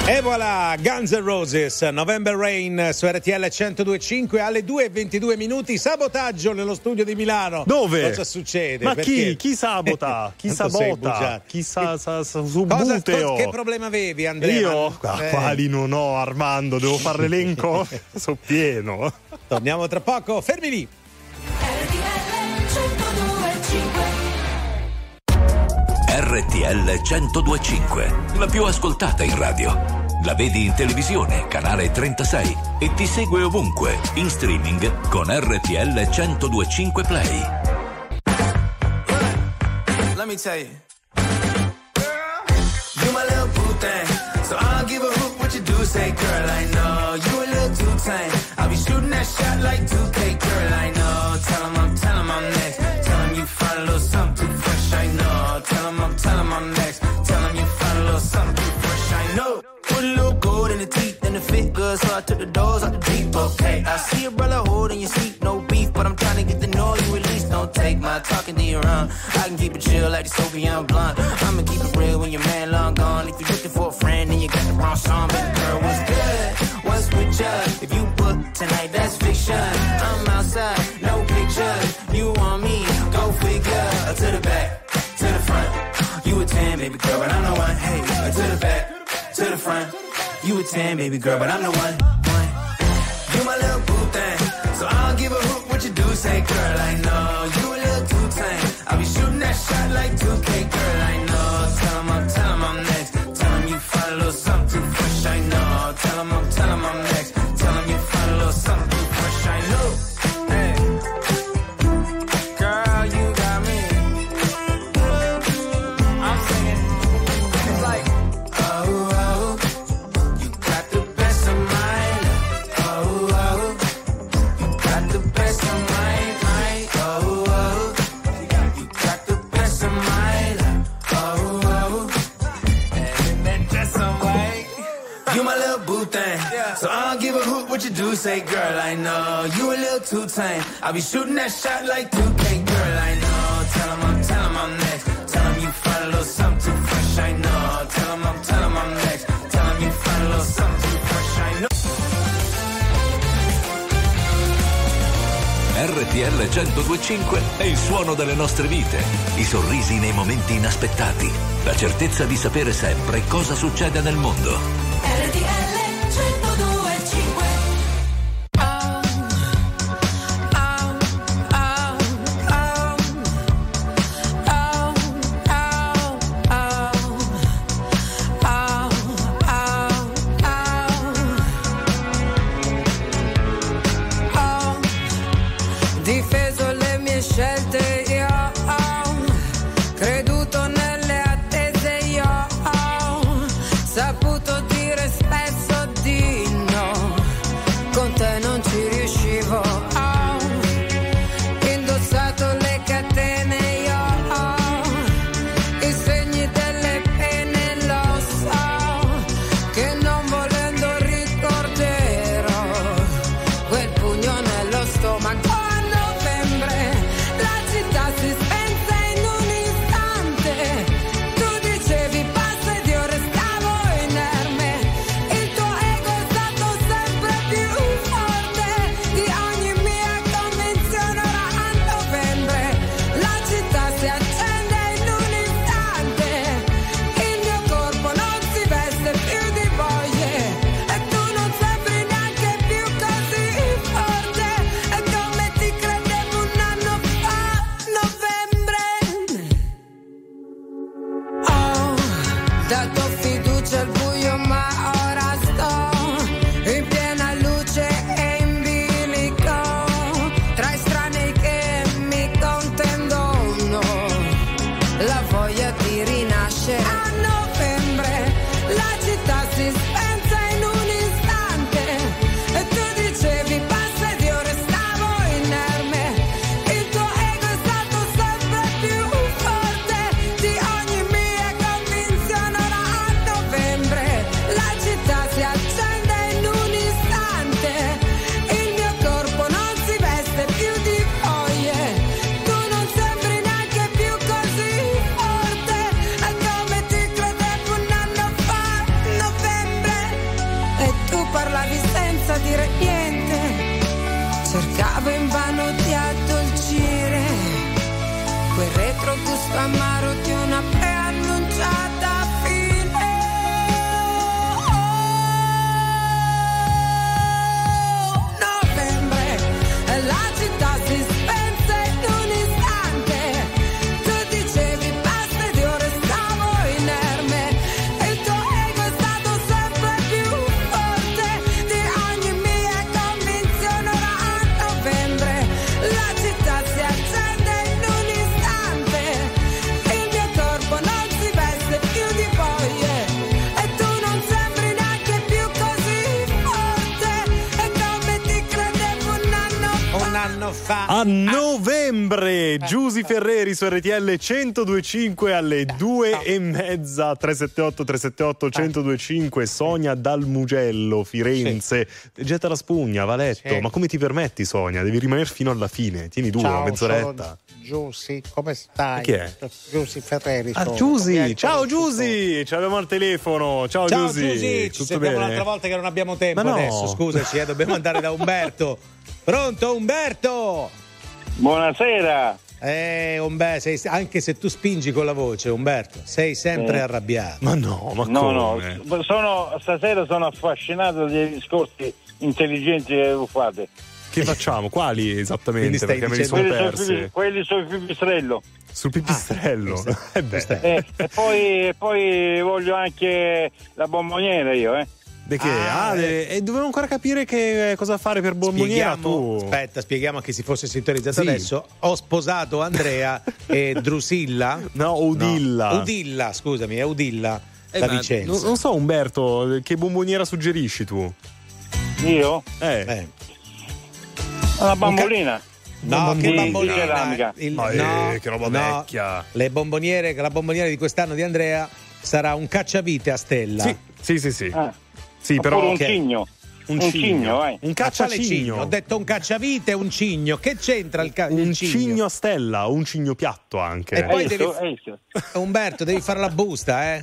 E voilà, Guns N' Roses, November Rain su R T L centodue e cinque alle due e ventidue minuti. Sabotaggio nello studio di Milano. Dove? Cosa succede? Ma Perché? chi? Chi sabota? Chi Tanto sei sabota? bugiato. Chi sa, sa, sa Cosa, subuteo? che problema avevi, Andrea? Io? Eh. Quali non ho, Armando? Devo fare l'elenco? Sono pieno. Torniamo tra poco, fermi lì. R T L centodue e cinque, la più ascoltata in radio. La vedi in televisione, canale trentasei, e ti segue ovunque, in streaming con R T L centodue e cinque Play. Let me tell you, you my little boo thing, so I don't give a hoot what you do. Say, girl, I know you a little too tame. I'll be shooting that shot like two K, girl, I know. Tell 'em I'm, tell 'em I'm next. Tell 'em you find a little something too fresh, I know. Tell 'em I'm, tell 'em I'm next. Tell 'em you find a little something too fresh, I know. Put a little gold in the teeth and it fit good, so I took the doors out the deep. Okay, I see a brother holding your seat, no beef, but I'm trying to get to know you at least. Don't take my talking to your own. I can keep it chill like the Soviet blunt. I'ma keep it real when your man long gone. If you're looking for a friend and you got the wrong song, baby girl, what's good? What's with you? If you book tonight, that's fiction. I'm outside, no pictures. You want me? Go figure. To the back, to the front. You a ten, baby girl, but I'm the one. Hey, to the back, to the front. You a ten, baby girl, but I'm the one. one. You my little boo thing, so I don't give a hoot what you do. Say, girl, I know you a little too tame. I'll be shooting that shot like two K, girl, I know. Tell 'em I'm, tell 'em I'm next. Tell 'em you find a little something too fresh, I know. Tell 'em I'm, tell 'em I'm next. Tell 'em you find a little something too fresh, I know. Hey, girl, you got me. I'm singing. It's like, oh, oh, you got the best of mine. Oh, oh, you got the best of mine. mine. Oh, oh, you got the best of mine. Oh, oh, and that dress on white. You my little boo thing, so I don't give a hoot what you do. Say, girl, I know you a little too tame. I'll be shooting that shot like two K, girl, I know. Tell 'em I'm, tell 'em I'm next. Tell 'em you find a little something too fresh, I know. Tell 'em I'm, tell 'em I'm next. Tell 'em you find a little something too fresh, I know. R T L centodue e cinque è il suono delle nostre vite, i sorrisi nei momenti inaspettati, la certezza di sapere sempre cosa succede nel mondo. R T L centodue e cinque. Difeso le mie scelte, io ho creduto nelle attese, io ho saputo dire spesso di no, con te non ci riuscivo, ho indossato le catene, io ho i segni delle pene, lo so, che non volendo ricorderò quel pugno nello stomaco. La città si spense in un istante, tu dicevi basta ed io restavo inerme, il tuo ego è stato sempre più forte di ogni mia convinzione. Ora a novembre la città si accende in un istante, il mio corpo non si veste più di voglie e tu non sembri neanche più così forte, è come ti credevo un anno fa, novembre. Ho dato fiducia al buio, ma ora sto in piena luce e in bilico, tra estranei che mi contendono la voglia di rinascere. A novembre la città si spense in un istante e tu dicevi basta ed io restavo inerme, il tuo ego è stato sempre più forte di ogni mia convinzione. Ora a novembre la città si accende in un istante, il mio corpo non si veste più di foglie, tu non sembri neanche più così forte, è come ti credevo un anno fa, novembre. novembre. Giusy Ferreri su R T L centodue e cinque alle due e mezza. Tre sette otto tre sette otto centodue e cinque. Sonia dal Mugello, Firenze. Sì. Getta la spugna, va letto. Sì. Ma come ti permetti, Sonia? Devi rimanere fino alla fine. Tieni duro, una mezz'oretta. Giusy, come stai? Chi è? Giusy Ferreri. Ah, Giusy, ciao Giusy, ci abbiamo al telefono. Ciao, ciao Giusy. Giusy, ci sentiamo un'altra volta che non abbiamo tempo. Ma no. Adesso, scusaci, eh, dobbiamo andare da Umberto. Pronto Umberto? Buonasera. Eh, Umberto, sei, anche se tu spingi con la voce, Umberto, sei sempre eh. arrabbiato. Ma no, ma no, come? no, sono, stasera sono affascinato dei discorsi intelligenti che voi fate. Che facciamo? Quali esattamente? Perché me li sono quelli persi. Sul, quelli sul pipistrello. Sul pipistrello? Ah, eh, eh, e, poi, e poi voglio anche la bomboniera io, eh. De che? Ah, ah de... e dovevo ancora capire che eh, cosa fare per bomboniera. Tu. Aspetta, spieghiamo a chi si fosse sintonizzato sì. adesso. Ho sposato Andrea e Drusilla. No, Udilla. No. Udilla, scusami, è Udilla eh, da Vicenza. Non, non so, Umberto, che bomboniera suggerisci tu? Io? Eh. eh. Una bambolina. No, che bambolina? ceramica. Il, no, no, eh, che roba no, vecchia. Le bomboniere, la bomboniera di quest'anno di Andrea sarà un cacciavite a stella. Sì, sì, sì. sì. Ah. Sì, però un cigno. Un, un cigno, cigno vai. Un cacciacigno. Ho detto un cacciavite e un cigno. Che c'entra il, ca- un il cigno? cigno a stella, un cigno piatto anche. E poi Esso, devi... esso. Umberto, devi fare la busta, eh?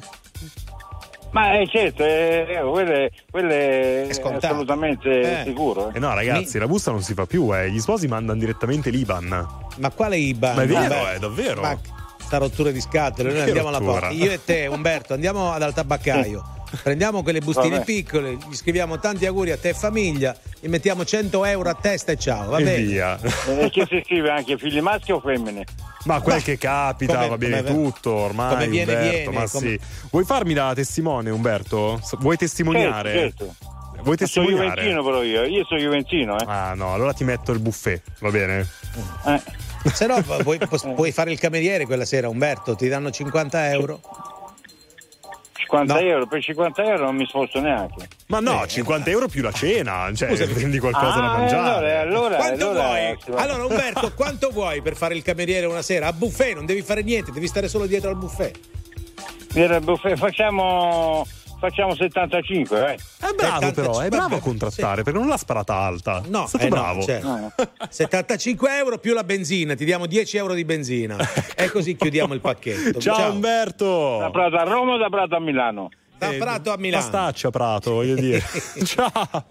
Ma eh, certo, eh, quello è, quello è, è assolutamente eh. sicuro. Eh. Eh no, ragazzi, Mi... la busta non si fa più, eh. Gli sposi mandano direttamente l'I B A N. Ma quale I B A N? Ma è vero, Umberto? è davvero. Ma sta rottura di scatole, noi che andiamo rottura? alla porta. Io e te, Umberto, andiamo dal tabaccaio. Prendiamo quelle bustine Vabbè. piccole, gli scriviamo tanti auguri a te e famiglia, gli mettiamo cento euro a testa e ciao, va e bene? Via. E che si scrive anche figli maschi o femmine? Ma quel che capita, come, va bene come, tutto ormai. Come viene, Umberto, viene. Ma come... sì. Vuoi farmi da testimone, Umberto? Vuoi testimoniare? Certo, certo. Vuoi testimoniare? Sono juventino però io, io sono juventino, eh. Ah no, allora ti metto il buffet, va bene? Eh. Se no puoi, puoi fare il cameriere quella sera, Umberto, ti danno cinquanta euro. cinquanta no. euro, per cinquanta euro non mi sposto neanche. Ma no, eh, cinquanta euro più la cena, cioè Scusami. prendi qualcosa ah, da mangiare. Allora, allora, quanto allora, vuoi? Allora Umberto, quanto vuoi per fare il cameriere una sera? A buffet, non devi fare niente, devi stare solo dietro al buffet. buffet facciamo facciamo settantacinque, eh. È bravo però, è bravo a contrattare, sì. Perché non l'ha sparata alta. No, è stato eh bravo. No, certo. No. settantacinque euro più la benzina, ti diamo dieci euro di benzina. E così chiudiamo il pacchetto. Ciao, Ciao. Umberto. Da Prato a Roma o da Prato a Milano? Da Prato a Milano. Pastaccia Prato, voglio dire. Ciao.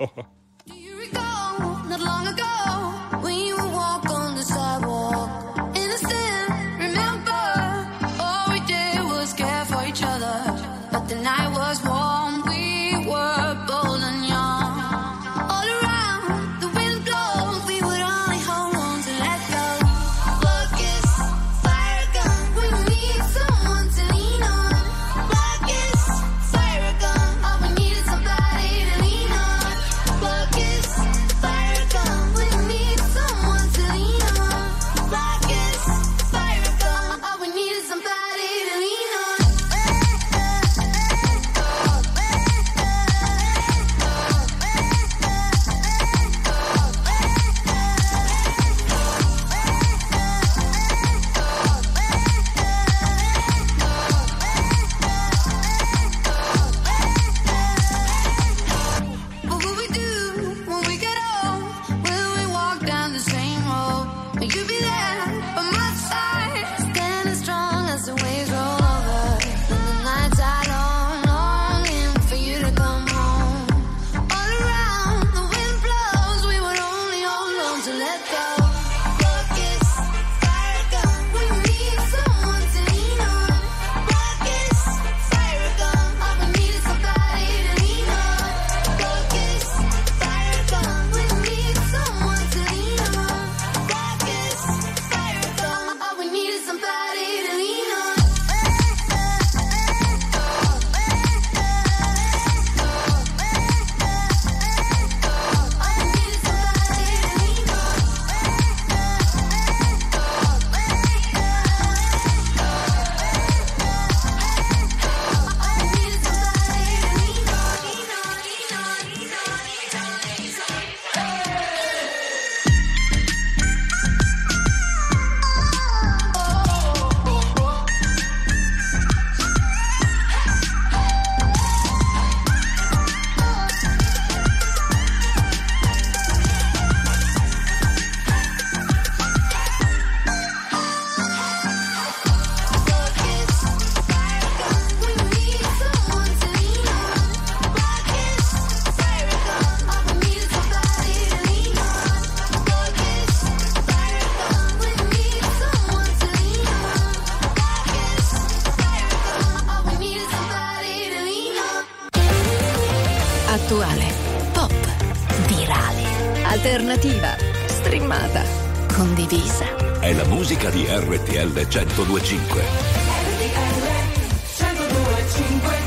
But Attuale, pop, virale, alternativa, streamata, condivisa. È la musica di R T L centodue e cinque. R T L centodue e cinque.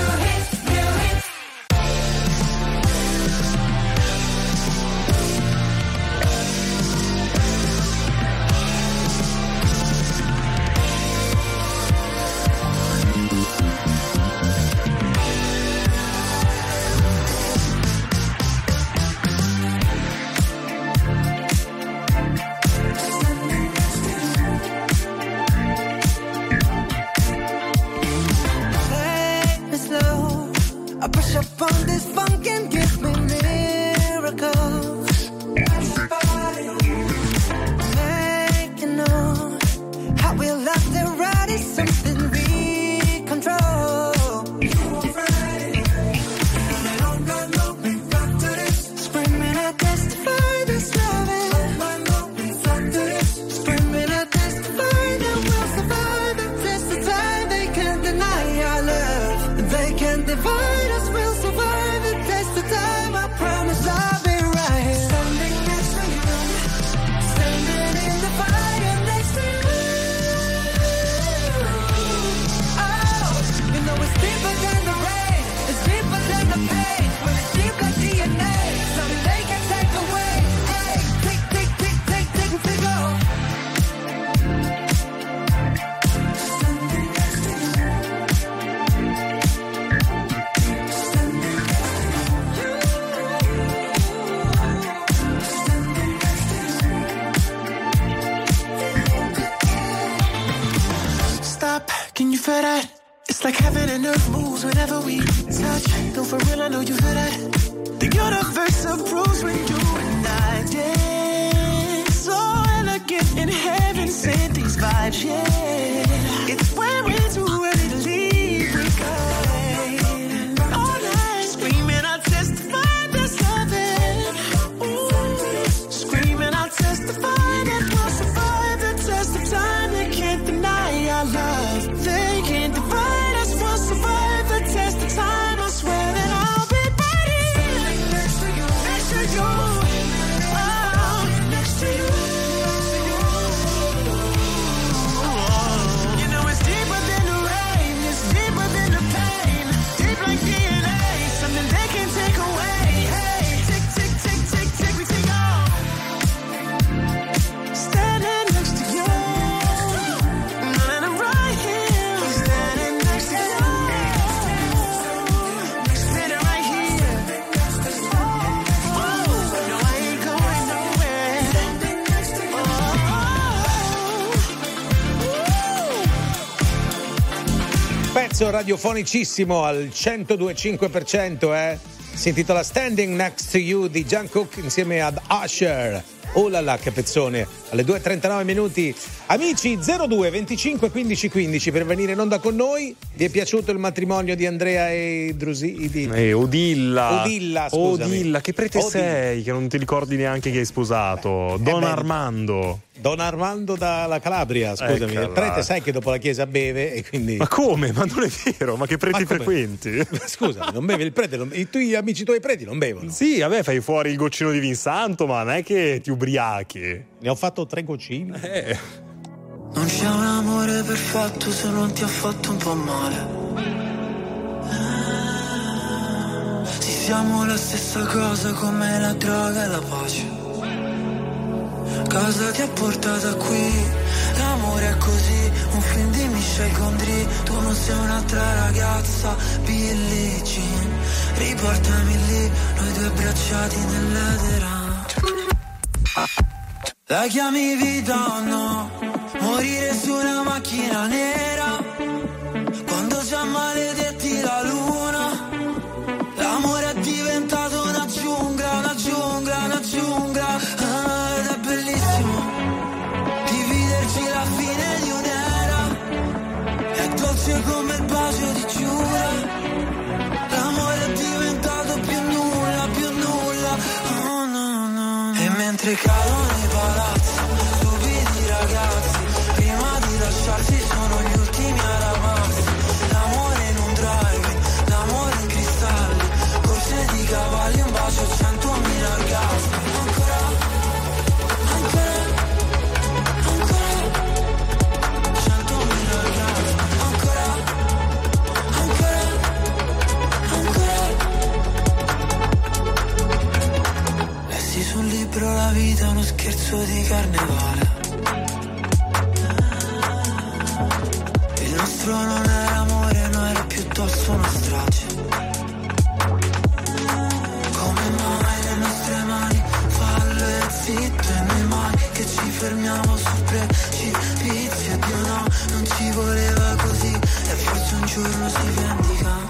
Radiofonicissimo al centodue e cinque per cento, eh? Si intitola Standing Next to You di Jungkook insieme ad Usher. Oh là là, che pezzone. Alle due e trentanove minuti. Amici, zero due venticinque quindici quindici per venire in onda con noi. Vi è piaciuto il matrimonio di Andrea e Drusidi? Eh, Odilla. Odilla, scusami. Odilla, che prete Odilla. sei? Che non ti ricordi neanche che hai sposato. Don beh, Armando. Don Armando dalla Calabria, scusami. Eccola. Il prete sai che dopo la chiesa beve e quindi... Ma come? Ma non è vero, ma che preti Ma come? frequenti? Scusa, non beve il prete, non... i tuoi amici tuoi preti non bevono. Sì, vabbè, fai fuori il goccino di Vinsanto, ma non è che ti ubriachi. Ne ho fatto tre goccini. Eh. Non c'è un amore perfetto se non ti ha fatto un po' male. Sì, siamo la stessa cosa come la droga e la pace. Cosa ti ha portato qui? L'amore è così, un film di Michel Gondry. Tu non sei un'altra ragazza, Billie Jean. Riportami lì, noi due abbracciati nell'edera. La chiami vita o no? Morire su una macchina nera quando già maledetti la luna. L'amore è diventato una giungla, una giungla, una giungla. Ah, ed è bellissimo dividerci la fine di un'era. È dolce come il bacio di Giura. L'amore è diventato più nulla, più nulla. Oh no, no. E mentre cadono i palazzi, stupidi ragazzi, prima di lasciarsi sono gli ultimi ad amarsi. L'amore in un drive, l'amore in cristalli, corse di vita è uno scherzo di carnevale. Il nostro non era amore, no, era piuttosto una strage. Come mai le nostre mani fallo e zitto e noi mai che ci fermiamo sul precipizio. Dio no, non ci voleva così e forse un giorno si vendica.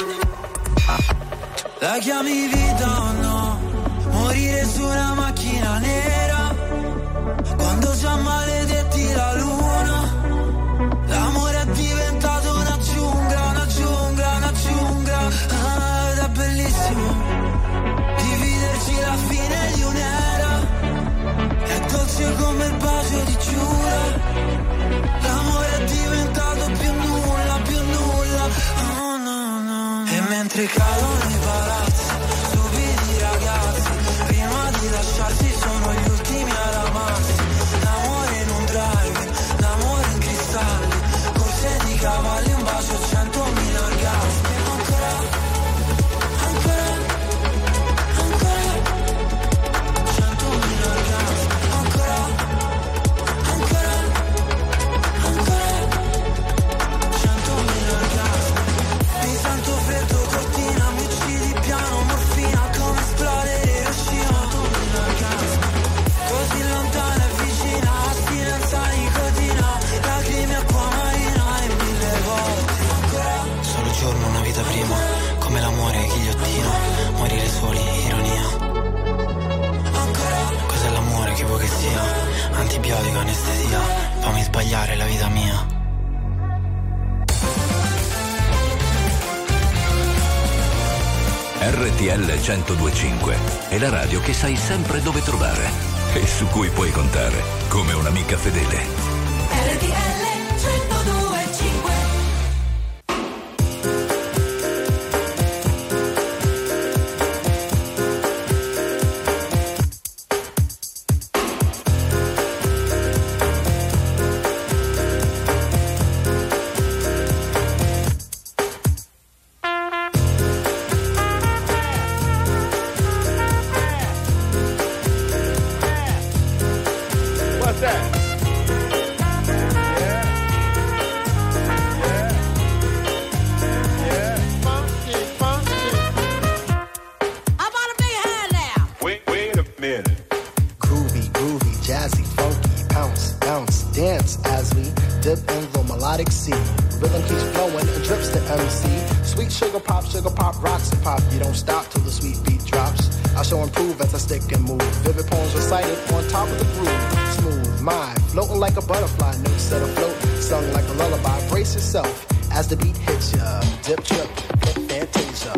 La chiami vita o no? Morire su una macchina nera quando già maledetti la luna. L'amore è diventato una giungla, una giungla, una giungla. Ah, ed è bellissimo dividerci la fine di un'era. È dolce come il bacio di Giura. L'amore è diventato più nulla, più nulla. Oh no, no. E mentre cadono i palazzi, stupidi ragazzi, prima di lasciarsi sono gli ultimi a ramarsi. L'amore in un drive, l'amore in cristalli, corse di cavalli, un bacio, centomila orgasmi. Ancora, ancora, ancora, centomila orgasmi. Ancora, ancora, ancora, centomila orgasmi. Mi sento freddo, cortina, mi uccidi piano, morfina, come esplodere Hiroshima. Centomila orgasmi. Così lontana e vicina, astinenza, nicotina, lacrime, acqua marina e mille volte. Ancora. Solo giorno, una vita prima, come l'amore, ghigliottina, morire soli, ironia. Ancora. Cos'è l'amore, che vuoi che sia? Antibiotico, anestesia, fammi sbagliare la vita mia. R T L centodue e cinque è la radio che sai sempre dove trovare e su cui puoi contare come un'amica fedele. R T L centodue e cinque. What's that? Groovy, groovy, jazzy, funky, bounce, bounce, dance as we dip in the melodic sea. Rhythm keeps flowing and drips to M C. Sweet sugar pop, sugar pop, rocks and pop. You don't stop till the sweet beat drops. I shall improve as I stick and move. Vivid poems recited on top of the groove. Smooth mind, floating like a butterfly, notes set afloat, sung like a lullaby. Brace yourself as the beat hits ya. Dip, trip, hip, fantasia.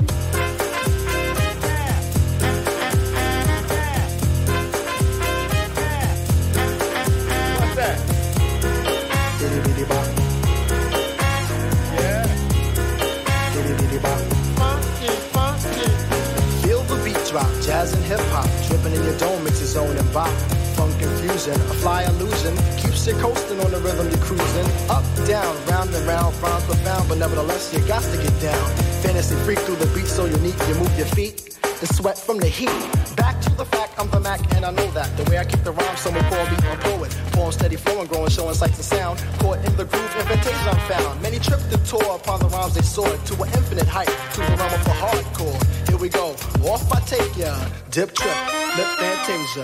Drop, jazz and hip-hop, dripping in your dome, makes your zone and bop. Funk confusion, a fly illusion, keeps you coasting on the rhythm you're cruising. Up, down, round and round, rhymes profound, but nevertheless you got to get down. Fantasy freak through the beat so unique, you move your feet and sweat from the heat. Back to the fact, I'm the Mac and I know that. The way I keep the rhyme, someone call me a poet. Poem steady flowing, growing, showing sights and sound. Caught in the groove, invitation I'm found. Many tripped and tore upon the rhymes they soared to an infinite height, to the realm of a hardcore. Here we go, off I take ya. Dip, trip, lip, fantasia.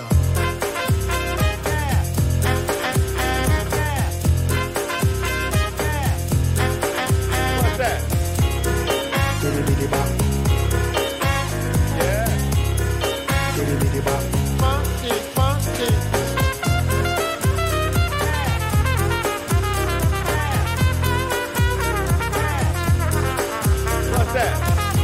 What's that? Diddy diddy bop. Yeah. Diddy diddy bop. Funky, funky. What's that?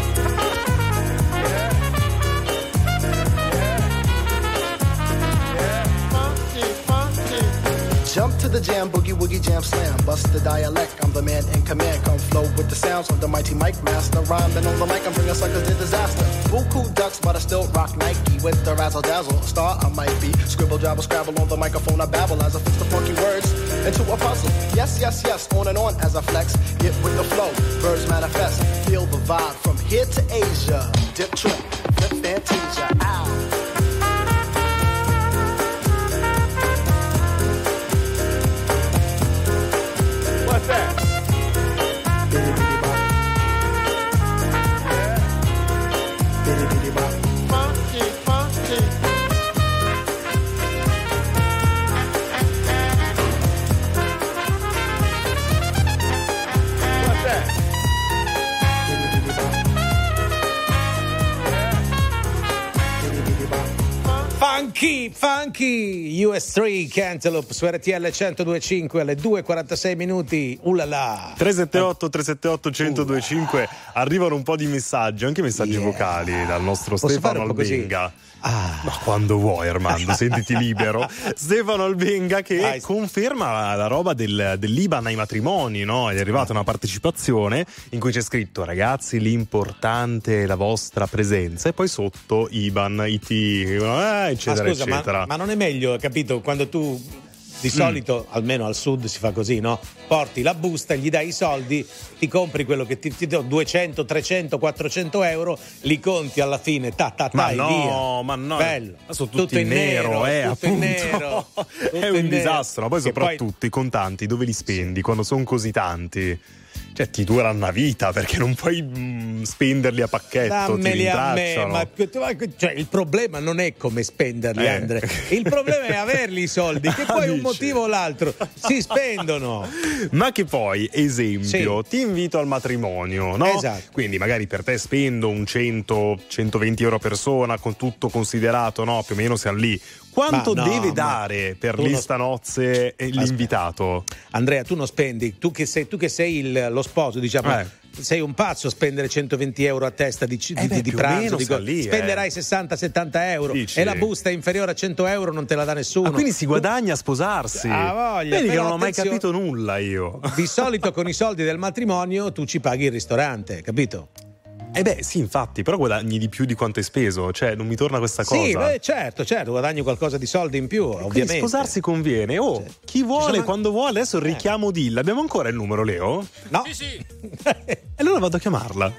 Jump to the jam, boogie woogie jam slam. Bust the dialect, I'm the man in command. Come flow with the sounds of the mighty Mike Master. Rhyming on the mic, I'm bringing suckers to disaster. Buku ducks, but I still rock Nike. With the razzle dazzle, a star I might be. Scribble, jabble, scrabble on the microphone, I babble as I fix the funky words into a puzzle. Yes, yes, yes, on and on as I flex. Get with the flow, birds manifest. Feel the vibe from here to Asia. Dip, trip, flip, fantasia, ow. Funky, funky, U S tre Cantaloupe su R T L centodue e cinque alle due e quarantasei minuti. Ulala. tre sette otto tre sette otto uno zero due cinque. Arrivano un po' di messaggi, anche messaggi yeah. vocali dal nostro Posso Stefano Albenga. Ah. Ma quando vuoi, Armando, sentiti libero. Stefano Albenga che Vai. conferma la roba del, dell'I B A N ai matrimoni, no? È arrivata una partecipazione in cui c'è scritto: ragazzi, l'importante è la vostra presenza, e poi sotto I B A N, I T, eh, eccetera, ma scusa, eccetera. Ma, ma non è meglio, capito, quando tu di solito, mm. almeno al sud si fa così, no? Porti la busta, gli dai i soldi, ti compri quello che ti, ti do duecento, trecento, quattrocento euro, li conti alla fine, ta ta ta ma e no, via. Ma no, bello. Sono tutti tutto in nero, nero eh, tutto appunto. in nero. È un disastro, ma poi che soprattutto poi... i contanti dove li spendi quando sono così tanti? Cioè ti dura una vita, perché non puoi mh, spenderli a pacchetto. Dammeli ti a me, ma cioè, il problema non è come spenderli, eh. Andre. Il problema è averli i soldi, che poi un motivo o l'altro si spendono. Ma che poi, esempio, sì. ti invito al matrimonio, no? Esatto. Quindi magari per te spendo un cento centoventi euro a persona, con tutto considerato, no? Più o meno siamo lì. Quanto no, deve dare per lista non... nozze l'invitato? Andrea, tu non spendi, tu che sei, tu che sei il, lo sposo, diciamo, eh. sei un pazzo a spendere centoventi euro a testa di, di, eh beh, di pranzo, dico, lì, spenderai eh. sessanta settanta euro. Dici? E la busta è inferiore a cento euro, non te la dà nessuno. Ah, quindi si guadagna a sposarsi? Ah, voglia. Vedi che non ho mai attenzione, capito nulla io. Di solito con i soldi del matrimonio tu ci paghi il ristorante, capito? Eh beh, sì, infatti, però guadagni di più di quanto hai speso, cioè non mi torna questa cosa. Sì, beh, certo, certo, guadagni qualcosa di soldi in più, e ovviamente. Sposarsi conviene. Oh, cioè, chi vuole, sono... quando vuole, adesso il richiamo eh. Dilla. Abbiamo ancora il numero, Leo? No. Sì, sì. E allora vado a chiamarla.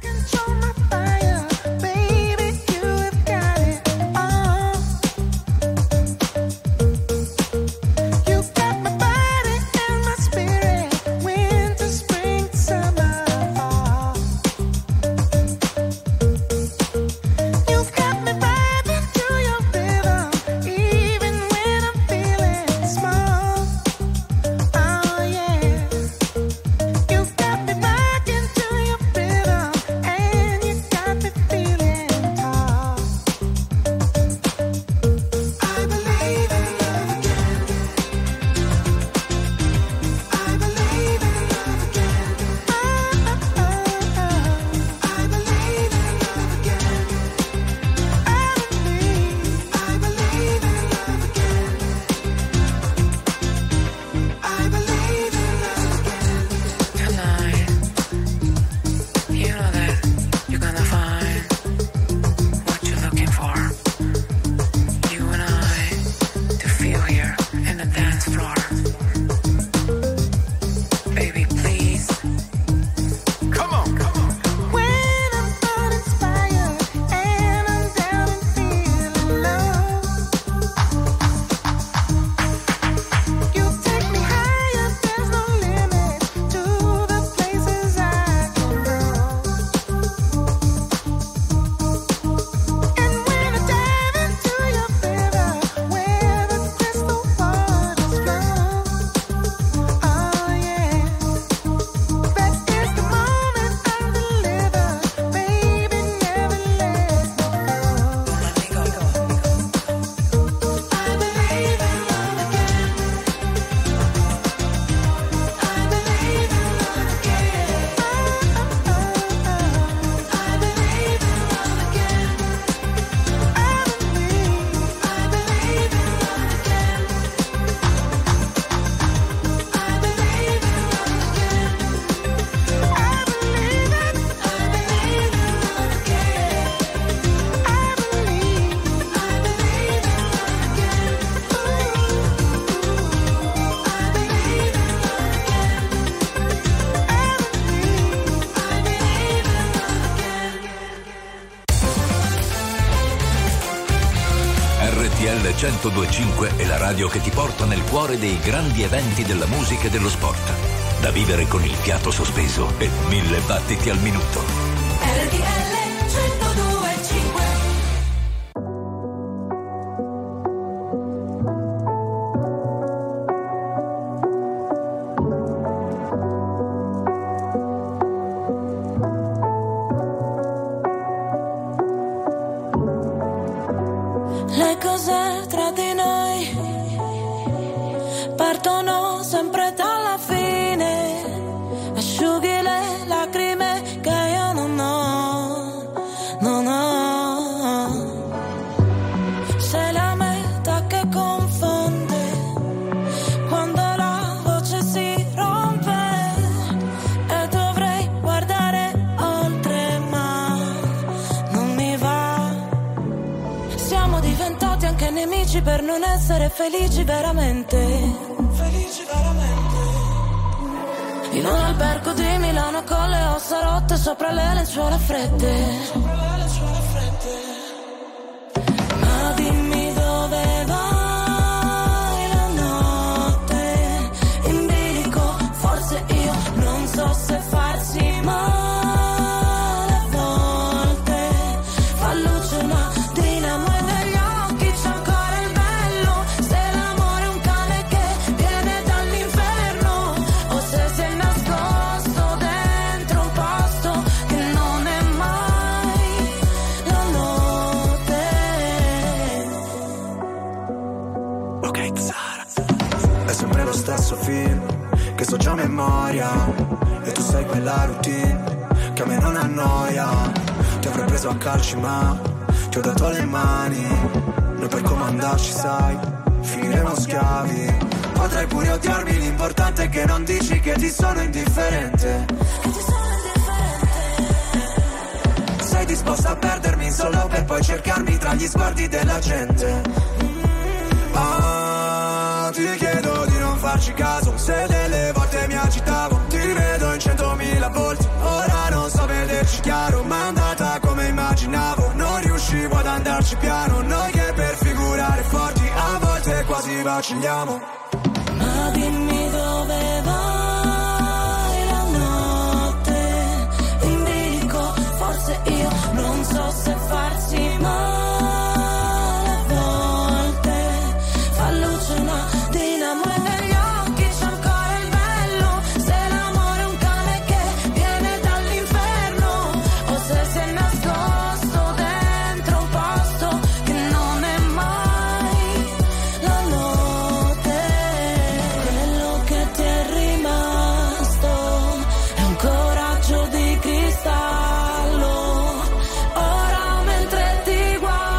centodue e cinque è la radio che ti porta nel cuore dei grandi eventi della musica e dello sport. Da vivere con il fiato sospeso e mille battiti al minuto. R T L centodue e cinque. Le cose tra di noi partono sempre dalla fine, asciughi le lacrime che io non ho, non ho. Sei la meta che confonde quando la voce si rompe e dovrei guardare oltre ma non mi va. Siamo diventati anche nemici per non essere felici veramente. Felici veramente. In un albergo di Milano con le ossa rotte sopra le lenzuola fredde. Sopra le lenzuola fredde. Ma dimmi dove vai la notte in bilico, forse io non so se farsi male a volte. Fa luce una dinamo e negli occhi c'è ancora il bello. Se l'amore è un cane che viene dall'inferno o se si è nascosto dentro un posto che non è mai la notte. Ok, Zara. È sempre lo stesso film che so già a memoria. E tu sai quella routine che a me non annoia. Ti avrei preso a calci ma ti ho dato le mani. Noi per comandarci sai, finiremo schiavi. Potrai pure odiarmi, l'importante è che non dici che ti sono indifferente. Che ti sono indifferente. Sei disposta a perdermi solo per poi cercarmi tra gli sguardi della gente. Ah, ti chiedo di non farci caso, se delle volte mi agitavo. Ti vedo in centomila volti, ora non so vederci chiaro. Ma è andata come immaginavo, non riuscivo ad andarci piano. Noi che per figurare forti a volte quasi vacilliamo. Ma dimmi dove vai la notte in bilico, forse io non so se farsi male a volte. Fa luce una dinamo e negli occhi c'è ancora il bello. Se l'amore è un cane che viene dall'inferno o se si è nascosto dentro un posto che non è mai la notte. Quello che ti è rimasto è un coraggio di cristallo. Ora mentre ti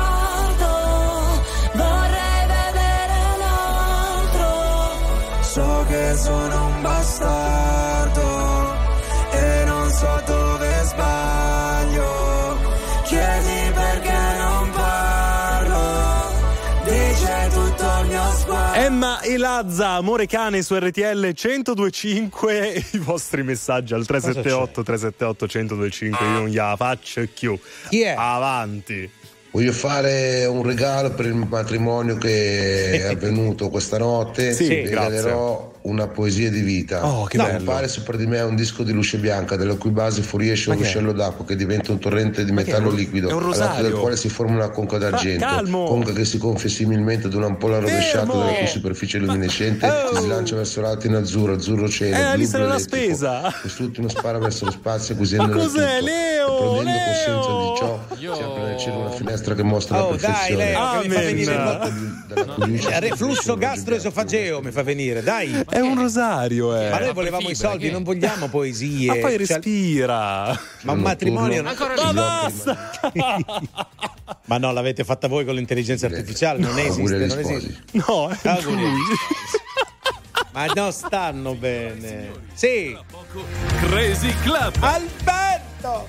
guardo vorrei vedere un altro. So che sono un bastardo e non so dove sbaglio. Chiedi perché non parlo, dice tutto il mio sguardo. Emma e Lazza, Amore cane su R T L centodue e cinque. I vostri messaggi al tre sette otto tre sette otto uno zero due cinque. Io non gliela faccio più. Chi è? Avanti. Voglio fare un regalo per il matrimonio che è avvenuto questa notte. Sì, Vi regalerò grazie. una poesia di vita. Oh, che no, bello. Compare sopra di me un disco di luce bianca, dalla cui base fuoriesce Ma un che è? ruscello d'acqua che diventa un torrente di Ma che è? metallo Un- liquido, è un all'atto rosario. del quale si forma una conca d'argento. Ma calmo. Conca che si gonfia similmente ad un'ampolla rovesciata Fermo. dalla cui superficie luminescente Oh. si slancia verso l'alto in azzurro, azzurro cielo, Eh, blu, lì se blu l'ha elettrico. spesa. Quest'ultimo spara verso lo spazio acquisendone Ma il cos'è, tutto. Leo? E prendendo Leo? coscienza di ciò si apre nel cielo una finestra che mostra Oh, la dai, perfezione. Leo, che mi fa Amen. venire il Dalla cui luce Eh, reflusso gastroesofageo mi fa venire, dai. È un rosario, eh. Ma noi volevamo i soldi, non vogliamo poesie. Ma poi Cioè, respira. ma un matrimonio. Ancora Ma lì. basta. Ma no, l'avete fatta voi con l'intelligenza artificiale, non Auguri esiste, agli non sposi. esiste. No, è Auguri. lui. Ma non stanno bene. Sì, Crazy Club. Alberto.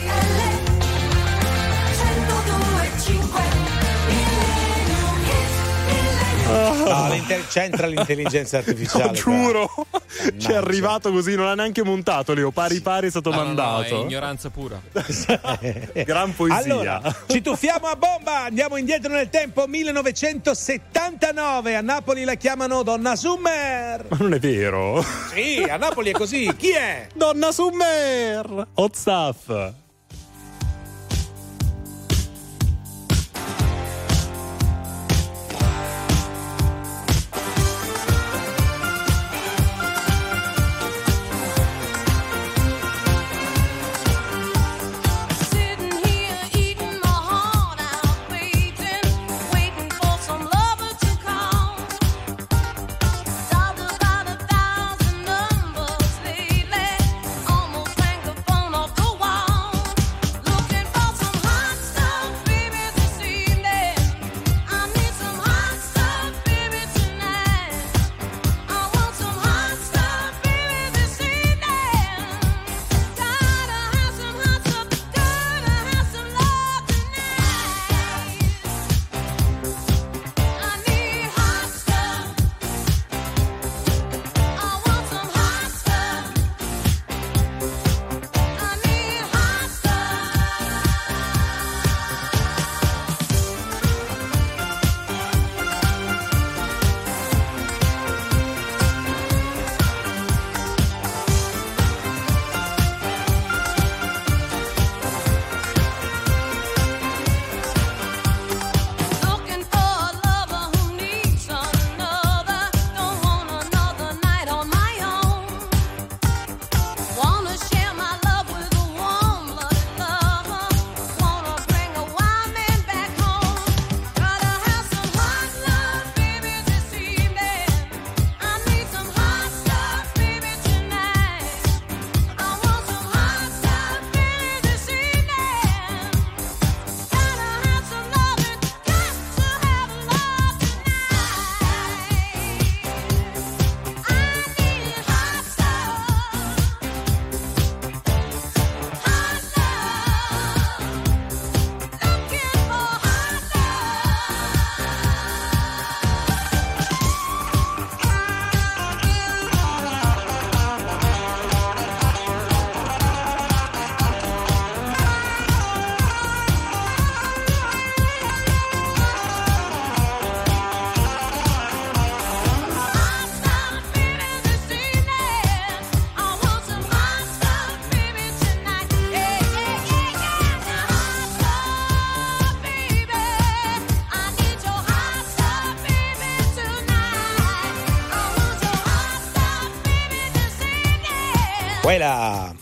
No, l'inter- c'entra l'intelligenza artificiale. Lo giuro. qua. Ci è arrivato così, non ha neanche montato, Leo. Pari pari è stato No, no, no, mandato. è ignoranza pura. Gran poesia. Allora, ci tuffiamo a bomba, andiamo indietro nel tempo, millenovecentosettantanove, a Napoli la chiamano Donna Summer. Ma non è vero. Sì, a Napoli è così, chi è? Donna Summer. Ozaf. Sitting here eating my heart out, waiting, waiting Quella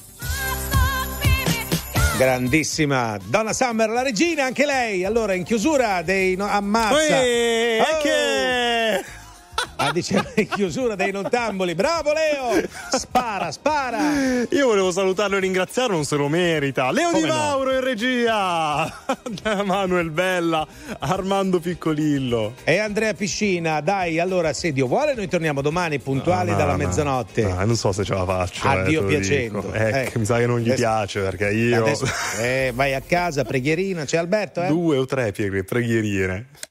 grandissima Donna Summer, la regina anche lei. Allora in chiusura dei no, ammazza Uè, oh! che... ah, diceva in chiusura dei nottamboli. Bravo Leo, spara spara. Io volevo salutarlo e ringraziarlo, non se lo merita. Leo Come Di Mauro no? in regia, Manuel Bella, Armando Piccolillo e Andrea Piscina. Dai, allora se Dio vuole noi torniamo domani puntuali no, dalla no, mezzanotte. No, non so se ce la faccio. Addio eh, piacendo. Ecco, Eh, mi sa che non gli adesso, piace perché io adesso, eh, vai a casa, preghierina. C'è Alberto, eh? due o tre preghierine.